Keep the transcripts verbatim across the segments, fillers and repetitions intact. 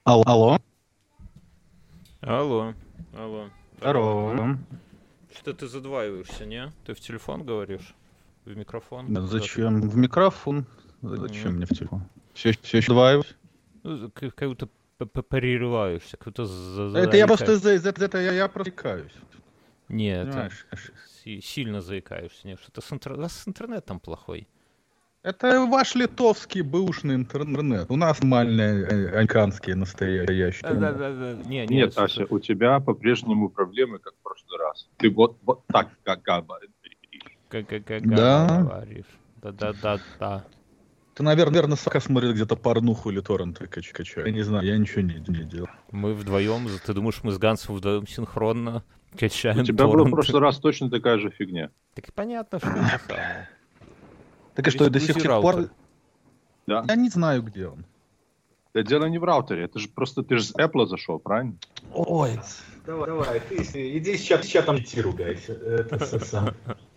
Алло. Алло. Алло. Алло. Здорово. Что ты задваиваешься, не? Ты в телефон говоришь? В микрофон? Да, Куда зачем? В микрофон. ты? Зачем М. мне в телефон? Все, все еще дваюсь. Ну, как как будто п- п- прерываешься, как будто за- Это я просто заикаешься. из-за из-за этого я, я просекаюсь. Нет, это Понимаешь? си- сильно заикаешься. Нет, что-то с, интер- у вас с интернетом плохой. Это ваш литовский бэушный интернет. У нас нормальные э, американские настоящие. Да-да-да. Не, не, Нет, слушай. Ася, у тебя по-прежнему проблемы, как в прошлый раз. Ты вот, вот так, как говоришь. Как, как, как Да. говоришь. Да-да-да-да. Ты, наверное, сука, смотрел где-то порнуху или торренты кач- качаю. Я не знаю, я ничего не, не делал. Мы вдвоем, ты думаешь, мы с Гансом вдвоем синхронно качаем У тебя была в торренты? прошлый раз точно такая же фигня. Так понятно, что это самое. Так и что, до сих Перезагрузи пор... раутер. Да? Я не знаю, где он. Да дело не в раутере, это же просто ты же с Apple зашел, правильно? Ой. Давай, давай, ты с- иди с чат- с чатом идти ругайся. Это с- сам.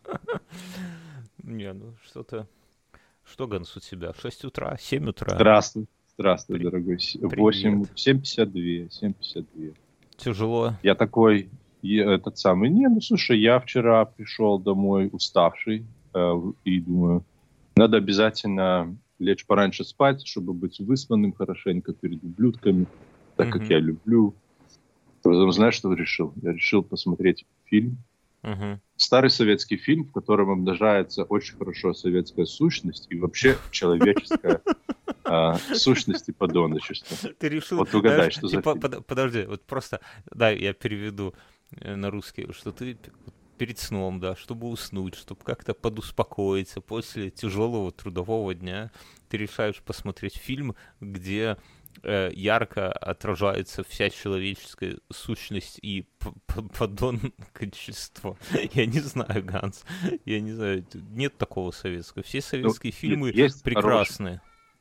Не, ну что-то... Что, Ганс, у тебя? шесть утра? семь утра? Здравствуй. Здравствуй, При- дорогой. привет. восемь, семь пятьдесят два, семь пятьдесят два. Тяжело? Я такой, е- этот самый, не, ну слушай, я вчера пришел домой уставший э, и думаю, надо обязательно лечь пораньше спать, чтобы быть выспанным хорошенько перед ублюдками, так как Мгм. я люблю. Потом, знаешь, что решил? Я решил посмотреть фильм, Мгм. старый советский фильм, в котором обнажается очень хорошо советская сущность и вообще человеческая а, сущность и подоночество. Ты решил... Вот угадай, знаешь, что за типа, фильм. под- подожди, вот просто... Да, я переведу э, на русский, что ты п- перед сном, да, чтобы уснуть, чтобы как-то подуспокоиться после тяжелого трудового дня, ты решаешь посмотреть фильм, где э, ярко отражается вся человеческая сущность и п- п- подонкочество. Я не знаю, Ганс, я не знаю, нет такого советского. Все советские нет, фильмы есть прекрасные.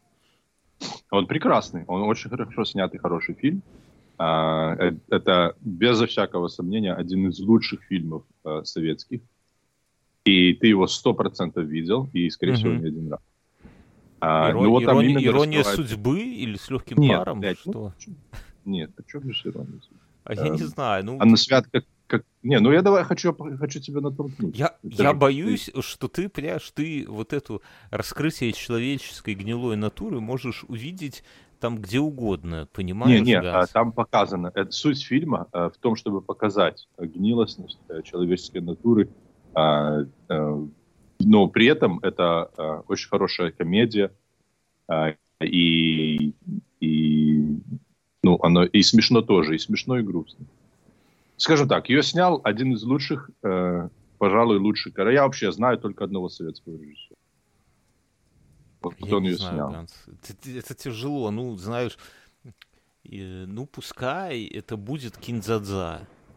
Он прекрасный, он очень хорошо снятый, хороший фильм. А, э- это, безо всякого сомнения, один из лучших фильмов э, советских. И ты его сто процентов видел, и, скорее всего, Мгм. не один раз. А, Иро- ну, вот там ирония именно ирония раскрывается- судьбы или с легким Нет, паром? блядь, ну, Что? почему- Нет, почему же ирония судьбы? А я не эм, знаю. Ну, Анна Свят как, как... Не, ну я давай хочу, хочу тебя натолкнуть. я, Это я же- боюсь, что ты, понимаешь, ты вот эту раскрытие человеческой гнилой натуры можешь увидеть там где угодно, понимаешь, Не, не, а, Ганс? там показано. Это суть фильма а, в том, чтобы показать а, гнилостность а, человеческой натуры, а, а, но при этом это а, очень хорошая комедия, а, и, и, ну, оно и смешно тоже, и смешно, и грустно. Скажем так, ее снял один из лучших, э, пожалуй, лучших. Я вообще знаю только одного советского режиссера. Вот Я он не ее знаю, снял. Ганс. Это, это тяжело. Ну, знаешь, э, ну, пускай это будет Киндзадза.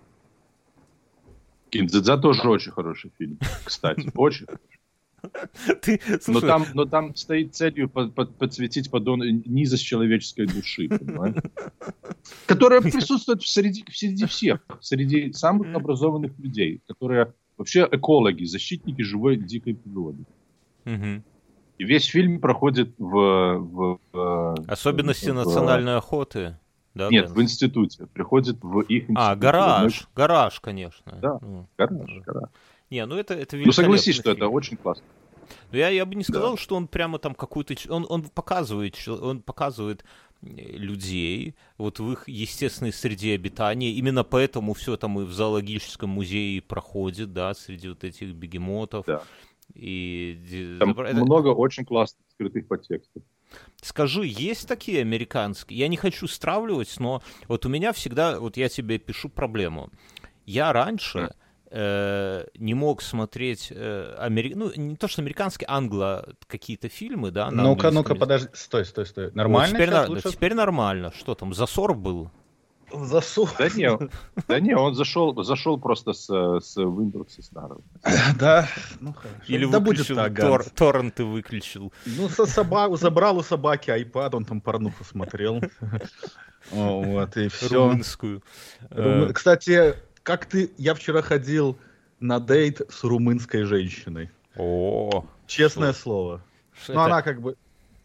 Киндзадза тоже очень хороший фильм, кстати, очень. Ты, Но слушай, там, но там стоит целью под- под- подсветить подон... низость человеческой души, понимаешь? Которая присутствует в среди, среди всех, среди самых образованных людей, которые вообще экологи, защитники живой дикой природы. мгм. И весь фильм проходит в... в- в- Особенности в- национальной охоты. Да, Нет, Ганс? в институте. Приходит в их институт. А, гараж. Гараж, конечно. Да. Ну, Гараж, гараж. Не, ну это, это Ну согласись, великолепный что это фильм. очень классно. Но я, я бы не сказал, Да. что он прямо там какой-то... ч- Он, он показывает, чел- он показывает э, людей вот в их естественной среде обитания. Именно поэтому все там и в зоологическом музее проходит, да, среди вот этих бегемотов. Да. И... ди- Там это- много очень классных скрытых подтекстов. Скажи, есть такие американские? Я не хочу стравливать, но вот у меня всегда, вот я тебе пишу проблему. Я раньше э, не мог смотреть, э, амери... ну, не то что американские, англо какие-то фильмы, да, на Ну-ка, английском ну-ка, языке. подожди. Стой, стой, стой. Вот Нормально теперь, сейчас на- лучше? теперь нормально. Что там, засор был? Засу. Да не, да не, он зашел, зашел просто с, с Windows старого. Да, ну хорошо. Или да будет выключил, так, тор- Ганс. торренты выключил? Ну, со соба... забрал у собаки айпад, он там порнуху смотрел. О, Вот, и все. Румынскую. Э, Кстати, как ты... Я вчера ходил на дейт с румынской женщиной. О, Честное слово. что Ну, это? она как бы...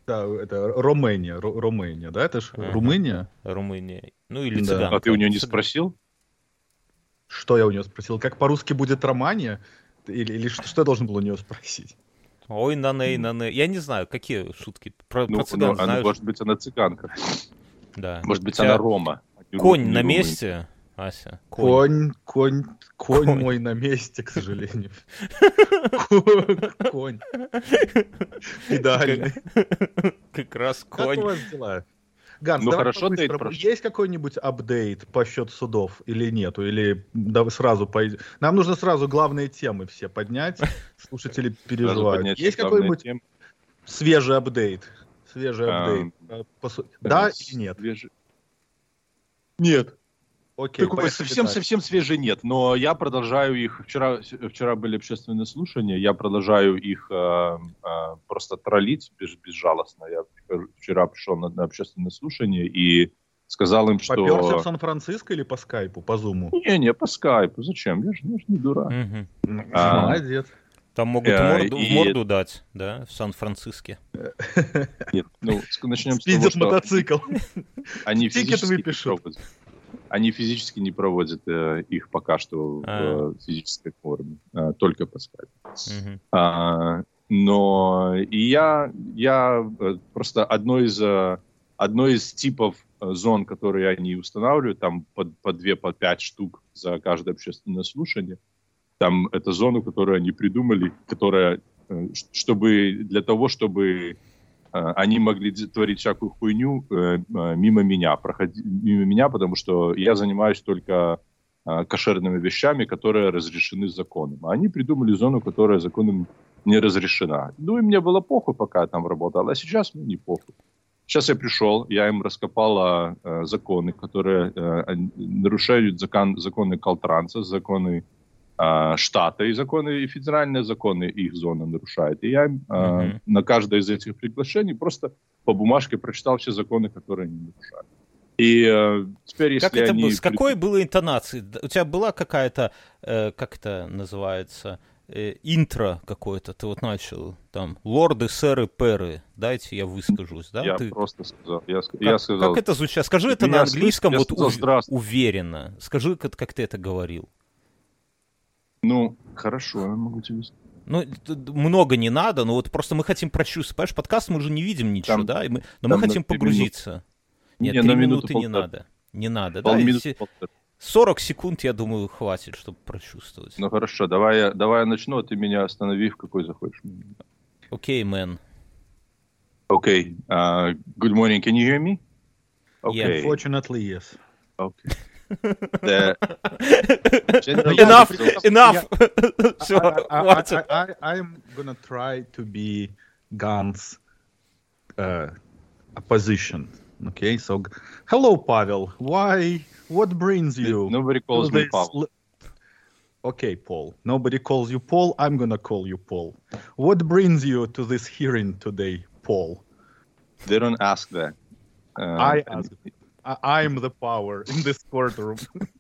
Да, это Румыния, Ру- Румыния, да? Это же Ага. Румыния? Румыния. Ну или Да. цыганка. А ты у нее не Цыган- спросил? Что я у нее спросил? Как по-русски будет Романия? Или, или что, что я должен был у нее спросить? Ой, наней, наней. Я не знаю, какие шутки. Про, Ну, про цыган ну, она, знаешь? может быть, она цыганка. Да. Может быть, У тебя она Рома. а не Конь Ру- не на Румын. месте, Ася? Конь. Конь, конь, конь, Конь. мой на месте, к сожалению. Конь. Педальный. Как раз Как у конь. вас дела? Ганс, Ну, давай хорошо, по-быстрому. Дейт прошел. Есть какой-нибудь апдейт по счету судов или нету? Или да вы сразу пойдем? Нам нужно сразу главные темы все поднять. Слушатели Сразу переживают. поднять Есть главные какой-нибудь темы. свежий апдейт? Свежий А, апдейт. Э, по су- Да Э, или нет? свежий- Нет. Окей, Такой поехали совсем, дальше. совсем свежий нет, но я продолжаю их. Вчера, вчера были общественные слушания, я продолжаю их э, э, просто троллить без, безжалостно. Я вчера пришел на, на общественное слушание и сказал им, что... Поперся в Сан-Франциско или по скайпу, по зуму? Не-не, по скайпу, зачем? Я же, я же не дурак. Мгм. А, Молодец. Там могут Э, морду, в и- морду дать, да, в Сан-Франциске. Нет, ну, ск- начнем с того, Спиздит что мотоцикл. они тикет физически не выпишут. проводят. Они физически не проводят э, их пока что в А. э, физической форме, э, только по скайпу. Мгм. А, но и я, я э, просто одно из, э, одно из типов э, зон, которые они устанавливают, там по, по две, по пять штук за каждое общественное слушание, там это зону, которую они придумали, которая, э, ш- чтобы для того, чтобы э, они могли д- творить всякую хуйню э, э, мимо меня, проходи, мимо меня, потому что я занимаюсь только э, кошерными вещами, которые разрешены законом. А они придумали зону, которая законом не разрешена. Ну и мне было похуй, пока я там работал, а сейчас мне не похуй. Сейчас я пришел, я им раскопал э, законы, которые э, они нарушают закон, законы Калтранца, законы э, штата и законы, и федеральные законы их зона нарушает. И я им э, Мгм. на каждое из этих приглашений просто по бумажке прочитал все законы, которые они нарушают. И э, теперь, если Как это они... было? С какой было интонацией? Д- У тебя была какая-то, э, как это называется, э, интро какое-то? Ты вот начал там, лорды, сэры, перы, дайте я выскажусь, да? Я Ты- просто сказал... Я, ск- Как, я сказал... как это звучит? Скажи Ты это на меня английском слышишь? Я вот сказал ув- «здравствуй». уверенно. Скажи, как, как ты это говорил. Ну, хорошо, я могу тебе сказать. Ну, т- т- много не надо, но вот просто мы хотим прочувствовать. Понимаешь, подкаст мы же не видим ничего, Там- да? И мы, но там мы на хотим три погрузиться. Нет, Не, три на минуту минуты не полтора. надо. Не надо, да? Полминуты, Если полтора. сорок секунд, я думаю, хватит, чтобы прочувствовать. Ну хорошо, давай я, давай я начну, а ты меня останови, в какой захочешь. Окей, мэн. Okay. Uh, good morning. Can you hear me? Okay. Unfortunately, yes. Okay. The general Enough, principles- enough. Все, I, I, хватит. I, I, I'm gonna try to be Guns' uh, opposition. Okay, so g- hello, Pavel. Why? What brings you? Nobody calls to me this Paul. li- Okay, Paul. Nobody calls you Paul. I'm gonna call you Paul. What brings you to this hearing today, Paul? They don't ask that. Uh, I ask. I, I'm the power in this courtroom.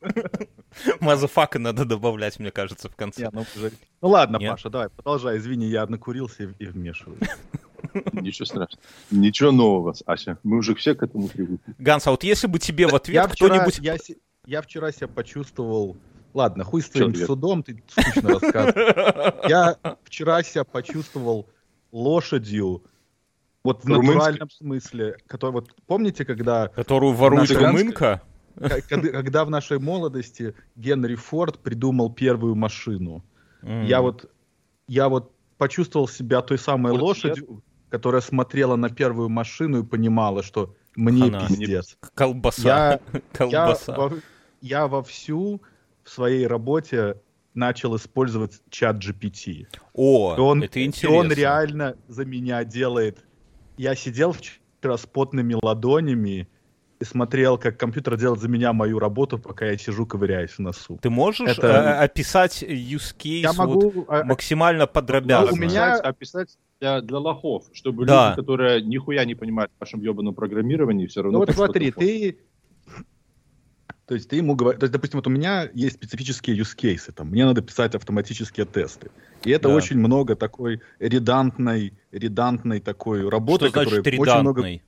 Мазафака надо добавлять, мне кажется, в конце. Не, ну, уже- ну ладно, Нет? Паша, давай, продолжай. Извини, я накурился и, и вмешиваюсь. Ничего страшного. Ничего нового, Ася. Мы уже все к этому привыкли. Ганс, а вот если бы тебе в Я ответ вчера, кто-нибудь... я, се- я вчера себя почувствовал... Ладно, хуй с Чё твоим ты? судом, ты скучно рассказываешь. Я вчера себя почувствовал лошадью, вот в Румынской? натуральном смысле. Который, вот, помните, когда, Которую ворует Наша румынка? к- когда, когда в нашей молодости Генри Форд придумал первую машину? М. Я вот, я вот почувствовал себя той самой Форд лошадью, которая смотрела на первую машину и понимала, что мне Хана. пиздец. Колбаса. Я, я, Колбаса. во, я вовсю в своей работе начал использовать чат джи пи ти. О, И он, это и интересно. он реально за меня делает. Я сидел вчера с потными ладонями и смотрел, как компьютер делает за меня мою работу, пока я сижу, ковыряюсь в носу. Ты можешь Это- э, описать use case Я вот могу... а, максимально подробязно? у меня- Описать, описать для, для лохов, чтобы Да. люди, которые нихуя не понимают в вашем ебаном программировании, все равно... Ну вот хоть что-то смотри, поняли. ты... То есть ты ему говоришь, то есть, допустим, вот у меня есть специфические use cases, там, мне надо писать автоматические тесты. И это Да. очень много такой редантной, редантной такой работы, Что значит которая очень много... редантный?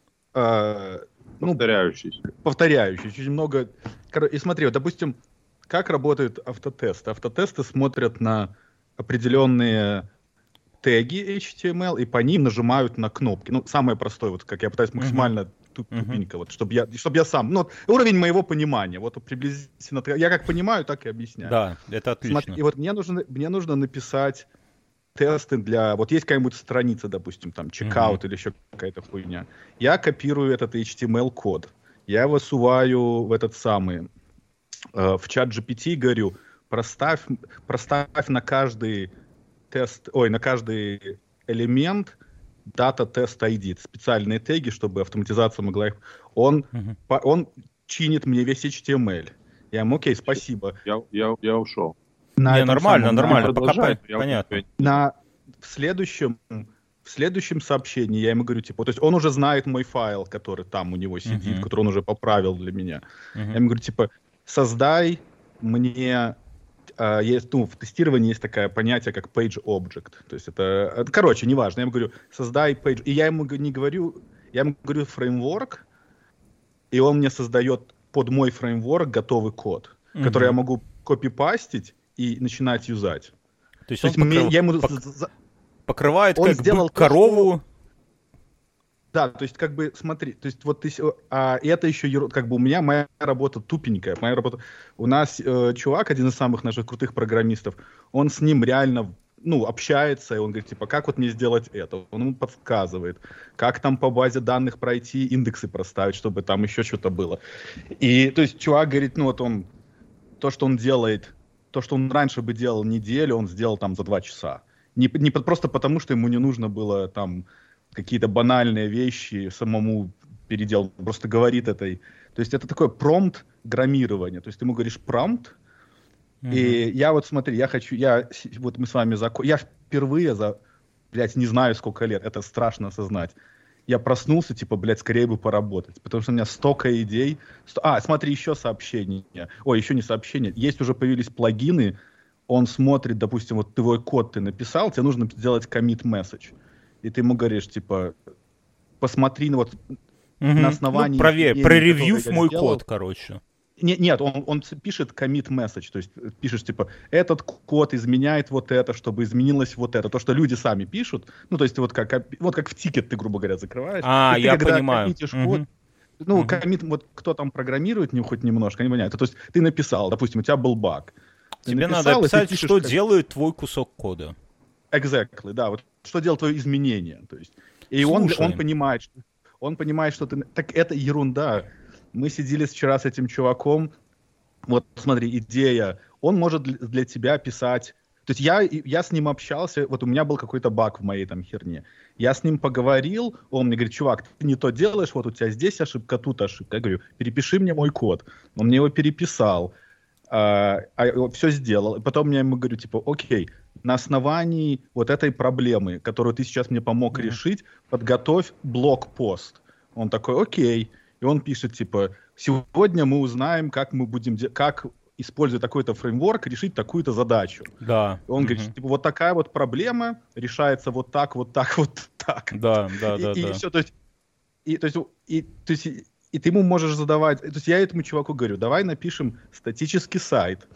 э, ну, Повторяющийся. повторяющий, очень много... Коро- И смотри, вот, допустим, как работает автотест. Автотесты смотрят на определенные теги эйч ти эм эл и по ним нажимают на кнопки. Ну, самое простое, вот как я пытаюсь максимально туп- Мгм. тупенько, вот, чтобы я, чтоб я сам... Ну, вот уровень моего понимания, вот приблизительно... Я как понимаю, так и объясняю. Да, это отлично. Смотри, и вот мне нужно, мне нужно написать тесты для... Вот есть какая-нибудь страница, допустим, там, чекаут или еще какая-то хуйня. Я копирую этот эйч ти эм эл-код. Я его суваю в этот самый... э, в чат джи пи ти и говорю, проставь, проставь на каждый тест... Ой, на каждый элемент дата тест ай ди. Это специальные теги, чтобы автоматизация могла их... Он, Мгм. по- он чинит мне весь эйч ти эм эл. Я ему, окей, спасибо. Я, я, я ушел. На Не, этом нормально, самом- на- нормально, пока Продолжай, пон- я понятно. вот- на в следующем в следующем сообщении я ему говорю, типа, то есть он уже знает мой файл, который там у него сидит, Мгм. который он уже поправил для меня. Мгм. Я ему говорю, типа, создай мне а, есть, ну, в тестировании есть такое понятие, как page object. То есть это, это, короче, неважно. Я ему говорю, создай page. И я ему г- не говорю, я ему говорю фреймворк, и он мне создает под мой фреймворк готовый код, Мгм. который я могу копипастить и начинать юзать. То есть То он есть мне- покрыв- я ему пок- за- за- покрывает он как сделал бык то, корову. Да, то есть как бы смотри, то есть вот ты, с- а, и это еще еру- как бы у меня моя работа тупенькая, моя работа. У нас э, чувак, один из самых наших крутых программистов, он с ним реально, ну, общается, и он говорит, типа, как вот мне сделать это? Он ему подсказывает, как там по базе данных пройти, индексы проставить, чтобы там еще что-то было. И, то есть чувак говорит, ну вот он, то, что он делает, то, что он раньше бы делал неделю, он сделал там за два часа. Не, не по- просто потому, что ему не нужно было там какие-то банальные вещи самому переделать. Он просто говорит этой... То есть это такое промпт-граммирование. То есть ты ему говоришь промпт, и я вот смотри, я хочу... я с- Вот мы с вами... Зако... Я впервые за, блядь, не знаю сколько лет, это страшно осознать. Я проснулся, типа, блядь, скорее бы поработать. Потому что у меня столько идей. Сто- А, смотри, еще сообщение. Ой, еще не сообщение. Есть уже появились плагины. Он смотрит, допустим, вот твой код ты написал, тебе нужно сделать commit message. И ты ему говоришь, типа, посмотри на вот... Мгм. на основании Ну, проверь, изменений, проревьюв которые я мой сделал. код, короче. Не- нет, он, он ц- пишет commit message, то есть э, пишешь, типа, этот к- код изменяет вот это, чтобы изменилось вот это. То, что люди сами пишут, ну, то есть вот как, оп- вот как в тикет ты, грубо говоря, закрываешь. А, И ты, я когда понимаю. коммитишь Мгм. код, ну, Мгм. коммит, вот кто там программирует, не хоть немножко, они понимают. То есть ты написал, допустим, у тебя был баг. Ты Тебе написал, надо и ты описать, пишешь, что как- делает твой кусок кода. Exactly, да, вот что делает твое изменение, то есть. И он, Слушай. он понимает, что, он понимает, что ты... Так это ерунда. Мы сидели вчера с этим чуваком, вот смотри, идея, он может для, для тебя писать... То есть я, я с ним общался, вот у меня был какой-то баг в моей там херне. Я с ним поговорил, он мне говорит, чувак, ты не то делаешь, вот у тебя здесь ошибка, тут ошибка. Я говорю, перепиши мне мой код. Он мне его переписал. А, а, все сделал. И потом я ему говорю, типа, окей, на основании вот этой проблемы, которую ты сейчас мне помог Мгм. решить, подготовь блог-пост. Он такой, окей. И он пишет, типа, сегодня мы узнаем, как мы будем, де- как, используя такой-то фреймворк, решить такую-то задачу. Да. И он говорит, Мгм. типа, вот такая вот проблема решается вот так, вот так, вот так. Да, да, И- да, и да. все, то есть, и, то есть, и, то есть, и, и ты ему можешь задавать, то есть я этому чуваку говорю, давай напишем статический сайт,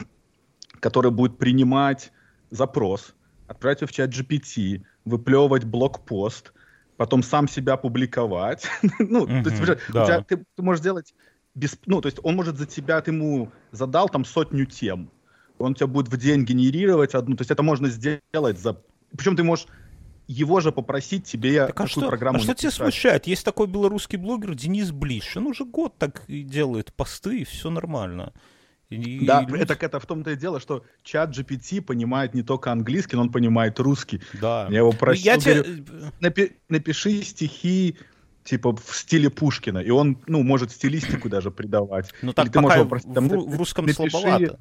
который будет принимать запрос, отправить его в чат джи пи ти, выплевывать блокпост, потом сам себя публиковать. Ну, то есть, Мгм, понимаешь, у да. тебя- ты, ты можешь сделать, без, ну, то есть он может за тебя, ты ему задал там сотню тем, он у тебя будет в день генерировать одну, то есть это можно сделать за... Причем ты можешь его же попросить тебе Так а такую что, программу а что тебя написать. смущает? Есть такой белорусский блогер Денис Блиш. Он уже год так и делает посты, и все нормально. И- Да, и люди- это, это в том-то и дело, что чат джи пи ти понимает не только английский, но он понимает русский. Да. Я его Ну, просил, я тебе... говорю, «Напи- напиши стихи типа в стиле Пушкина, и он, ну, может стилистику даже придавать. Ну Или так ты пока можешь в, попросить, там, ру- напи- в русском напиши- слабовато.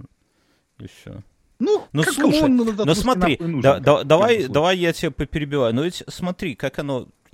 Еще. Ну, Ну как слушай, кому он этот ну русский смотри, нахуй нужен, да- как- да- в давай, любом давай я тебя поперебиваю. Но ведь смотри, как оно...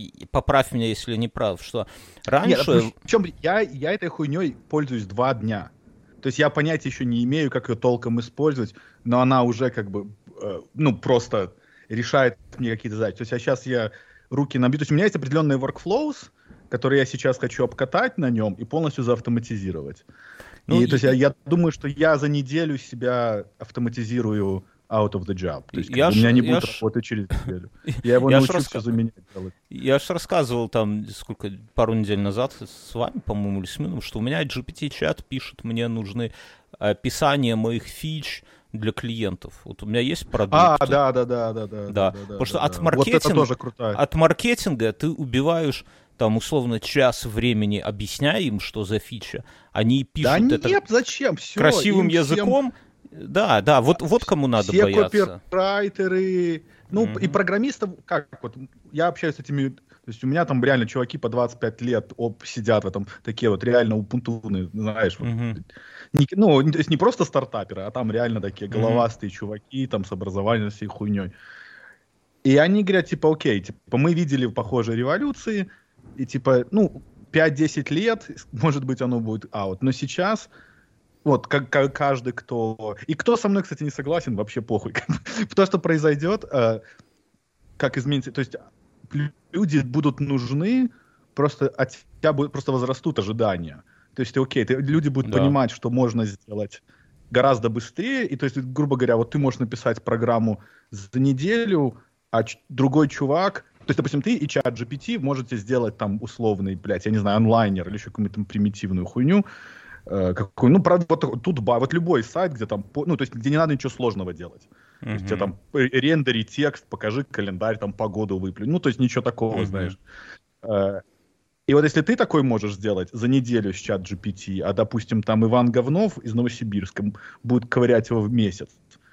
поправь меня, если не прав, что раньше... Нет, причем я, я этой хуйней пользуюсь два дня. То есть я понятия еще не имею, как ее толком использовать, но она уже как бы, э, ну, просто решает мне какие-то задачи. То есть а сейчас я руки набью. То есть у меня есть определенные workflows, которые я сейчас хочу обкатать на нем и полностью заавтоматизировать. Ну, и, и, то есть я, я думаю, что я за неделю себя автоматизирую out of the job. То есть я как, ж, у меня не будет ж... работы через неделю. Я его я научу рас... все за меня делать. Я же рассказывал там сколько, пару недель назад с вами, по-моему, или с Мином, что у меня джи пи ти-чат пишет, мне нужны описания моих фич для клиентов. Вот у меня есть продукт. А, да, да, да, да, да. Да, да, потому да, что да, от да. маркетинга, вот это тоже крутая. От маркетинга ты убиваешь там условно час времени, объясняя им, что за фича. Они пишут да это нет, зачем? Все, красивым языком. Всем... Да, да, вот, вот кому надо все бояться. Все копирайтеры, ну mm-hmm. и программистов, как вот, я общаюсь с этими, то есть у меня там реально чуваки по двадцать пять лет оп, сидят в этом, такие вот реально упунтуны, знаешь, mm-hmm. вот, не, ну, то есть не просто стартаперы, а там реально такие головастые mm-hmm. чуваки, там с образованием, всей хуйней. И они говорят, типа, окей, типа, мы видели похожие революции, и типа, ну, пять-десять лет, может быть, оно будет аут, но сейчас... Вот, как, как каждый, кто... И кто со мной, кстати, не согласен, вообще похуй. То, что произойдет, э, как изменится... То есть люди будут нужны, просто от тебя будет, просто возрастут ожидания. То есть, окей, ты, люди будут да. понимать, что можно сделать гораздо быстрее. И, то есть, грубо говоря, вот ты можешь написать программу за неделю, а ч- другой чувак... То есть, допустим, ты и чат джи пи ти можете сделать там условный, блядь, я не знаю, онлайнер или еще какую-то там примитивную хуйню. Какой, ну, правда, вот тут, вот любой сайт, где там, ну, то есть, где не надо ничего сложного делать. Mm-hmm. То есть, тебе там рендери текст, покажи календарь, там, погоду выплюнь. Ну, то есть, ничего такого, mm-hmm. знаешь. И вот если ты такой можешь сделать за неделю с чат джи пи ти, а, допустим, там Иван Говнов из Новосибирска будет ковырять его в месяц,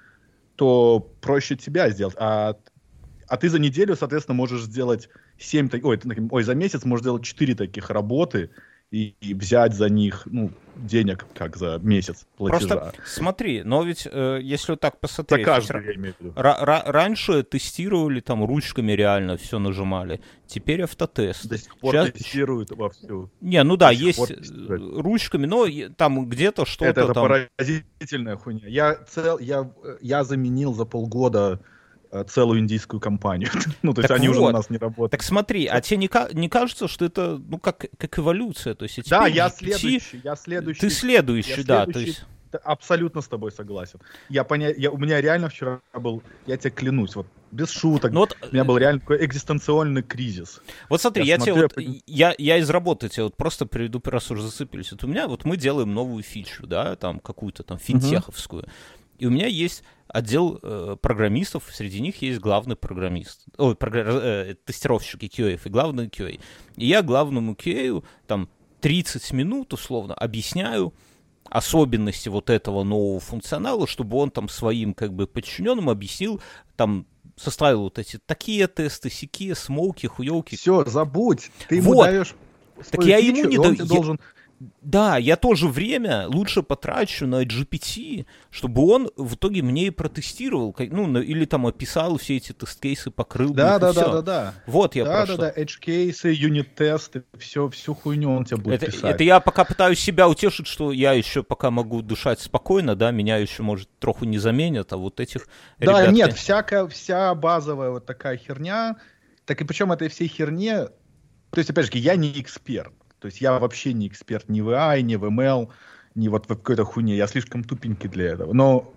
то проще тебя сделать. А, а ты за неделю, соответственно, можешь сделать семь, ой, ой, за месяц можешь сделать четыре таких работы, И, и взять за них, ну, денег, как за месяц платежа. Просто смотри, но ведь, э, если вот так посмотреть... За каждый, я имею в виду. Ра- ра- раньше тестировали, там, ручками реально все нажимали. Теперь автотест. До сих пор Сейчас... тестируют вовсю. Не, ну да, есть ручками, но там где-то что-то это, это там... поразительная хуйня. Я, цел, я, я заменил за полгода целую индийскую компанию. Ну, то есть так они вот, уже у нас не работают. Так смотри, а тебе не, не кажется, что это, ну, как, как эволюция? То есть, да, я джи пи ти, следующий, я следующий. Ты следующий, я да. Следующий, то есть... Абсолютно с тобой согласен. Я поня... я, у меня реально вчера был, я тебе клянусь, вот без шуток, ну, вот... у меня был реально такой экзистенционный кризис. Вот смотри, я, я смотрю, тебе вот, я... я, я из работы тебе вот просто приведу, раз уже зацепились. Вот у меня, вот мы делаем новую фичу, да, там какую-то там финтеховскую. Uh-huh. И у меня есть отдел э, программистов, среди них есть главный программист, ой, програ... э, тестировщики кью эй и главный кью эй. И я главному кью эй там тридцать минут условно объясняю особенности вот этого нового функционала, чтобы он там своим как бы подчиненным объяснил, там составил вот эти такие тесты, сякие, смоуки, хуёвки. Все, забудь, ты ему вот. даешь так я фичу, ему не даю. Должен... Да, я тоже время лучше потрачу на джи пи ти, чтобы он в итоге мне и протестировал, ну, или там описал все эти тест-кейсы, покрыл да, их, да, и да, все. да, да. Вот я да, про да, что. Да, да, edge-кейсы, юнит-тесты, все, всю хуйню он тебе будет это, писать. Это я пока пытаюсь себя утешить, что я еще пока могу дышать спокойно, да, меня еще, может, троху не заменят, а вот этих да, ребятки... нет, всякая, вся базовая вот такая херня, так и причем этой всей херне, то есть, опять же, я не эксперт. То есть я вообще не эксперт ни в эй ай, ни в эм эл, ни вот в какой-то хуйне. Я слишком тупенький для этого. Но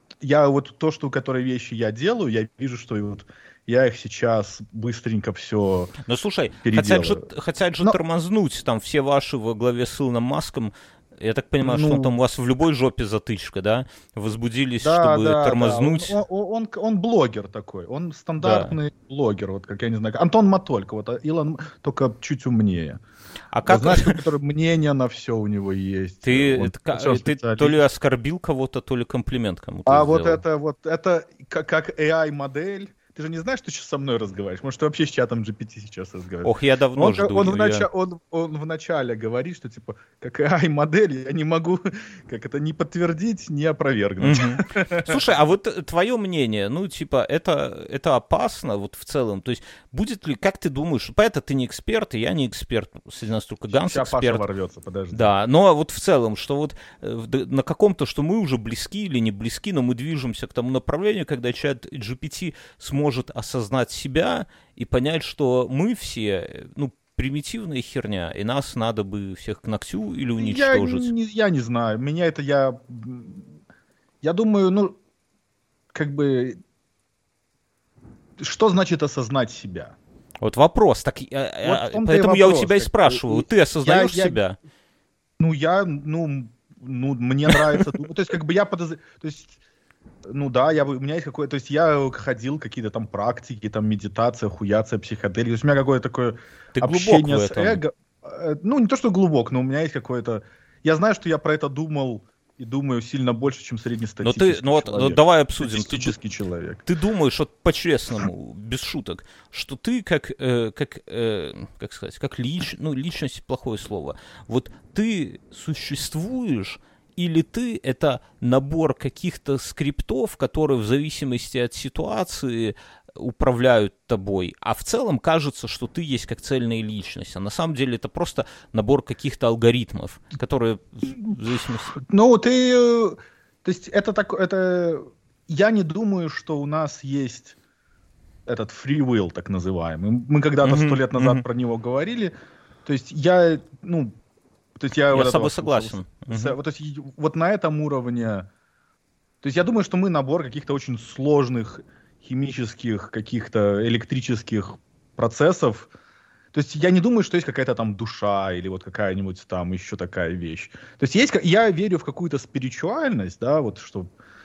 я вот то, что которые вещи я делаю, я вижу, что вот я их сейчас быстренько все Ну слушай, переделаю. хотят же, хотят же Но... тормознуть там все ваши во главе с Илоном Маском. Я так понимаю, ну, что он там у вас в любой жопе затычка, да? Возбудились, да, чтобы да, тормознуть. Да. Он, он, он, он блогер такой, он стандартный да. блогер, вот как я не знаю. Антон Матолько, вот Илон только чуть умнее. А как... Знаешь, который мнение на все у него есть. Ты, он, ты, ты то ли оскорбил кого-то, то ли комплимент кому-то А сделал. вот это вот, это как, как эй ай-модель. Ты ты же не знаешь, что сейчас со мной разговариваешь. Может, ты вообще с чатом джи пи ти сейчас разговариваешь. Ох, я давно он, жду. Он, в нач... я... он, он в начале говорит, что типа, какая ай-модель, я не могу как это ни подтвердить, ни опровергнуть. Mm-hmm. Слушай, а вот твое мнение, ну, типа, это, это опасно вот в целом? То есть будет ли, как ты думаешь, понятно, ты не эксперт, и я не эксперт, среди нас только Ганс Сейчас эксперт. Паша ворвется, подожди. Да, но вот в целом, что вот на каком-то, что мы уже близки или не близки, но мы движемся к тому направлению, когда чат джи пи ти сможет осознать себя и понять, что мы все, ну, примитивная херня, и нас надо бы всех к ногтю или уничтожить. Я не, я не знаю, меня это я... Я думаю, ну, как бы... Что значит осознать себя? Вот вопрос, так, вот поэтому я вопрос, у тебя и спрашиваю, ты осознаешь я, я, себя? Ну, я, ну, ну мне нравится, то есть, как бы я подозреваю, то есть, ну да, я, у меня есть какое-то, то есть я ходил, какие-то там практики, там медитация, хуяция, психоделия, то есть у меня какое-то такое ты общение с эго. Ну, не то, что глубок, но у меня есть какое-то, я знаю, что я про это думал, и думаю сильно больше, чем среднестатистический но ты, ну, человек. Ну, давай обсудим. Статистический ты, человек. Ты думаешь, вот по-честному, без шуток, что ты как, э, как, э, как сказать, как лич, ну, личность, плохое слово. Вот ты существуешь, или ты — это набор каких-то скриптов, которые в зависимости от ситуации управляют тобой, а в целом кажется, что ты есть как цельная личность, а на самом деле это просто набор каких-то алгоритмов, которые в зависимости... Ну, ты... То есть это так... Это... Я не думаю, что у нас есть этот free will, так называемый. Мы когда-то сто mm-hmm, лет назад mm-hmm. про него говорили. То есть я... Ну, то есть я я вот с тобой этого, согласен. Mm-hmm. Вот, то есть, вот на этом уровне... То есть я думаю, что мы набор каких-то очень сложных химических, каких-то электрических процессов. То есть я не думаю, что есть какая-то там душа или вот какая-нибудь там еще такая вещь. То есть есть, я верю в какую-то спиритуальность, да, вот что...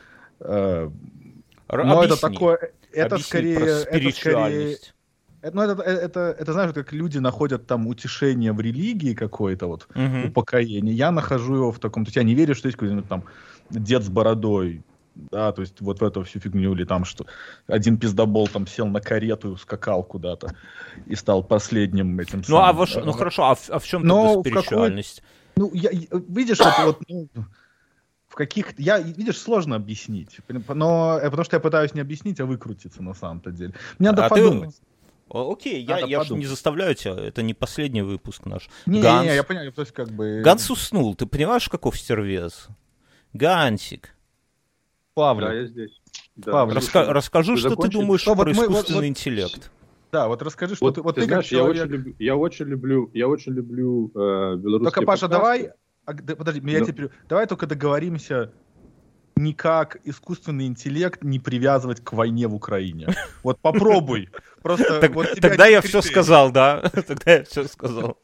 Э, но это такое... Это скорее... Это скорее ну, это, это, это, знаешь, как люди находят там утешение в религии какое-то, вот, uh-huh. упокоение. Я нахожу его в таком... То есть я не верю, что есть какой-нибудь там дед с бородой, да, то есть вот в эту всю фигню, или там, что один пиздобол там сел на карету и скакал куда-то и стал последним этим ну, самым. А ваш, да, ну, хорошо, а в, а в чем тогда спиритуальность? Какой, ну, я, видишь, это вот... Ну, в каких... Я, видишь, сложно объяснить, но, потому что я пытаюсь не объяснить, а выкрутиться на самом-то деле. Мне надо а подумать. Ты... Окей, я, я же не заставляю тебя, это не последний выпуск наш. Не, Ганс... не, не, я понимаю, то есть как бы... Ганс уснул, ты понимаешь, каков стервец? Гансик. Павлик. Да, я здесь. Да. Павлик. Раска- расскажи, ты что закончили? Ты думаешь что, про вот искусственный мы, вот, Вот, интеллект. да, вот расскажи, что вот, ты... Вот ты, ты знаешь, как человек... я, очень люблю, я очень люблю, я очень люблю э, белорусские Только, Паша, подкасты. давай... А, да, подожди, я Но... теперь... Давай только договоримся... никак искусственный интеллект не привязывать к войне в Украине. Вот попробуй. Просто так, вот тогда я все сказал, да? Тогда я все сказал.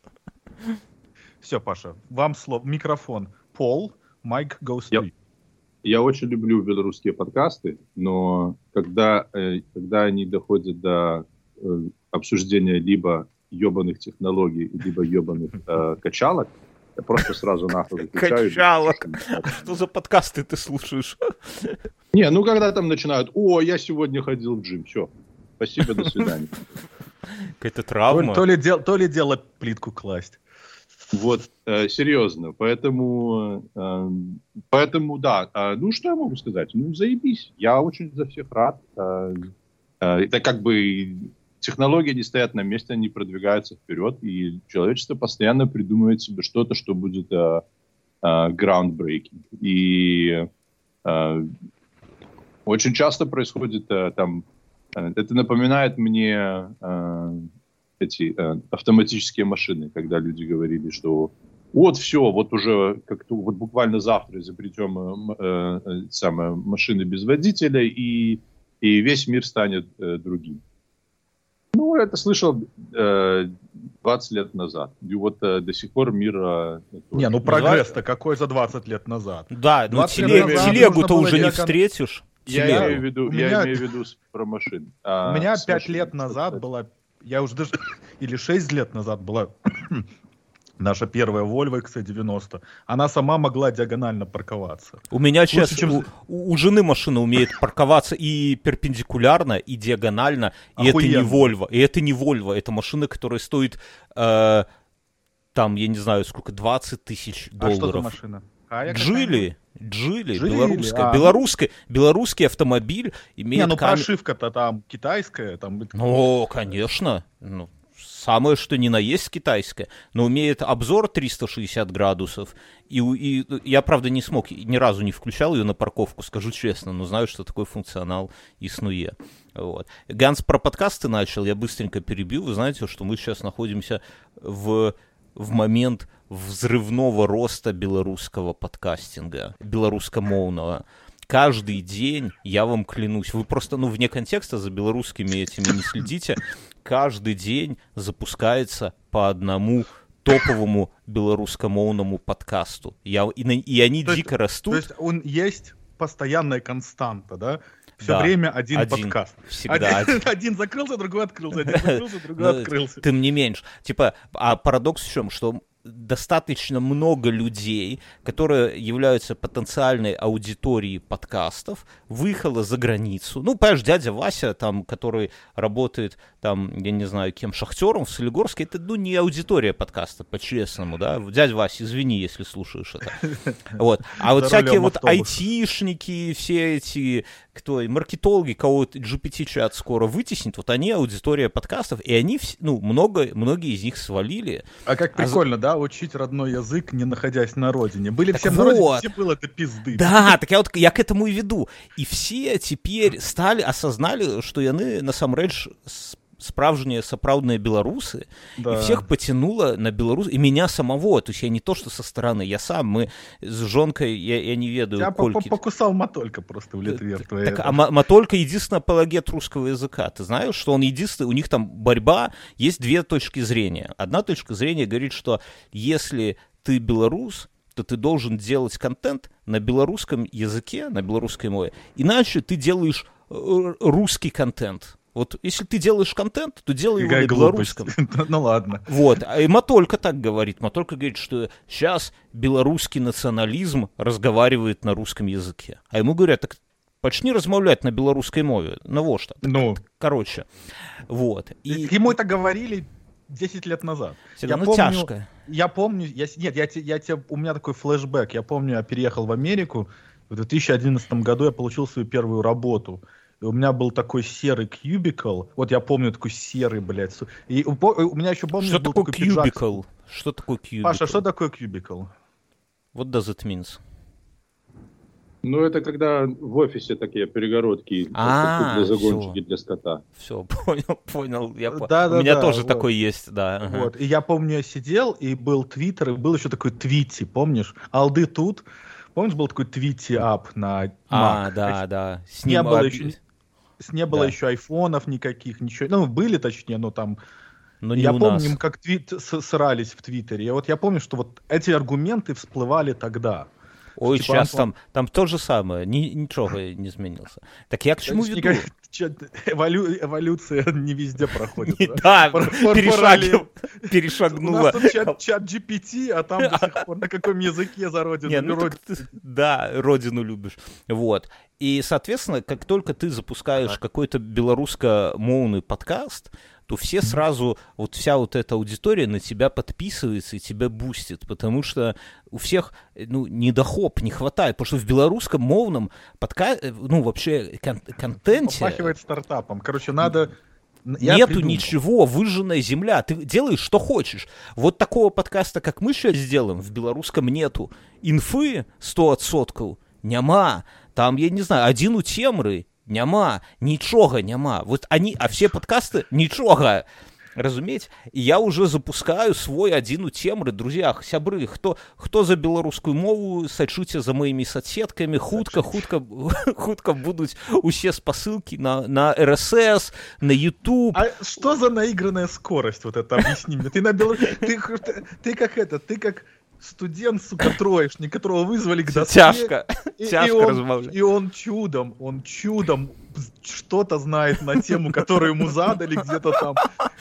Все, Паша, вам слово. Микрофон. Пол, майк goes to you. Я очень люблю белорусские подкасты, но когда, э, когда они доходят до э, обсуждения либо ебаных технологий, либо ебаных э, качалок, я просто сразу нахуй выключаю. Качалок. Что за подкасты ты слушаешь? Не, ну когда там начинают, о, я сегодня ходил в джим, все, спасибо, до свидания. Какая-то травма. То ли, то ли, то ли дело плитку класть. Вот, э, серьезно, поэтому, э, поэтому, да, э, ну что я могу сказать, ну заебись, я очень за всех рад, э, э, это как бы... Технологии не стоят на месте, они продвигаются вперед, и человечество постоянно придумывает себе что-то, что будет uh, uh, groundbreaking. И uh, очень часто происходит uh, там... Uh, это напоминает мне uh, эти uh, автоматические машины, когда люди говорили, что вот все, вот уже как-то вот буквально завтра изобретем uh, uh, самые машины без водителя, и, и весь мир станет uh, другим. Ну, это слышал э, двадцать лет назад. И вот э, до сих пор мир... Э, не, ну прогресс-то какой за двадцать лет назад? Да, ну телег, телегу-то уже не встретишь. Я, Телегу. имею в виду, я меня... имею в виду про машины. А, у меня пять лет назад была... Я уже даже... Или шесть лет назад была... наша первая Volvo икс си девяносто, она сама могла диагонально парковаться. У меня сейчас, Лучше, чем... у, у жены машина умеет парковаться и перпендикулярно, и диагонально, и Охуенно. это не Volvo, и это не Volvo, это машина, которая стоит, э, там, я не знаю, сколько, двадцать тысяч долларов. А что за машина? Джили, Джили, Джили, белорусская, а, белорусская, белорусский автомобиль имеет... Не, ну камеру... прошивка-то там китайская. Там... Ну, конечно, ну, самое что ни на есть китайское, но умеет обзор триста шестьдесят градусов, и, и я, правда, не смог, ни разу не включал ее на парковку, скажу честно, но знаю, что такой функционал иснуе. Вот. Ганс про подкасты начал, я быстренько перебью, вы знаете, что мы сейчас находимся в... в момент взрывного роста белорусского подкастинга, белорусскомовного. Каждый день, я вам клянусь, вы просто, ну, вне контекста за белорусскими этими не следите, каждый день запускается по одному топовому белорусскомовному подкасту. Я, и, и они то дико есть, растут. То есть он есть постоянная константа, да? Все Да, время один, один подкаст. Всегда один, один. один закрылся, другой открылся, один закрылся, другой открылся. Тем не меньше. Типа, а парадокс в чем? Что достаточно много людей, которые являются потенциальной аудиторией подкастов, выехало за границу. Ну, понимаешь, дядя Вася, там, который работает, там, я не знаю, кем, шахтером в Солигорске, это, ну, не аудитория подкаста, по-честному, да. Дядя Вася, извини, если слушаешь это. Вот. А вот всякие вот айтишники, все эти, кто, маркетологи, кого-то джи пи ти-чат скоро вытеснит, вот они аудитория подкастов, и они, ну, много, многие из них свалили. А как прикольно, а... да, учить родной язык, не находясь на родине. Были так все вот. на родине, все было это пизды. Да, так я вот я к этому и веду. И все теперь стали, осознали, что яны насамрэч справжние сапраўдныя белорусы, да. И всех потянуло на Беларусь, и меня самого, то есть я не то, что со стороны, я сам, мы с жонкой, я, я не ведаю, я кольки... покусал Матолька просто в Литве. Так, а Матолька единственный апологет русского языка, ты знаешь, что он единственный, у них там борьба, есть две точки зрения. Одна точка зрения говорит, что если ты белорус, то ты должен делать контент на белорусском языке, на белорусской мове, иначе ты делаешь русский контент. Вот если ты делаешь контент, то делай его на белорусском. Ну ладно. Вот. И Матолька так говорит. Матолька говорит, что сейчас белорусский национализм разговаривает на русском языке. А ему говорят, так почни размовлять на белорусской мове. Ну вот что. Ну. Короче. Вот. И... Ему это говорили десять лет назад. Всегда, я ну, помню, тяжко. Я помню, я, нет, я, я, я, у меня такой флешбэк. Я помню, я переехал в Америку. В две тысячи одиннадцатом году я получил свою первую работу. И у меня был такой серый кьюбикл. Вот я помню такой серый, блядь. И у, у меня еще помню, что был такое такой кьюбикл? пиджак. Что такое кьюбикл? Паша, что такое кьюбикл? What does it mean? Ну, это когда в офисе такие перегородки а, для загончики все. для скота. Все, понял, понял. Я по... да, У да, меня да, тоже вот. такой есть, да. Ага. Вот. И я помню, я сидел, и был твиттер, и был еще такой твити, помнишь? Алды тут. Помнишь, был такой твити-ап на Mac? А, да, да. С ним не было еще... Не было да. еще айфонов никаких, ничего. Ну, были, точнее, но там... Но не я у помню, нас. как твит срались в Твиттере. И вот я помню, что вот эти аргументы всплывали тогда. Ой, типа, сейчас он... там, там то же самое, ни, ничего не изменился. Так я к чему веду? Никак... Эволю... Эволюция не везде проходит. Да, перешагнула. У нас тут чат джи пи ти, а там до сих пор на каком языке за родину. Да, родину любишь. Вот. И, соответственно, как только ты запускаешь какой-то белорусско-мовный подкаст, то все сразу, вот вся вот эта аудитория на тебя подписывается и тебя бустит, потому что у всех, ну, недохоп, не хватает, потому что в белорусском мовном подкасте, ну, вообще кон- контенте... Попахивает стартапом, короче, надо... Я Нету придумал. Ничего, выжженная земля, ты делаешь, что хочешь. Вот такого подкаста, как мы сейчас сделаем, в белорусском нету. Инфы сто відсотків няма, там, я не знаю, один у темры, няма, нічога няма. Вот они, а все подкасты нічога. Разумеете? И я уже запускаю свой один у темры. Друзья, сябры, кто, кто за белорусскую мову, сачуце за моими соцсетками, хутка, хутка, хутка будут усе спасылки на, на эр эс эс, на YouTube. А что за наигранная скорость? Вот это объясни мне. Ты на белорус... ты, ты, ты как это, ты как... студент, сука, троечник, которого вызвали к доске. Тяжко, и, тяжко и он, размовлять. И он чудом, он чудом что-то знает на тему, которую ему задали где-то там.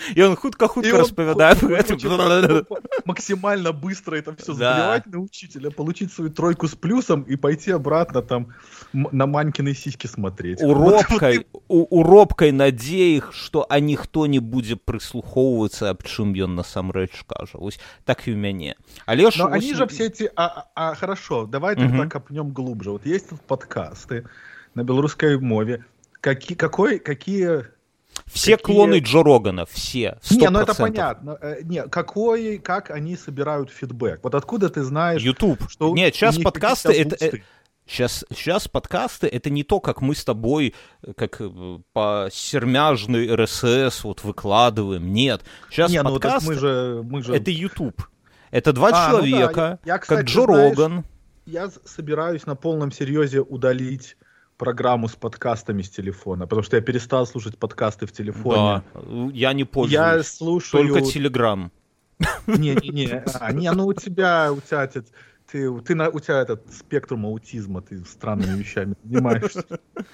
И он хутка-хутка распавядае про гэта. Максимально быстро это все забивать на учителя, получить свою тройку с плюсом и пойти обратно там на Манькины сиськи смотреть. У робкай, у, у робкай надзеі, што а ніхто не будзе прыслухоўвацца, аб чым ён насамрэч кажа. Вось так і ў мяне. Але ж Но они же все эти... А, а хорошо, давай угу. тогда копнем глубже. Вот есть тут подкасты на белорусской мове. Какие, какой, какие... Все какие... клоны Джо Рогана, все, сто процентов. Не, ну это понятно. Не, какой, как они собирают фидбэк? Вот откуда ты знаешь... YouTube. Что Нет, сейчас подкасты... Это, сейчас, сейчас подкасты — это не то, как мы с тобой, как по сермяжной эр эс эс вот выкладываем. Нет. Сейчас не, подкасты ну, мы же, мы же... — это YouTube. Это два а, человека, ну да. я, кстати, как Джо знаешь, Роган. Я собираюсь на полном серьезе удалить программу с подкастами с телефона, потому что я перестал слушать подкасты в телефоне. Да, я не пользуюсь. Я слушаю... Только Телеграм. Не-не-не, а, не, ну у тебя, у тебя, ты, ты, ты на, у тебя этот спектрум аутизма, ты странными вещами занимаешься.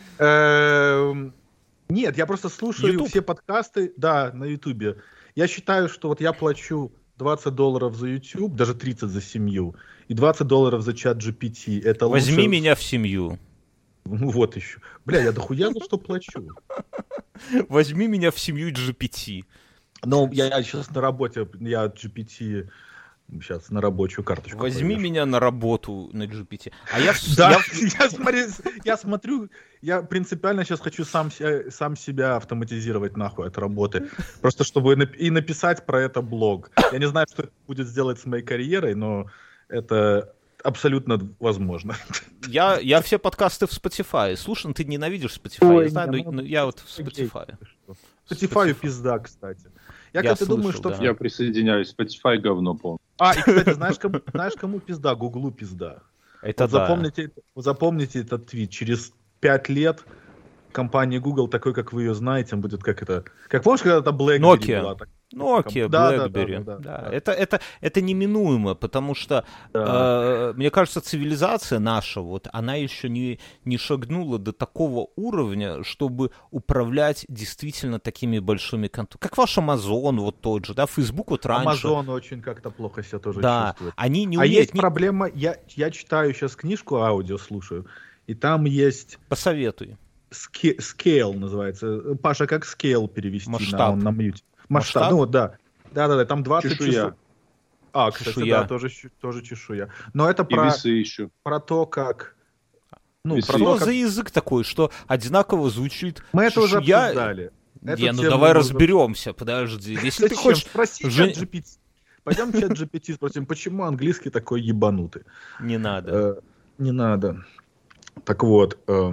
Нет, я просто слушаю все подкасты, да, на Ютубе. Я считаю, что вот я плачу двадцать долларов за YouTube, даже тридцать за семью, и двадцать долларов за чат джи пи ти. Это Возьми лучше... меня в семью. Ну вот еще. Бля, я дохуя за что плачу. Возьми меня в семью джи пи ти. Ну, я, я сейчас на работе, я джи пи ти сейчас на рабочую карточку. Возьми повешу. меня на работу на джи пи ти. А я, да, я... Я, смотрю, я смотрю, я принципиально сейчас хочу сам, сам себя автоматизировать нахуй от работы. Просто чтобы и написать про это блог. Я не знаю, что это будет сделать с моей карьерой, но это... абсолютно возможно. Я, я все подкасты в Spotify. Слушай, ну ты ненавидишь Spotify, Ой, я знаю, не, но, но я вот в Spotify. Spotify пизда, кстати. Я, я кстати, слышал, думаю, что... Да. Я присоединяюсь. Spotify говно полное. А, и, кстати, знаешь, кому, знаешь, кому пизда? Гуглу пизда. Это вот да. Запомните, запомните этот твит. Через пять лет компания Google, такой, как вы ее знаете, будет как это... Как помнишь, когда это BlackBerry Nokia. была? Так, Nokia, да, BlackBerry. Да, да, да, да. да. Это, это, это неминуемо, потому что, да. э, мне кажется, цивилизация наша, вот, она еще не, не шагнула до такого уровня, чтобы управлять действительно такими большими конторами. Как ваш Amazon, вот тот же, да, Facebook вот раньше. Amazon очень как-то плохо себя тоже да, чувствует. Они не а умеют... есть не... проблема, я, я читаю сейчас книжку, аудио слушаю, и там есть... Посоветуй. Scale называется. Паша, как scale перевести? Масштаб. На, он на мьюте. Масштаб. Масштаб, ну вот, да. Да-да-да, там двадцать чешуя. Часов. А, кстати, чешуя. да, тоже, тоже чешуя. Но это и про, весы еще. Про то, как... Ну, про то, как... за язык такой, что одинаково звучит. Мы чешуя... это уже обсуждали. Не, ну давай разберемся, подожди. Если Зачем? ты хочешь... Спроси Жен... чат джи пи ти. Пойдем чат джи пи ти спросим, почему английский такой ебанутый. Не надо. Э, не надо. Так вот... Э,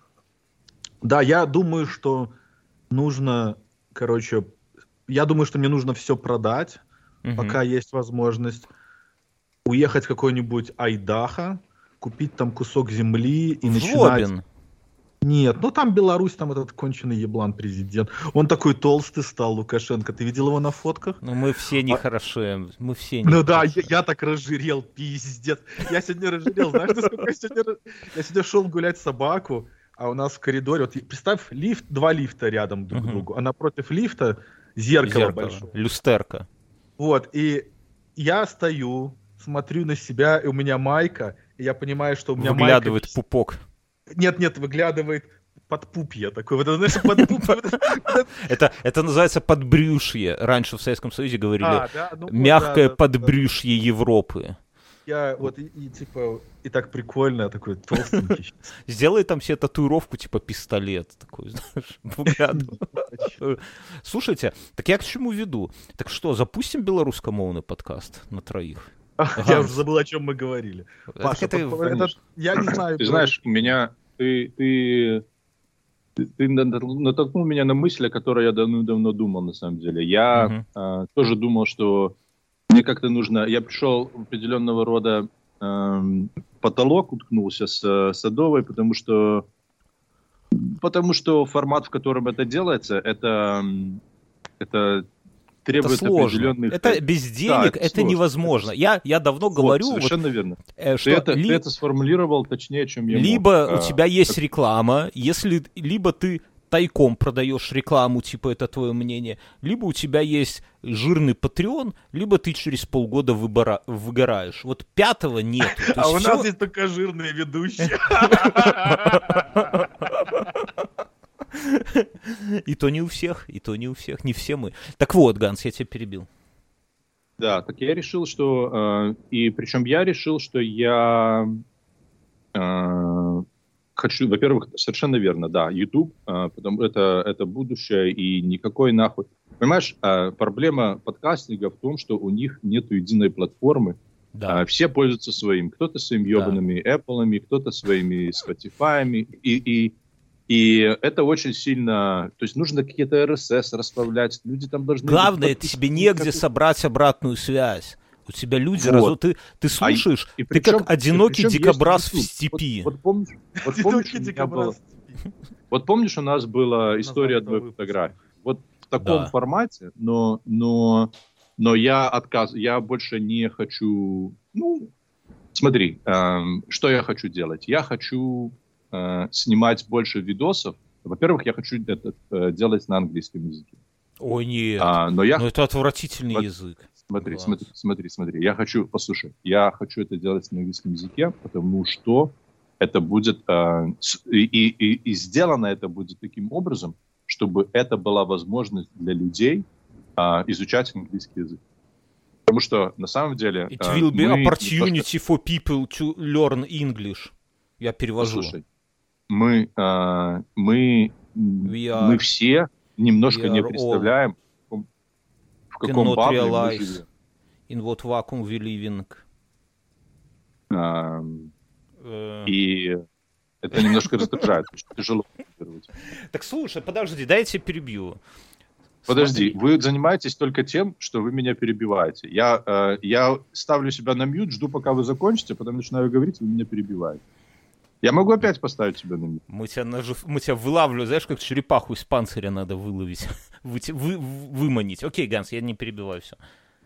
да, я думаю, что нужно, короче, я думаю, что мне нужно все продать, uh-huh. пока есть возможность, уехать в какой-нибудь Айдахо, купить там кусок земли и в начинать... Жлобин. Нет, ну там Беларусь, там этот конченый еблан президент. Он такой толстый стал, Лукашенко. Ты видел его на фотках? Ну мы все нехорошие, а... мы все не Ну да, я, я так разжирел, пиздец. Я сегодня разжирел, знаешь, сколько я сегодня... Я сегодня шел гулять собаку, а у нас в коридоре, вот представь, лифт, два лифта рядом друг к uh-huh. другу, а напротив лифта зеркало, зеркало большое. Люстерка. Вот, и я стою, смотрю на себя, и у меня майка, и я понимаю, что у меня выглядывает майка... пупок. Нет-нет, выглядывает подпупье такое. Вот, знаешь, подпупье. это, это называется подбрюшье. Раньше в Советском Союзе говорили а, да? ну, мягкое да, да, подбрюшье да. Европы. Я вот и, и типа и так прикольно, такой толстенький. Сделай там себе татуировку типа пистолет такой, знаешь. Слушайте, так я к чему веду? Так что, запустим белорусскомовный подкаст на троих? Я уже забыл, о чем мы говорили. Паша, я не знаю. Ты знаешь, у меня ты ты ты натолкнул меня на мысль, о которой я давно-давно думал, на самом деле. Я тоже думал, что мне как-то нужно... Я пришел в определенного рода э, потолок, уткнулся с Садовой, потому что, потому что формат, в котором это делается, это, это требует это сложно. определенных... Это без денег, да, это, это невозможно. Я, я давно вот, говорю... Совершенно вот, верно. Э, что ты, это, ли... ты это сформулировал точнее, чем я Либо мог. у тебя есть реклама, если... либо ты... тайком продаешь рекламу, типа это твое мнение, либо у тебя есть жирный Patreon, либо ты через полгода выбора... выгораешь. Вот пятого нет. А у нас есть только жирные ведущие. И то не у всех, и то не у всех, не все мы. Так вот, Ганс, я тебя перебил. Да, так я решил, что... Э, и причем я решил, что я э, хочу... Во-первых, совершенно верно, да, YouTube, э, потому это, это будущее, и никакой нахуй... Понимаешь, э, проблема подкастинга в том, что у них нет единой платформы. Да. Э, все пользуются своим. Кто-то своими ебаными да. Apple'ами, кто-то своими Spotify'ами. И... и И это очень сильно... То есть нужно какие-то эр эс эс расправлять. Люди там должны... Главное, это тебе негде собрать обратную связь. У тебя люди... Вот. Раз... Ты, ты слушаешь, а, и, и причем, ты как одинокий дикобраз в степи. Вот, вот помнишь, вот помнишь, у меня было... вот помнишь, у нас была история одной фотографии? Вот в таком да. формате, но, но, но я отказ... Я больше не хочу... Ну, смотри, эм, что я хочу делать? Я хочу... снимать больше видосов. Во-первых, я хочу это э, делать на английском языке. Ой, нет. А, но я... но это отвратительный вот, язык. Смотри, смотри, смотри, смотри. Я хочу, послушай, я хочу это делать на английском языке, потому что это будет... Э, и, и, и сделано это будет таким образом, чтобы это была возможность для людей э, изучать английский язык. Потому что, на самом деле... It will be opportunity for people to learn English. Я перевожу. Послушай, Мы, э, мы, are, мы все немножко не представляем, в каком, в каком бабле мы живем. In what vacuum we living. А, uh. И это немножко раздражает, потому что тяжело контролировать. Так слушай, подожди, дай я тебя перебью. Подожди, Смотри. Вы занимаетесь только тем, что вы меня перебиваете. Я, э, я ставлю себя на мьют, жду, пока вы закончите, потом начинаю говорить, вы меня перебиваете. Я могу опять поставить тебя на мид. Мы тебя, нажив... Мы тебя вылавливаем, знаешь, как черепаху из панциря надо выловить, вы... Вы... выманить. Окей, Ганс, я не перебиваю, все.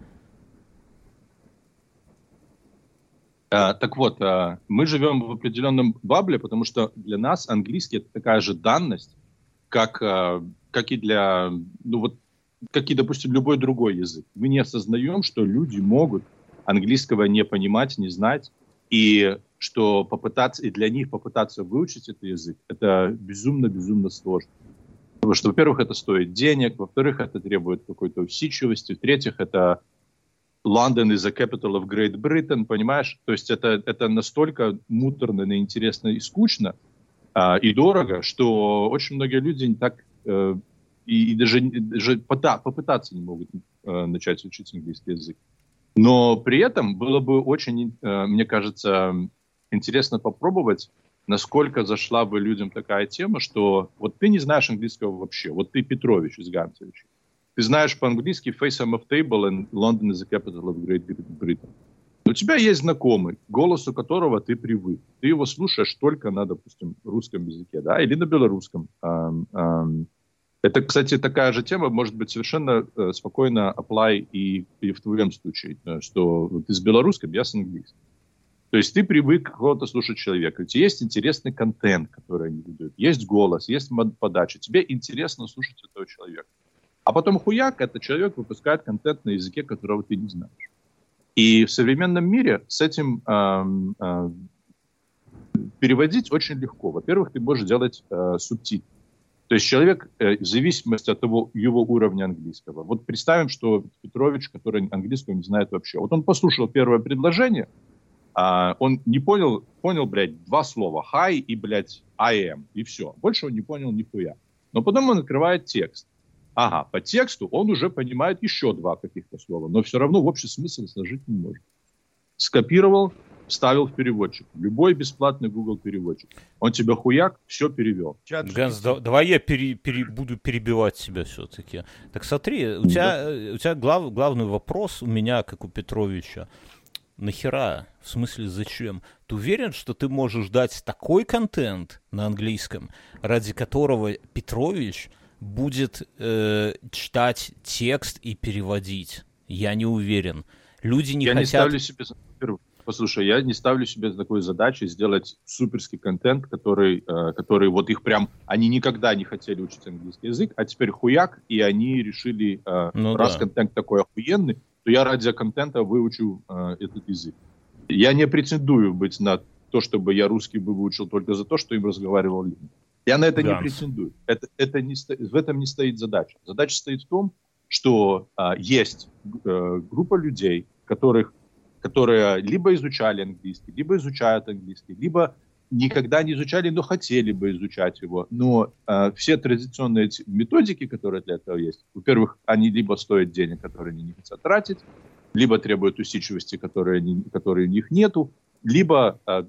А, так вот, а, мы живем в определенном бабле, потому что для нас английский — это такая же данность, как, а, как и для, ну вот, как и, допустим, любой другой язык. Мы не осознаем, что люди могут английского не понимать, не знать, и что попытаться, и для них попытаться выучить этот язык, это безумно-безумно сложно. Потому что, во-первых, это стоит денег, во-вторых, это требует какой-то усидчивости, в-третьих, это London is the capital of Great Britain, понимаешь? То есть это, это настолько муторно, неинтересно и скучно, а, и дорого, что очень многие люди так э, и, и даже, даже попытаться не могут э, начать учить английский язык. Но при этом было бы очень, э, мне кажется, интересно попробовать, насколько зашла бы людям такая тема, что вот ты не знаешь английского вообще. Вот ты Петрович из Ганцевича. Ты знаешь по-английски face I'm of table and London is the capital of Great Britain. У тебя есть знакомый, к голосу которого ты привык. Ты его слушаешь только на, допустим, русском языке, да, или на белорусском. Это, кстати, такая же тема, может быть, совершенно э, спокойно apply и, и в твоем случае, что ты с белорусским, я с английским. То есть ты привык кого-то слушать человека. У тебя есть интересный контент, который они ведут. Есть голос, есть подача. Тебе интересно слушать этого человека. А потом хуяк, этот человек выпускает контент на языке, которого ты не знаешь. И в современном мире с этим э, э, переводить очень легко. Во-первых, ты можешь делать э, субтитры. То есть человек, э, в зависимости от того, его уровня английского. Вот представим, что Петрович, который английского не знает вообще. Вот он послушал первое предложение, а он не понял, понял, блядь, два слова. Hi и, блядь, I am. И все. Больше он не понял нихуя. Но потом он открывает текст. Ага, по тексту он уже понимает еще два каких-то слова. Но все равно в общий смысл сложить не может. Скопировал, вставил в переводчик. Любой бесплатный Google переводчик. Он тебя хуяк, все перевел. Ганс, да, давай я пере, пере, буду перебивать себя все-таки. Так смотри, у тебя, да. у тебя глав, главный вопрос у меня, как у Петровича. Нахера? В смысле, зачем? Ты уверен, что ты можешь дать такой контент на английском, ради которого Петрович будет э, читать текст и переводить? Я не уверен. Люди не я хотят... Не ставлю себе... послушай, я не ставлю себе такой задачи сделать суперский контент, который, э, который вот их прям, они никогда не хотели учить английский язык, а теперь хуяк, и они решили, э, ну, раз да. контент такой охуенный, то я ради контента выучу э, этот язык. Я не претендую быть на то, чтобы я русский бы выучил только за то, что им разговаривал Лин. Я на это Ганс. не претендую. Это, это не сто... В этом не стоит задача. Задача стоит в том, что э, есть э, группа людей, которых которые либо изучали английский, либо изучают английский, либо никогда не изучали, но хотели бы изучать его. Но э, все традиционные методики, которые для этого есть, во-первых, они либо стоят денег, которые они не хотят тратить, либо требуют усидчивости, которые, они, которые у них нету, либо, э,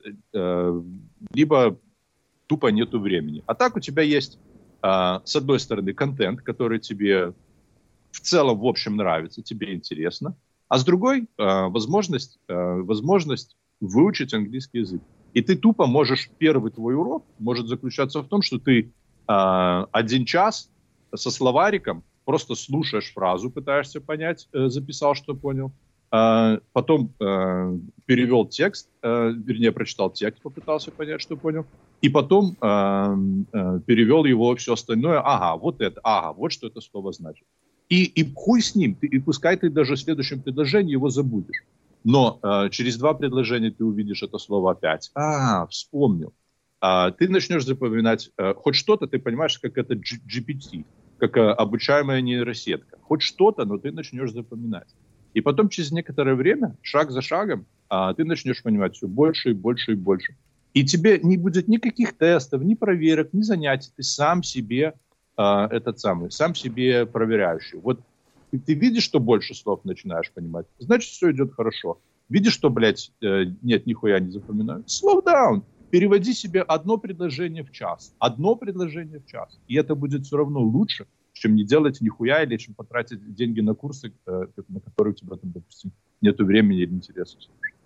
э, либо тупо нету времени. А так у тебя есть, э, с одной стороны, контент, который тебе в целом, в общем, нравится, тебе интересно, а с другой э, возможность, э, возможность выучить английский язык. И ты тупо можешь, первый твой урок может заключаться в том, что ты э, один час со словариком просто слушаешь фразу, пытаешься понять, э, записал, что понял, э, потом э, перевел текст, э, вернее, прочитал текст, попытался понять, что понял, и потом э, э, перевел его все остальное, ага, вот это, ага, вот что это слово значит. И, и хуй с ним, ты, и пускай ты даже в следующем предложении его забудешь. Но э, через два предложения ты увидишь это слово опять. А, вспомнил. А, ты начнешь запоминать э, хоть что-то, ты понимаешь, как это джи пи ти, как э, обучаемая нейросетка. Хоть что-то, но ты начнешь запоминать. И потом через некоторое время, шаг за шагом, э, ты начнешь понимать все больше и больше и больше. И тебе не будет никаких тестов, ни проверок, ни занятий. Ты сам себе... Uh, этот самый, сам себе проверяющий. Вот ты, ты видишь, что больше слов начинаешь понимать, значит, все идет хорошо. Видишь, что, блядь, э, нет, нихуя не запоминаю. Slow down. Переводи себе одно предложение в час. Одно предложение в час. И это будет все равно лучше, чем не делать нихуя или чем потратить деньги на курсы, э, на которые у тебя, там, допустим, нету времени или интереса слушать.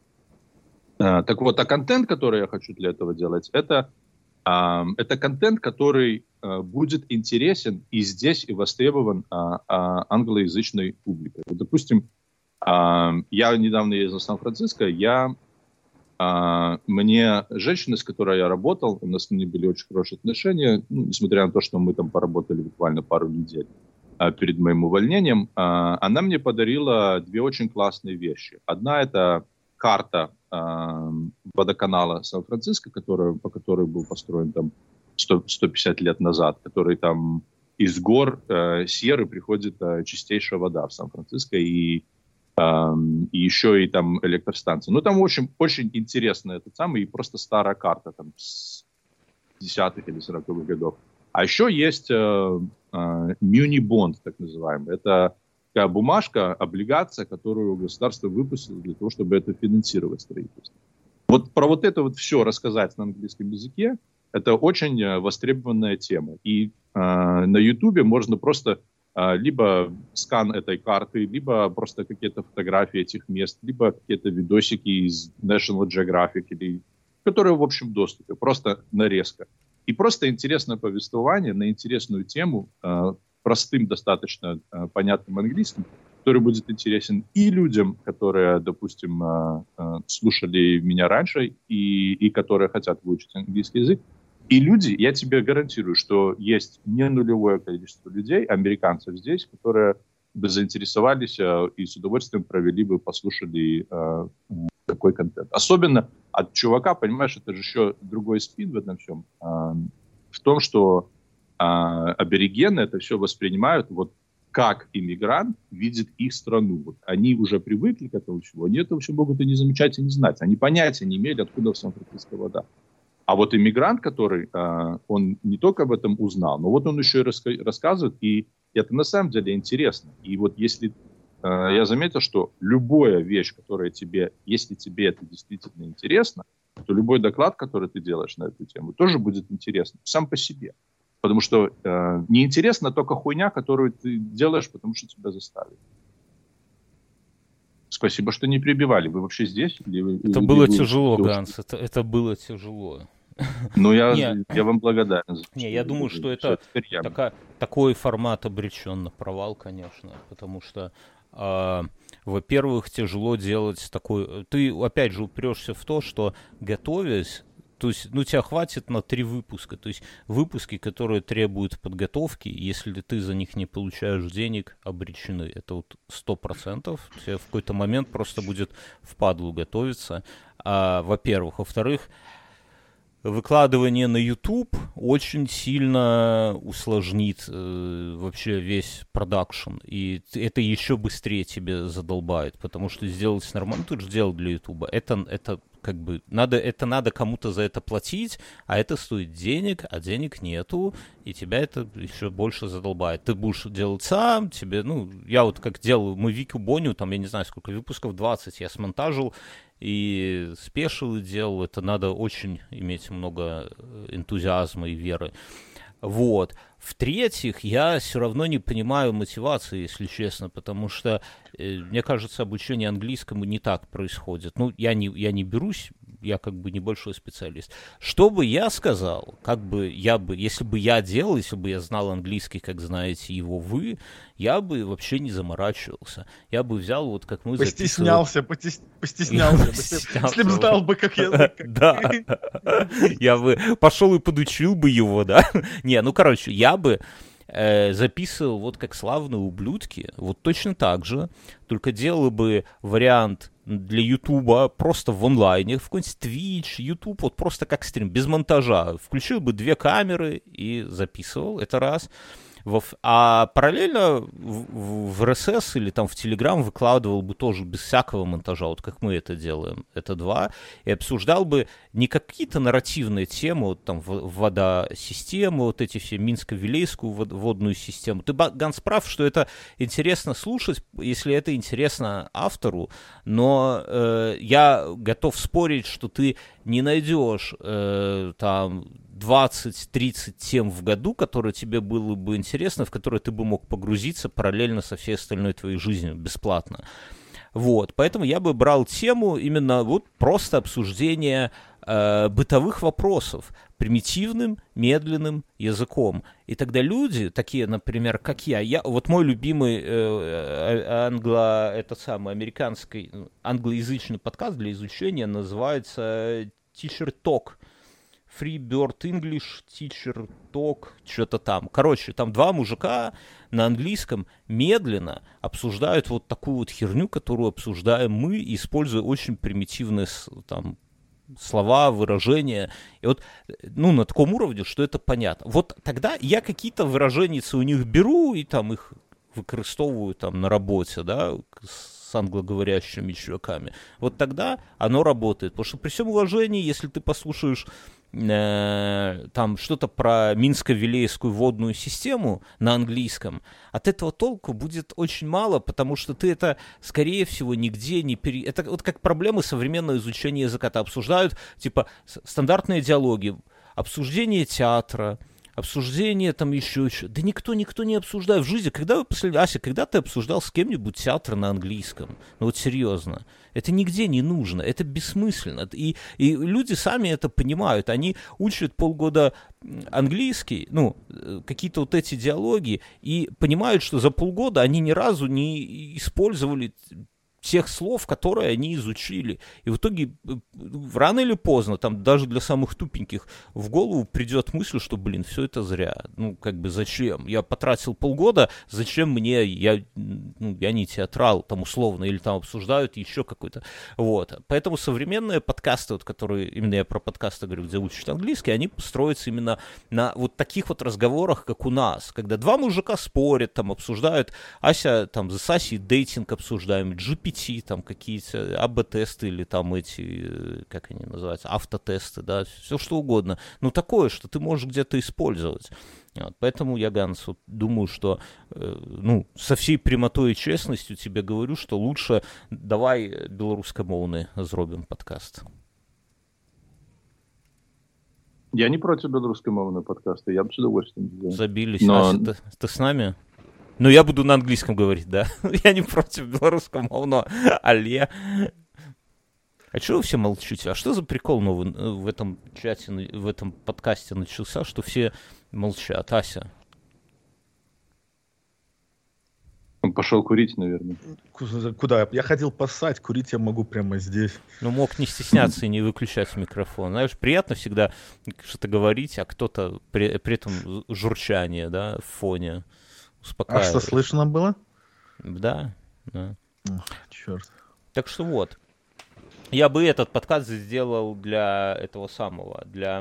Uh, так вот, а контент, который я хочу для этого делать, это Uh, это контент, который uh, будет интересен и здесь, и востребован uh, uh, англоязычной публикой. Вот, допустим, uh, я недавно ездил в Сан-Франциско, я, uh, мне женщина, с которой я работал, у нас с ней были очень хорошие отношения, ну, несмотря на то, что мы там поработали буквально пару недель uh, перед моим увольнением, uh, она мне подарила две очень классные вещи. Одна — это карта э, водоканала Сан-Франциско, которая, по которой был построен там сто, сто пятьдесят лет назад, который там из гор э, Сьерры приходит э, чистейшая вода в Сан-Франциско, и, э, и еще и там электростанция. Ну, там очень, очень интересно этот самый, и просто старая карта там с десятых или сороковых годов. А еще есть э, э, мюни-бонд, так называемый. Это такая бумажка, облигация, которую государство выпустило для того, чтобы это финансировать строительство. Вот про вот это вот все рассказать на английском языке, это очень востребованная тема. И э, на Ютубе можно просто э, либо скан этой карты, либо просто какие-то фотографии этих мест, либо какие-то видосики из National Geographic, или, которые в общем доступе, просто нарезка. И просто интересное повествование на интересную тему, э, простым, достаточно э, понятным английским, который будет интересен и людям, которые, допустим, э, э, слушали меня раньше и, и которые хотят выучить английский язык. И люди, я тебе гарантирую, что есть не нулевое количество людей, американцев здесь, которые бы заинтересовались э, и с удовольствием провели бы, послушали э, такой контент. Особенно от чувака, понимаешь, это же еще другой спин в этом всем, э, в том, что А аборигены это все воспринимают вот как иммигрант видит их страну. Вот они уже привыкли к этому всему, они этого все могут и не замечать, и не знать. Они понятия не имели, откуда в Сан-Франциско вода. А вот иммигрант, который, он не только об этом узнал, но вот он еще и раска- рассказывает, и это на самом деле интересно. И вот если я заметил, что любая вещь, которая тебе, если тебе это действительно интересно, то любой доклад, который ты делаешь на эту тему, тоже будет интересным сам по себе. Потому что э, неинтересна только хуйня, которую ты делаешь, потому что тебя заставили. Спасибо, что не перебивали. Вы вообще здесь? Или вы, это или было вы, тяжело, вы, Ганс. Это, это было тяжело. Ну, я, я вам благодарен. Не, я думаю, что это така, такой формат обречен на провал, конечно. Потому что А, во-первых, тяжело делать такой... Ты, опять же, упрешься в то, что, готовясь, то есть, ну, тебя хватит на три выпуска. То есть, выпуски, которые требуют подготовки, если ты за них не получаешь денег, обречены. Это вот сто процентов. Тебе в какой-то момент просто будет впадлу готовиться. А, во-первых. Во-вторых, выкладывание на YouTube очень сильно усложнит э, вообще весь продакшн. И это еще быстрее тебе задолбает. Потому что сделать нормально, ты же делал для YouTube. Это, это как бы надо, это надо кому-то за это платить, а это стоит денег, а денег нету, и тебя это еще больше задолбает. Ты будешь делать сам, тебе, ну, я вот как делал, мы Вику Боню, там, я не знаю, сколько выпусков, двадцать я смонтажил, и спешил и делал, это надо очень иметь много энтузиазма и веры. Вот. В-третьих, я все равно не понимаю мотивации, если честно, потому что, э, мне кажется, обучение английскому не так происходит. Ну, я не, я не берусь, я как бы небольшой специалист. Что бы я сказал, как бы я бы, если бы я делал, если бы я знал английский, как знаете его вы, я бы вообще не заморачивался. Я бы взял, вот как мы Постеснялся, постеснялся. Если бы знал бы, как язык. Да. Я бы пошел и подучил бы его, да. Не, ну, короче, я бы э, записывал вот как славные ублюдки, вот точно так же, только делал бы вариант для Ютуба просто в онлайне, в какой-нибудь Twitch, YouTube, вот просто как стрим, без монтажа. Включил бы две камеры и записывал, это раз. А параллельно в, в эр эс эс или там в Telegram выкладывал бы тоже без всякого монтажа, вот как мы это делаем, это два, и обсуждал бы не какие-то нарративные темы, вот там водосистемы, вот эти все Минско-Вилейскую водную систему. Ты, Ганс, прав, что это интересно слушать, если это интересно автору, но э, я готов спорить, что ты не найдешь э, там двадцать-тридцать тем в году, которые тебе было бы интересно, в которые ты бы мог погрузиться параллельно со всей остальной твоей жизнью бесплатно. Вот, поэтому я бы брал тему именно вот просто обсуждения э, бытовых вопросов примитивным, медленным языком. И тогда люди, такие, например, как я, я вот мой любимый э, англо, это самый американский, англоязычный подкаст для изучения называется Teacher Talk. Free Bird English, Teacher Talk, что-то там. Короче, там два мужика на английском медленно обсуждают вот такую вот херню, которую обсуждаем мы, используя очень примитивные там слова, выражения. И вот, ну, на таком уровне, что это понятно. Вот тогда я какие-то выражения у них беру и там их выкористовываю там на работе, да, с англоговорящими чуваками. Вот тогда оно работает. Потому что при всем уважении, если ты послушаешь э, там что-то про Минско-Вилейскую водную систему на английском, от этого толку будет очень мало, потому что ты это, скорее всего, нигде не пере... Это вот как проблемы современного изучения языка. Это обсуждают, типа, стандартные диалоги, обсуждение театра, обсуждение там еще, еще. Да никто, никто не обсуждает в жизни. Когда вы последний... Ася, когда ты обсуждал с кем-нибудь театр на английском? Ну вот серьезно. Это нигде не нужно. Это бессмысленно. И, и люди сами это понимают. Они учат полгода английский, ну, какие-то вот эти диалоги, и понимают, что за полгода они ни разу не использовали тех слов, которые они изучили. И в итоге, рано или поздно, там даже для самых тупеньких в голову придет мысль, что, блин, все это зря. Ну, как бы, зачем? Я потратил полгода, зачем мне, я, ну, я не театрал, там, условно, или там обсуждают еще какой-то. Вот. Поэтому современные подкасты, вот, которые, именно я про подкасты говорю, где учат английский, они строятся именно на вот таких вот разговорах, как у нас, когда два мужика спорят, там, обсуждают, Ася, там, за Сасей дейтинг обсуждаем, джи пи ти, там какие-то эй би-тесты или там эти, как они называются, автотесты, да, все что угодно. Ну, такое, что ты можешь где-то использовать. Вот, поэтому я, Ганс, вот, думаю, что, э, ну, со всей прямотой и честностью тебе говорю, что лучше давай белорусскомовный зробим подкаст. Я не против белорусскомовного подкаста, я бы с удовольствием сделал. Забились. Но... Ася, ты, ты с нами? Ну, я буду на английском говорить, да. Я не против белорусскомовного, але... А чего вы все молчите? А что за прикол новый в этом чате, в этом подкасте начался, что все молчат? Ася? Он пошел курить, наверное. Куда? Я ходил поссать, курить я могу прямо здесь. Ну, мог не стесняться и не выключать микрофон. Знаешь, приятно всегда что-то говорить, а кто-то при, при этом журчание, да, в фоне успокаивает. А что слышно было? Да, да. Ох, черт. Так что вот. Я бы этот подкаст сделал для этого самого, для...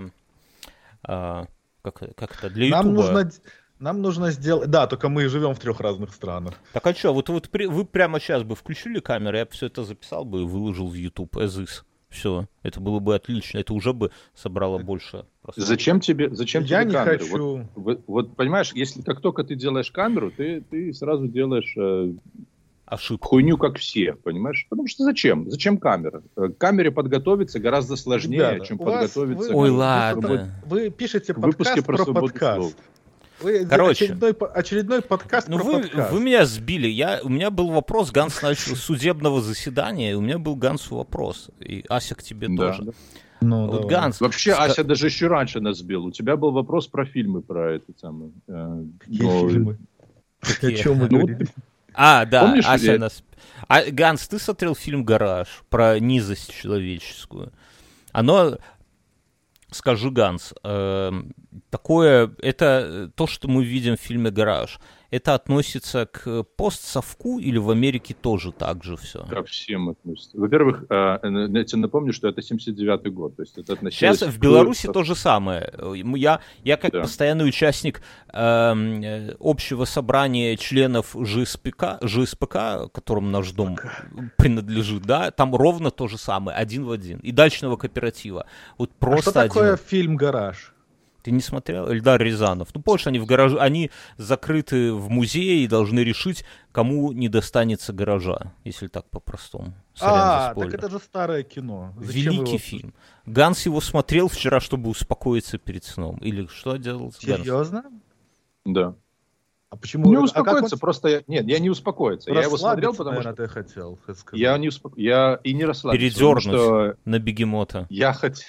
А, как, как это? Для Нам Ютуба. нужно... Нам нужно сделать... Да, только мы живем в трех разных странах. Так а что, вот, вот при... вы прямо сейчас бы включили камеру, я бы все это записал бы и выложил в YouTube as is. Все, это было бы отлично, это уже бы собрало больше. Зачем тебе, зачем я тебе не камера? хочу... Вот, вот, вот понимаешь, если как только ты делаешь камеру, ты, ты сразу делаешь э, ошибку. Хуйню, как все, понимаешь? Потому что зачем? Зачем камера? К камере подготовиться гораздо сложнее, Ребята, чем у вас- подготовиться вы- Ой, к- ладно. Вы пишете к выпуске подкаст про про свободу подкаст. слова. Вы Короче. очередной, по- очередной подкаст Ну про вы, подкаст. вы меня сбили. Я, у меня был вопрос, Ганс начал с судебного заседания, и у меня был Гансу вопрос. И Ася к тебе Да, тоже. да. Ну, Вот давай. Ганс. Вообще, ска- Ася даже еще раньше нас сбил. У тебя был вопрос про фильмы, про это самое. э, Какие но- фильмы? О Какие? чем мы Ну, вот говорили? А, да, Помнишь, Ася я- нас... А, Ганс, ты смотрел фильм «Гараж» про низость человеческую? Оно, скажи, Ганс, эм, такое, это то, что мы видим в фильме «Гараж», это относится к постсовку или в Америке тоже так же все? Ко всем относится. Во-первых, э, э, я тебе напомню, что это семьдесят девятый год. То есть это относилось Сейчас в к- Беларуси то же самое. Я, я как Да. постоянный участник эм, э, общего собрания членов ЖСПК, ЖСПК, которому наш дом принадлежит, да, там ровно то же самое, один в один. И дачного кооператива. Вот А просто что такое один. фильм «Гараж»? Ты не смотрел? Эльдар Рязанов. Ну, помнишь, они в гараже, они закрыты в музее и должны решить, кому не достанется гаража, если так по-простому. Сорян за А, спойлер. так это же старое кино. Зачем Великий его- фильм. Ганс его смотрел вчера, чтобы успокоиться перед сном. Или что делал Ганс? Серьезно? Да. А почему? Не а как успокоиться, он- просто я... Нет, я не успокоиться. Я его смотрел, Расслабиться, потому наверное, что... ты хотел сказать. Я не успок... Я и не расслабился. потому Передернуть что на бегемота. Я хотел...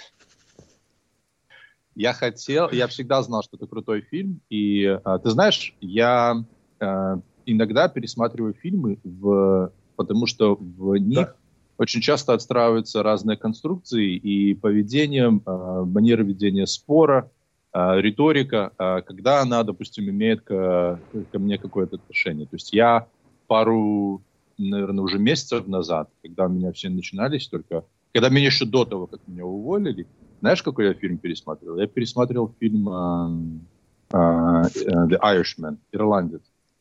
Я хотел... Я всегда знал, что это крутой фильм. И а, ты знаешь, я а, иногда пересматриваю фильмы, в... потому что в них Да. очень часто отстраиваются разные конструкции и поведение, а, манера ведения спора, а, риторика, а, когда она, допустим, имеет ко, ко мне какое-то отношение. То есть я пару, наверное, уже месяцев назад, когда у меня все начинались только, когда меня еще до того, как меня уволили, знаешь, какой я фильм пересматривал? Я пересматривал фильм а, а, The Irishman, «Ирландец».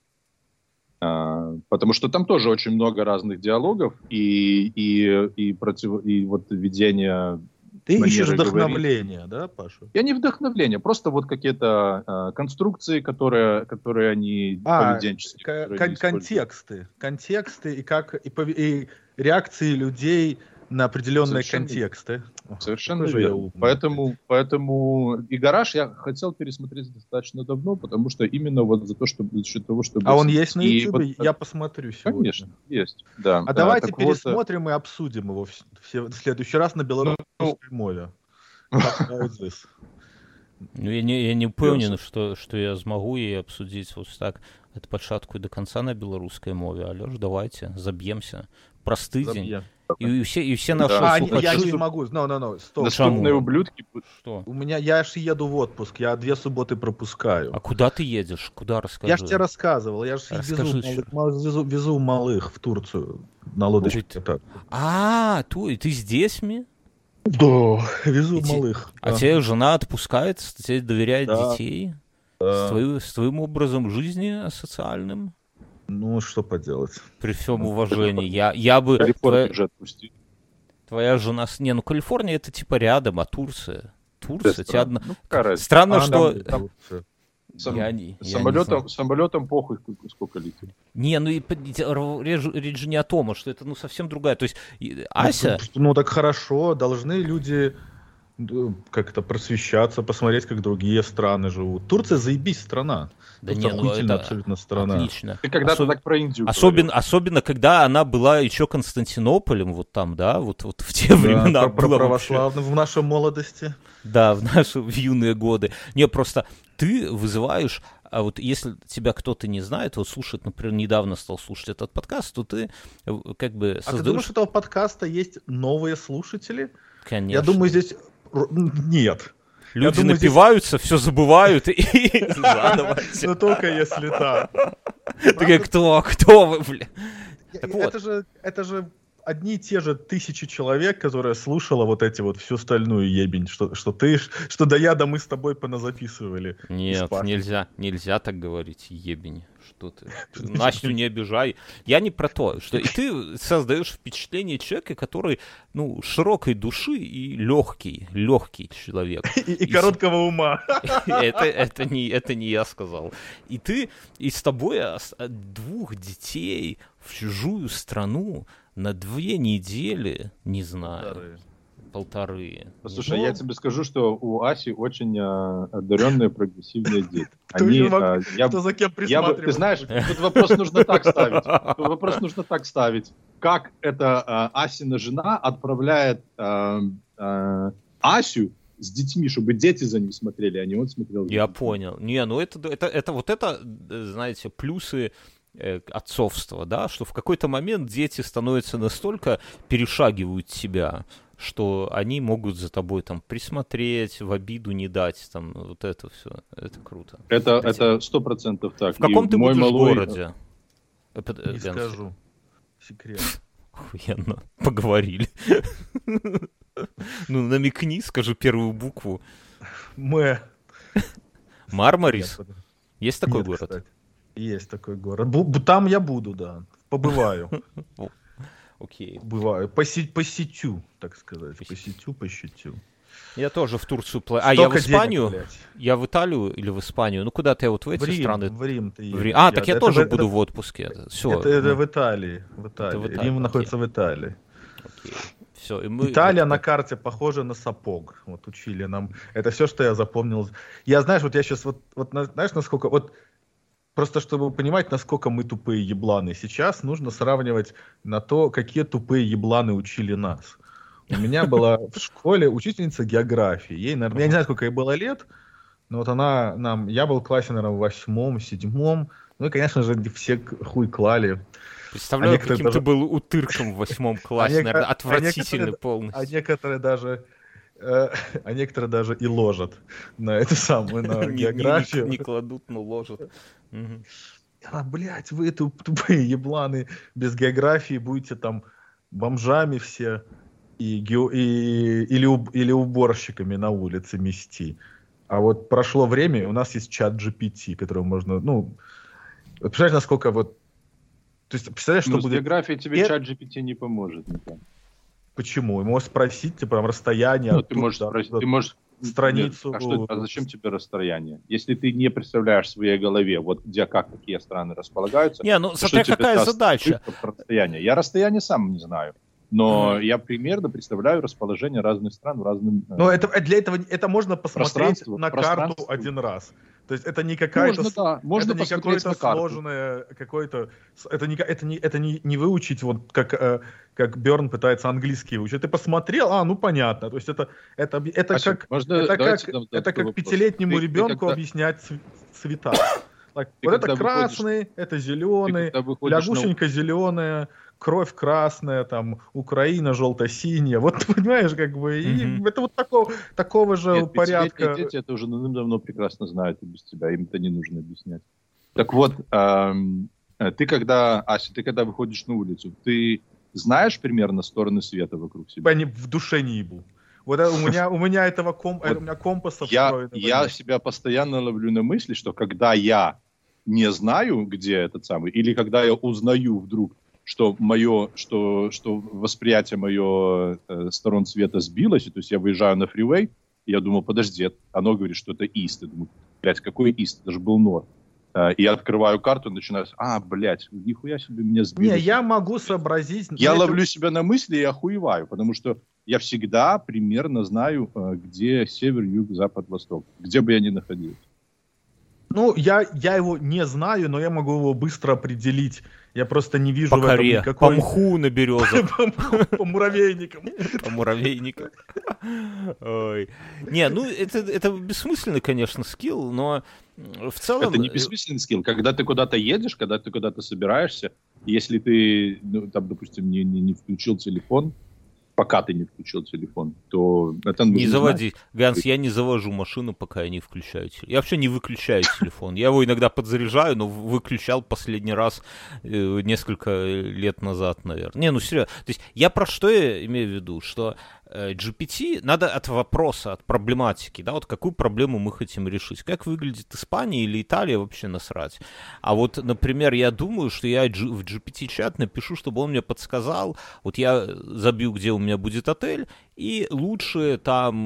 А, потому что там тоже очень много разных диалогов и, и, и, против, и вот ведение... Ты манеры ищешь говорить. вдохновление, да, Паша? Я не вдохновление, просто вот какие-то а, конструкции, которые, которые они А, поведенческие. К- которые кон- они используют. контексты. Контексты и, как, и, пове- и реакции людей на определенные Совершенно- контексты. Ох, Совершенно какой же я верно. умный. Поэтому, поэтому и «Гараж» я хотел пересмотреть достаточно давно, потому что именно вот за то, что за счет того, чтобы... А он есть на И YouTube? вот- Я посмотрю сегодня. Конечно, есть, да. А давайте так вот, э, пересмотрим и обсудим его в, с- все- в следующий раз на белорусской мове. How is this? Ну, я не, я не уверен, что, что я смогу и обсудить вот так от початку и до конца на белорусской мове. Алёш, давайте, забьемся. Простый день. Забьем. И, и все, и все наши Да. А, не, я слухачи- не могу. No, no, no, стоп. Доступные Почему? ублюдки. Что? У меня, я же еду в отпуск, я две субботы пропускаю. А куда ты едешь? Куда, расскажи? Я же тебе рассказывал, я же везу, Расскажи, малых, мал- везу, везу малых в Турцию на лодочке. Ой, ты- Так. А, ты, ты здесь, ми? Да, везу И те- малых. А да. тебе жена отпускает, тебе доверяет Да. детей? Да. С, твоим, с твоим образом жизни социальным? Ну, что поделать. При всем уважении. Я, я бы... Калифорнию Твоя, же отпусти. твоя жена... с- Не, ну Калифорния это типа рядом, а Турция? Турция? Да, тебе одна... Ну, какая разница? Странно, А, что... да, там Турция. Сам- Я не- я не самолетом, знаю. самолетом похуй, сколько- сколько летит. Не, ну и по- речь, речь же не о том, а что это ну совсем другая. То есть и- Ася... Ну, ну, так хорошо, должны люди э, как-то просвещаться, посмотреть, как другие страны живут. Турция заебись страна. Да Турция не, ну охуительная это абсолютно страна. Отлично. Ты когда-то Особ- так про Индию Особенно, говорил. особенно, когда она была еще Константинополем, вот там, да, вот, вот в те Да, времена про, про было вообще. православных в нашей молодости. Да, в наши в юные годы. Не, просто ты вызываешь А вот если тебя кто-то не знает, вот слушает, например, недавно стал слушать этот подкаст, то ты как бы создаешь... А ты думаешь, что у этого подкаста есть новые слушатели? Конечно. Я думаю, здесь... Нет. Люди думаю, напиваются, здесь... все забывают и заново. Но только если так. Такая, кто, кто вы, бля? Это же, это же одни и те же тысячи человек, которые слушала вот эти вот всю остальную ебень, что, что ты, что да я, да мы с тобой поназаписывали. Нет, нельзя, нельзя так говорить, ебень. Что ты? Настю не обижай. Я не про то, что и ты создаешь впечатление человека, который, ну, широкой души и легкий, легкий человек. И, и, и короткого ума. Это, это, не, это не я сказал. И ты, и с тобой двух детей в чужую страну на две недели, не знаю, полторы. полторы. Послушай, ну, я тебе скажу, что у Аси очень а, одаренные прогрессивные дети. Они, а, я, кто за кем присматривает? Ты знаешь, тут вопрос нужно так ставить. Тут вопрос нужно так ставить. Как эта а, Асина жена отправляет а, а, Асю с детьми, чтобы дети за ним смотрели, а не он смотрел. Я понял. Не, ну это, это, это вот это, знаете, плюсы отцовства, да, что в какой-то момент дети становятся настолько, перешагивают себя, что они могут за тобой там присмотреть, в обиду не дать, там, вот это все, это круто. Это, это сто процентов так. В каком И ты будешь малой... городе? Не скажу. Секрет. Охуенно. Поговорили. Ну, намекни, скажи первую букву. М. Мармарис? Есть такой город? Есть такой город. Там я буду, да. Побываю. Окей. Бываю. Посетю, так сказать. Посетю, посетю. Я тоже в Турцию планирую. А, я в Испанию? Денег, я в Италию или в Испанию? Ну, куда-то я вот в эти в Рим, страны... В Рим ты в Рим. А, так я, я тоже это, буду это, в отпуске. Все. Это, это в Италии. В Италии. В Италии. Рим окей. находится в Италии. Окей. Все, и мы... Италия вот... на карте похожа на сапог. Вот учили нам. Это все, что я запомнил. Я, знаешь, вот я сейчас... Вот, вот знаешь, насколько... Вот просто чтобы понимать, насколько мы тупые ебланы. Сейчас нужно сравнивать на то, какие тупые ебланы учили нас. У меня была в школе учительница географии. Ей, наверное, я не знаю, сколько ей было лет, но вот она нам... Я был в классе, наверное, в восьмом, седьмом. Ну и, конечно же, все хуй клали. Представляю, а каким даже... ты был утырком в восьмом классе, а наверное, отвратительный а полностью. А некоторые даже... А некоторые даже и ложат на эту самую, на географию. Не кладут, но ложат. А, блядь, вы тупые ебланы без географии будете там бомжами все и, и, или, или уборщиками на улице мести. А вот прошло время, и у нас есть чат джи пи ти, который можно, ну, вот представляешь, насколько вот, то есть, представляешь, что ну, будет... с географией тебе э... чат джи пи ти не поможет никак. Почему? Ему спросить, типа, там, расстояние. Ну, ты можешь спросить, ты можешь... Страницу. Нет, а, что, а зачем тебе расстояние? Если ты не представляешь в своей голове, вот где, как, какие страны располагаются... Не, ну, смотря какая задача. Расстояние? Я расстояние сам не знаю. Но mm-hmm. я примерно представляю расположение разных стран в разным... Но это, для этого это можно посмотреть на карту один раз. То есть это не какая-то... Можно, да. Можно это не какое-то сложное... Какое-то, это не, это не, это не, не выучить, вот как, как Бёрн пытается английский выучить. Ты посмотрел, а, ну понятно. То есть это, это, это Спасибо. как, можно, это как, это как пятилетнему ты, ребенку ты когда... объяснять цвета. Так, вот это красный, выходишь, это зеленый, лягушенька на... зеленая, кровь красная, там, Украина желто-синяя. Вот, понимаешь, как бы, и mm-hmm. это вот такого, такого же Нет, порядка. Дети это уже давно прекрасно знают и без тебя, им это не нужно объяснять. Так вот, эм, ты когда, Ася, ты когда выходишь на улицу, ты знаешь примерно стороны света вокруг себя? Я не, в душе не ебу. Вот у меня, у меня этого ком, вот у меня компаса я, я себя постоянно ловлю на мысли, что когда я не знаю, где этот самый, или когда я узнаю вдруг, что мое, что, что восприятие мое э, сторон света сбилось, то есть я выезжаю на фривей, и я думаю, подожди, оно говорит, что это ист. Я думаю, блядь, какой ист? Это же был норд. Э, и я открываю карту и начинаю, а, блядь, нихуя себе меня сбилось. Не, я могу сообразить... Я это... ловлю себя на мысли и охуеваю, потому что я всегда примерно знаю, э, где север, юг, запад, восток, где бы я ни находился. Ну, я, я его не знаю, но я могу его быстро определить. Я просто не вижу по в этом коре, никакой... по мху на березах. По муравейникам. По муравейникам. Не, ну это бессмысленный, конечно, скилл, но в целом... Это не бессмысленный скилл. Когда ты куда-то едешь, когда ты куда-то собираешься, если ты, ну, там, допустим, не, не, не включил телефон, пока ты не включил телефон, то это... Не заводи. Знать. Ганс, я не завожу машину, пока я не включаю телефон. Я вообще не выключаю телефон. Я его иногда подзаряжаю, но выключал последний раз э, несколько лет назад, наверное. Не, ну серьезно. То есть я про что я имею в виду? Что джи пи ти надо от вопроса, от проблематики, да, вот какую проблему мы хотим решить. Как выглядит Испания или Италия, вообще насрать. А вот, например, я думаю, что я в джи пи ти-чат напишу, чтобы он мне подсказал, вот я забью, где у меня будет отель, и лучшие там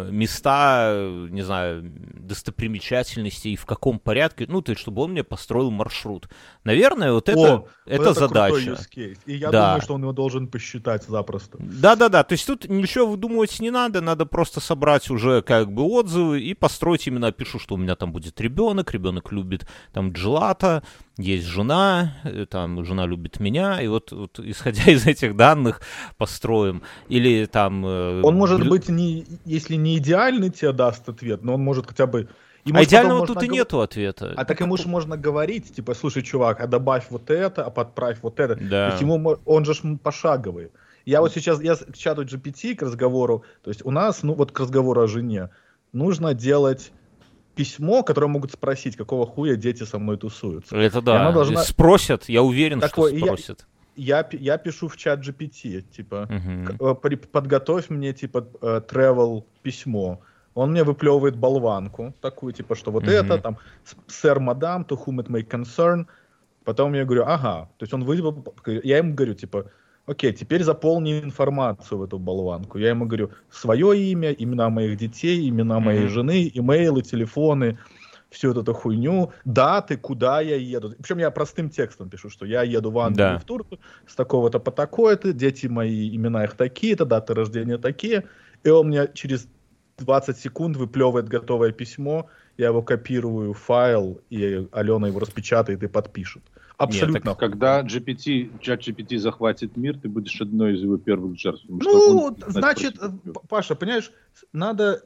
места, не знаю, достопримечательности и в каком порядке, ну, то есть, чтобы он мне построил маршрут. Наверное, вот это, О, это вот задача. Это и я да. думаю, что он его должен посчитать запросто. Да-да-да, то есть тут ничего выдумывать не надо, надо просто собрать уже как бы отзывы и построить именно, пишу, что у меня там будет ребенок, ребенок любит там джелато, есть жена, там жена любит меня, и вот, вот исходя из этих данных построим. Или там... Он может бл... быть, не, если не идеальный тебе даст ответ, но он может хотя бы... Ему а идеального тут и гов... нету ответа. А так ему же можно говорить, типа, слушай, чувак, а добавь вот это, а подправь вот это. Да. То есть ему, он же пошаговый. Я вот сейчас, я к чату джи пи ти, к разговору, то есть у нас, ну вот к разговору о жене, нужно делать письмо, которое могут спросить, какого хуя дети со мной тусуются. Это да, должна... спросят, я уверен, Такое, что спросят. Я, я, я пишу в чат джи пи ти, типа, угу. подготовь мне, типа, travel письмо. Он мне выплевывает болванку такую, типа, что вот угу. это, там, сэр, мадам, to whom it may concern. Потом я говорю, ага. То есть он выдал, я ему говорю, типа, окей, теперь заполни информацию в эту болванку. Я ему говорю, свое имя, имена моих детей, имена mm-hmm. моей жены, имейлы, телефоны, всю эту хуйню, даты, куда я еду. Причем я простым текстом пишу, что я еду в Англию, да. в Турцию, с такого-то по такое-то, дети мои, имена их такие-то, даты рождения такие. И он мне через двадцать секунд выплевывает готовое письмо, я его копирую в файл, и Алена его распечатает и подпишет. Абсолютно. Нет, так, когда джи пи ти, чат джи пи ти захватит мир, ты будешь одной из его первых жертв. Ну, значит, Паша, понимаешь, надо...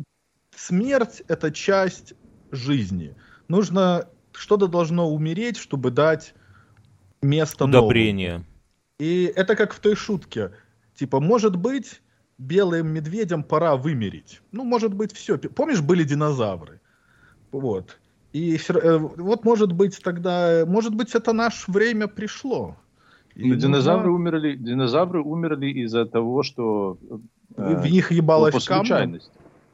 Смерть — это часть жизни. Нужно... Что-то должно умереть, чтобы дать место новому. Удобрение. И это как в той шутке. Типа, может быть, белым медведям пора вымереть. Ну, может быть, все. Помнишь, были динозавры? Вот. И вот, может быть, тогда, может быть, это наше время пришло. И динозавры нужно... умерли, динозавры умерли из-за того, что э, в них ебалась по случайности.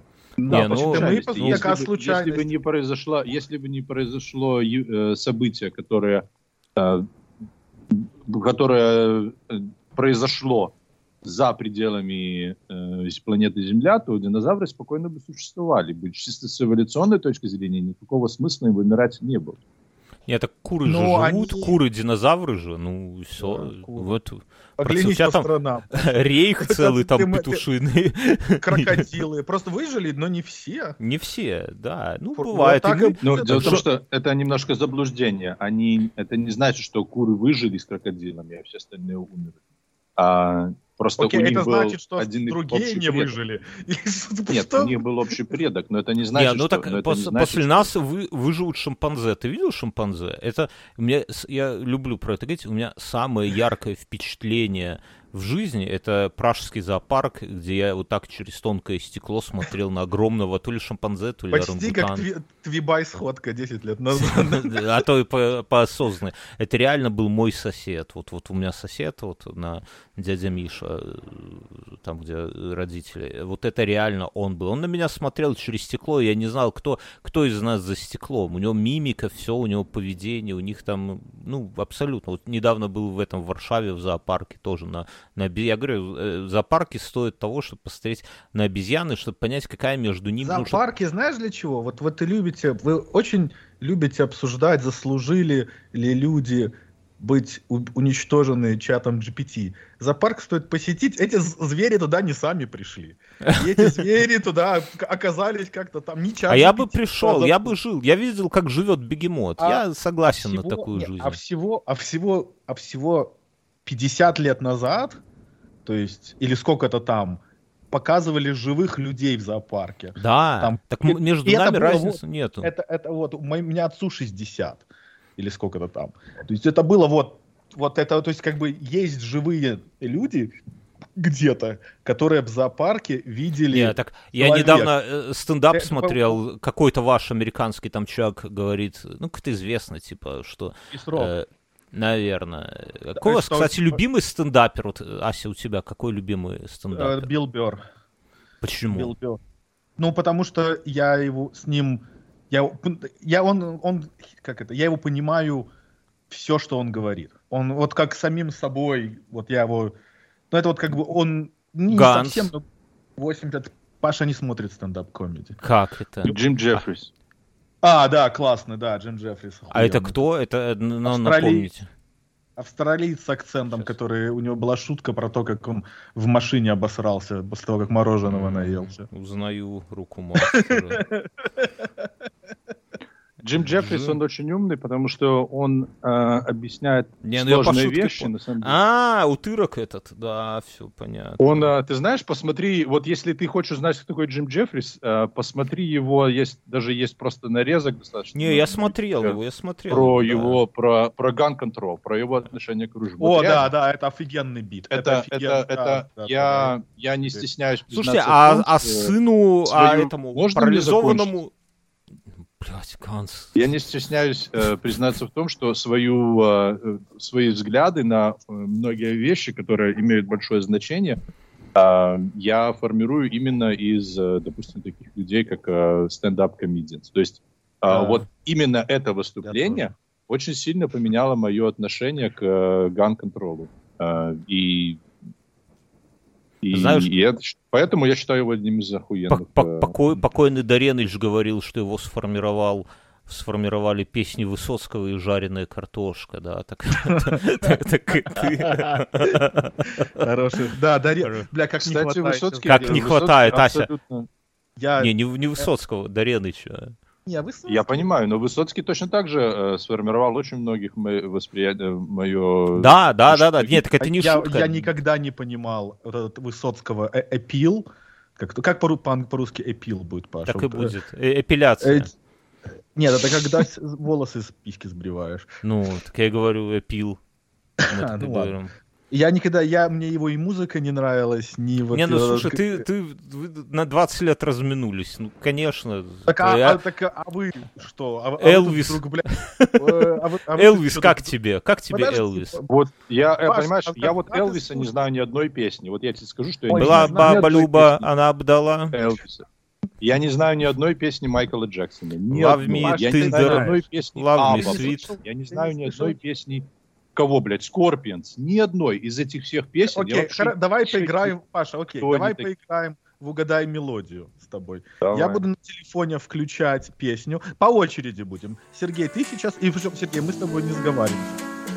Да, не, по ну, случайности. Если, такая бы, случайность. Если бы не произошло, если бы не произошло э, событие, которое, э, которое произошло за пределами э, планеты Земля, то динозавры спокойно бы существовали. Бы чисто с эволюционной точки зрения никакого смысла им вымирать не было. Нет, так куры Но же живут, они... куры-динозавры же, ну все. Да, вот. Оглянись по там сторонам. Рейх целый там петушиный. Крокодилы. Просто выжили, но не все. Не все, да. Ну, бывает. Но дело в том, что это немножко заблуждение. Они... Это не значит, что куры выжили с крокодилами, а все остальные умерли. А... Просто Окей, у них это был значит, что один другие не предок. выжили. Нет, что? У них был общий предок, но это не значит, не, ну, что... Так но пос, это не значит, после что... нас вы, выживут шимпанзе. Ты видел шимпанзе? Это у меня, я люблю про это говорить. У меня самое яркое впечатление в жизни — это пражский зоопарк, где я вот так через тонкое стекло смотрел на огромного то ли шимпанзе, то ли орангутана. Почти как тви, Твибай-сходка десять лет назад. А то и поосознанно. Это реально был мой сосед. Вот, вот у меня сосед, вот на дядя Миша, там, где родители. Вот это реально он был. Он на меня смотрел через стекло, я не знал, кто, кто из нас за стеклом. У него мимика, все, у него поведение, у них там, ну, абсолютно. Вот недавно был в этом в Варшаве, в зоопарке тоже на На, я говорю, зоопарки стоят того, чтобы посмотреть на обезьяны, чтобы понять, какая между ними... Зоопарки, ну, знаешь, для чего? Вот, вот ты любите, вы очень любите обсуждать, заслужили ли люди быть у, уничтожены чатом джи пи ти. Зоопарк стоит посетить, эти звери туда не сами пришли. И эти звери туда оказались как-то там не чат А я бы пришел, я бы жил, я видел, как живет бегемот. А я согласен всего, на такую нет, жизнь. А всего, а всего, а всего пятьдесят лет назад, то есть, или сколько-то там, показывали живых людей в зоопарке. Да, Там, так и, между и нами это разницы вот, нету. Это, это вот, у меня отцу шестьдесят, или сколько-то там. То есть это было вот, вот это, то есть как бы есть живые люди где-то, которые в зоопарке видели. Не, так я человек. недавно э, стендап Это смотрел, по... какой-то ваш американский там человек говорит, ну, как-то известно, типа, что... Э, наверное. Какой у вас, что... кстати, любимый стендапер? Вот, Ася, у тебя какой любимый стендапер? Билл Бёрр. Почему? Билл Бёрр. Ну, потому что я его с ним... Я, я, он, он, как это, я его понимаю все, что он говорит. Он вот как самим собой, вот я его... Ну, это вот как бы он не Ганс. совсем... Ну, восемьдесят... Паша не смотрит стендап-комеди. Как это? Джим Джеффрис. А, да, классно, да, Джим Джеффрис. А это кто? Это, ну, напомните. Австралиец с акцентом, Сейчас. который... У него была шутка про то, как он в машине обосрался после того, как мороженого наелся. Узнаю руку мастера. Джим Джеффрис, он очень умный, потому что он э, объясняет Не, ну сложные вещи, по... на самом деле. А, утырок этот, да, все понятно. Он, э, ты знаешь, посмотри, вот если ты хочешь знать, кто такой Джим Джеффрис, э, посмотри его, есть даже есть просто нарезок достаточно. Не, я смотрел его, я смотрел. Про да. его, про, про gun control, про его отношение к оружию. О, вот да, реально, да, это офигенный бит. Это, это, это, это да, да, я, да, я не стесняюсь. Слушайте, а, том, а сыну, свою... а этому парализованному... Блять, Ганс. Я не стесняюсь э, признаться в том, что свою, э, свои взгляды на э, многие вещи, которые имеют большое значение, э, я формирую именно из, э, допустим, таких людей, как э, stand-up-comedians. То есть э, да. вот именно это выступление очень сильно поменяло мое отношение к э, ган-контролу. Э, и И, Знаешь, и это, поэтому я считаю его одним из охуенных. Покой, покойный Дореныч говорил, что его сформировал, сформировали песни Высоцкого и жареная картошка, да, так и ты. Хороший. Да, бля, как не хватает. Как не хватает, Ася. Не, не Высоцкого, Дореныча. Не, я понимаю, но Высоцкий точно так же э, сформировал очень многих восприятие мое. Да, да, да, да. Нет, так это не я, шутка. Я никогда не понимал этот Высоцкого эпил. Как, как по- по- по-русски эпил будет, Паша? Так и будет. Э- эпиляция. Э- Нет, это когда волосы с письки сбриваешь. Ну, так я говорю эпил. Мы так и говорим. Я никогда, я, мне его и музыка не нравилась, ни вот... Не, ну слушай, ты, ты на двадцать лет разминулись, ну, конечно. Так, а, я... а, так, а вы что? А, Элвис. А вы, бля... Элвис, как тебе? Как тебе Подожди, Элвис? Вот, я, Паш, понимаешь, а я вот Элвиса не знаю ни одной песни. Вот я тебе скажу, что я Ой, не была знаю баба Люба, она обдала. Элвиса. Я не знаю ни одной песни Майкла Джексона. Ни Love одной. Me, Я не знаю ни одной песни Love Me, Абба. Sweet. Я не знаю ни одной песни... Кого, блядь, Скорпионс? Ни одной из этих всех песен. Окей, вообще... хор- давай поиграем, Паша, окей, Кто давай поиграем в «Угадай мелодию» с тобой. Давай. Я буду на телефоне включать песню. По очереди будем. Сергей, ты сейчас... И, Сергей, мы с тобой не сговариваемся.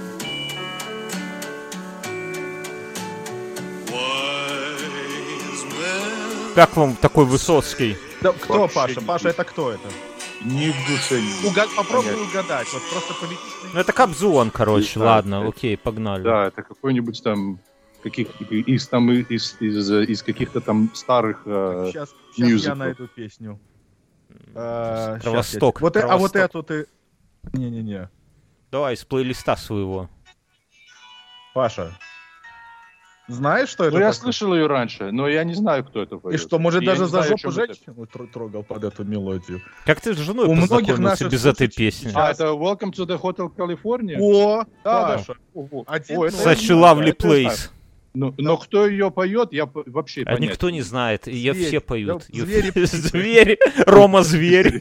Как вам такой Высоцкий? Да, кто, вообще Паша? Не Паша, это кто это? Ни в душе не Угад... Попробуй Понятно. угадать. Вот просто политический... Ну, это Кобзон, короче. Да, ладно, это... окей, погнали. Да, это какой-нибудь там... Каких, из, там из, из, из каких-то там старых э, сейчас, сейчас я найду песню. А, Кровосток. Вот, Кровосток. А вот эту ты... Не-не-не. Давай, с плейлиста своего. Паша. Знаешь, что это? Ну, я такое? Слышал ее раньше, но я не знаю, кто это поет. И что, может, и даже за знаю, жопу женщину трогал под эту мелодию? Как ты с женой У познакомился без этой песни? А, это Welcome to the Hotel California? О, да, Паша. Да. Один О, Such a lovely place. Но, но кто ее поет, я вообще а никто не знает, ее все поют. Да, звери, звери, Рома Зверь.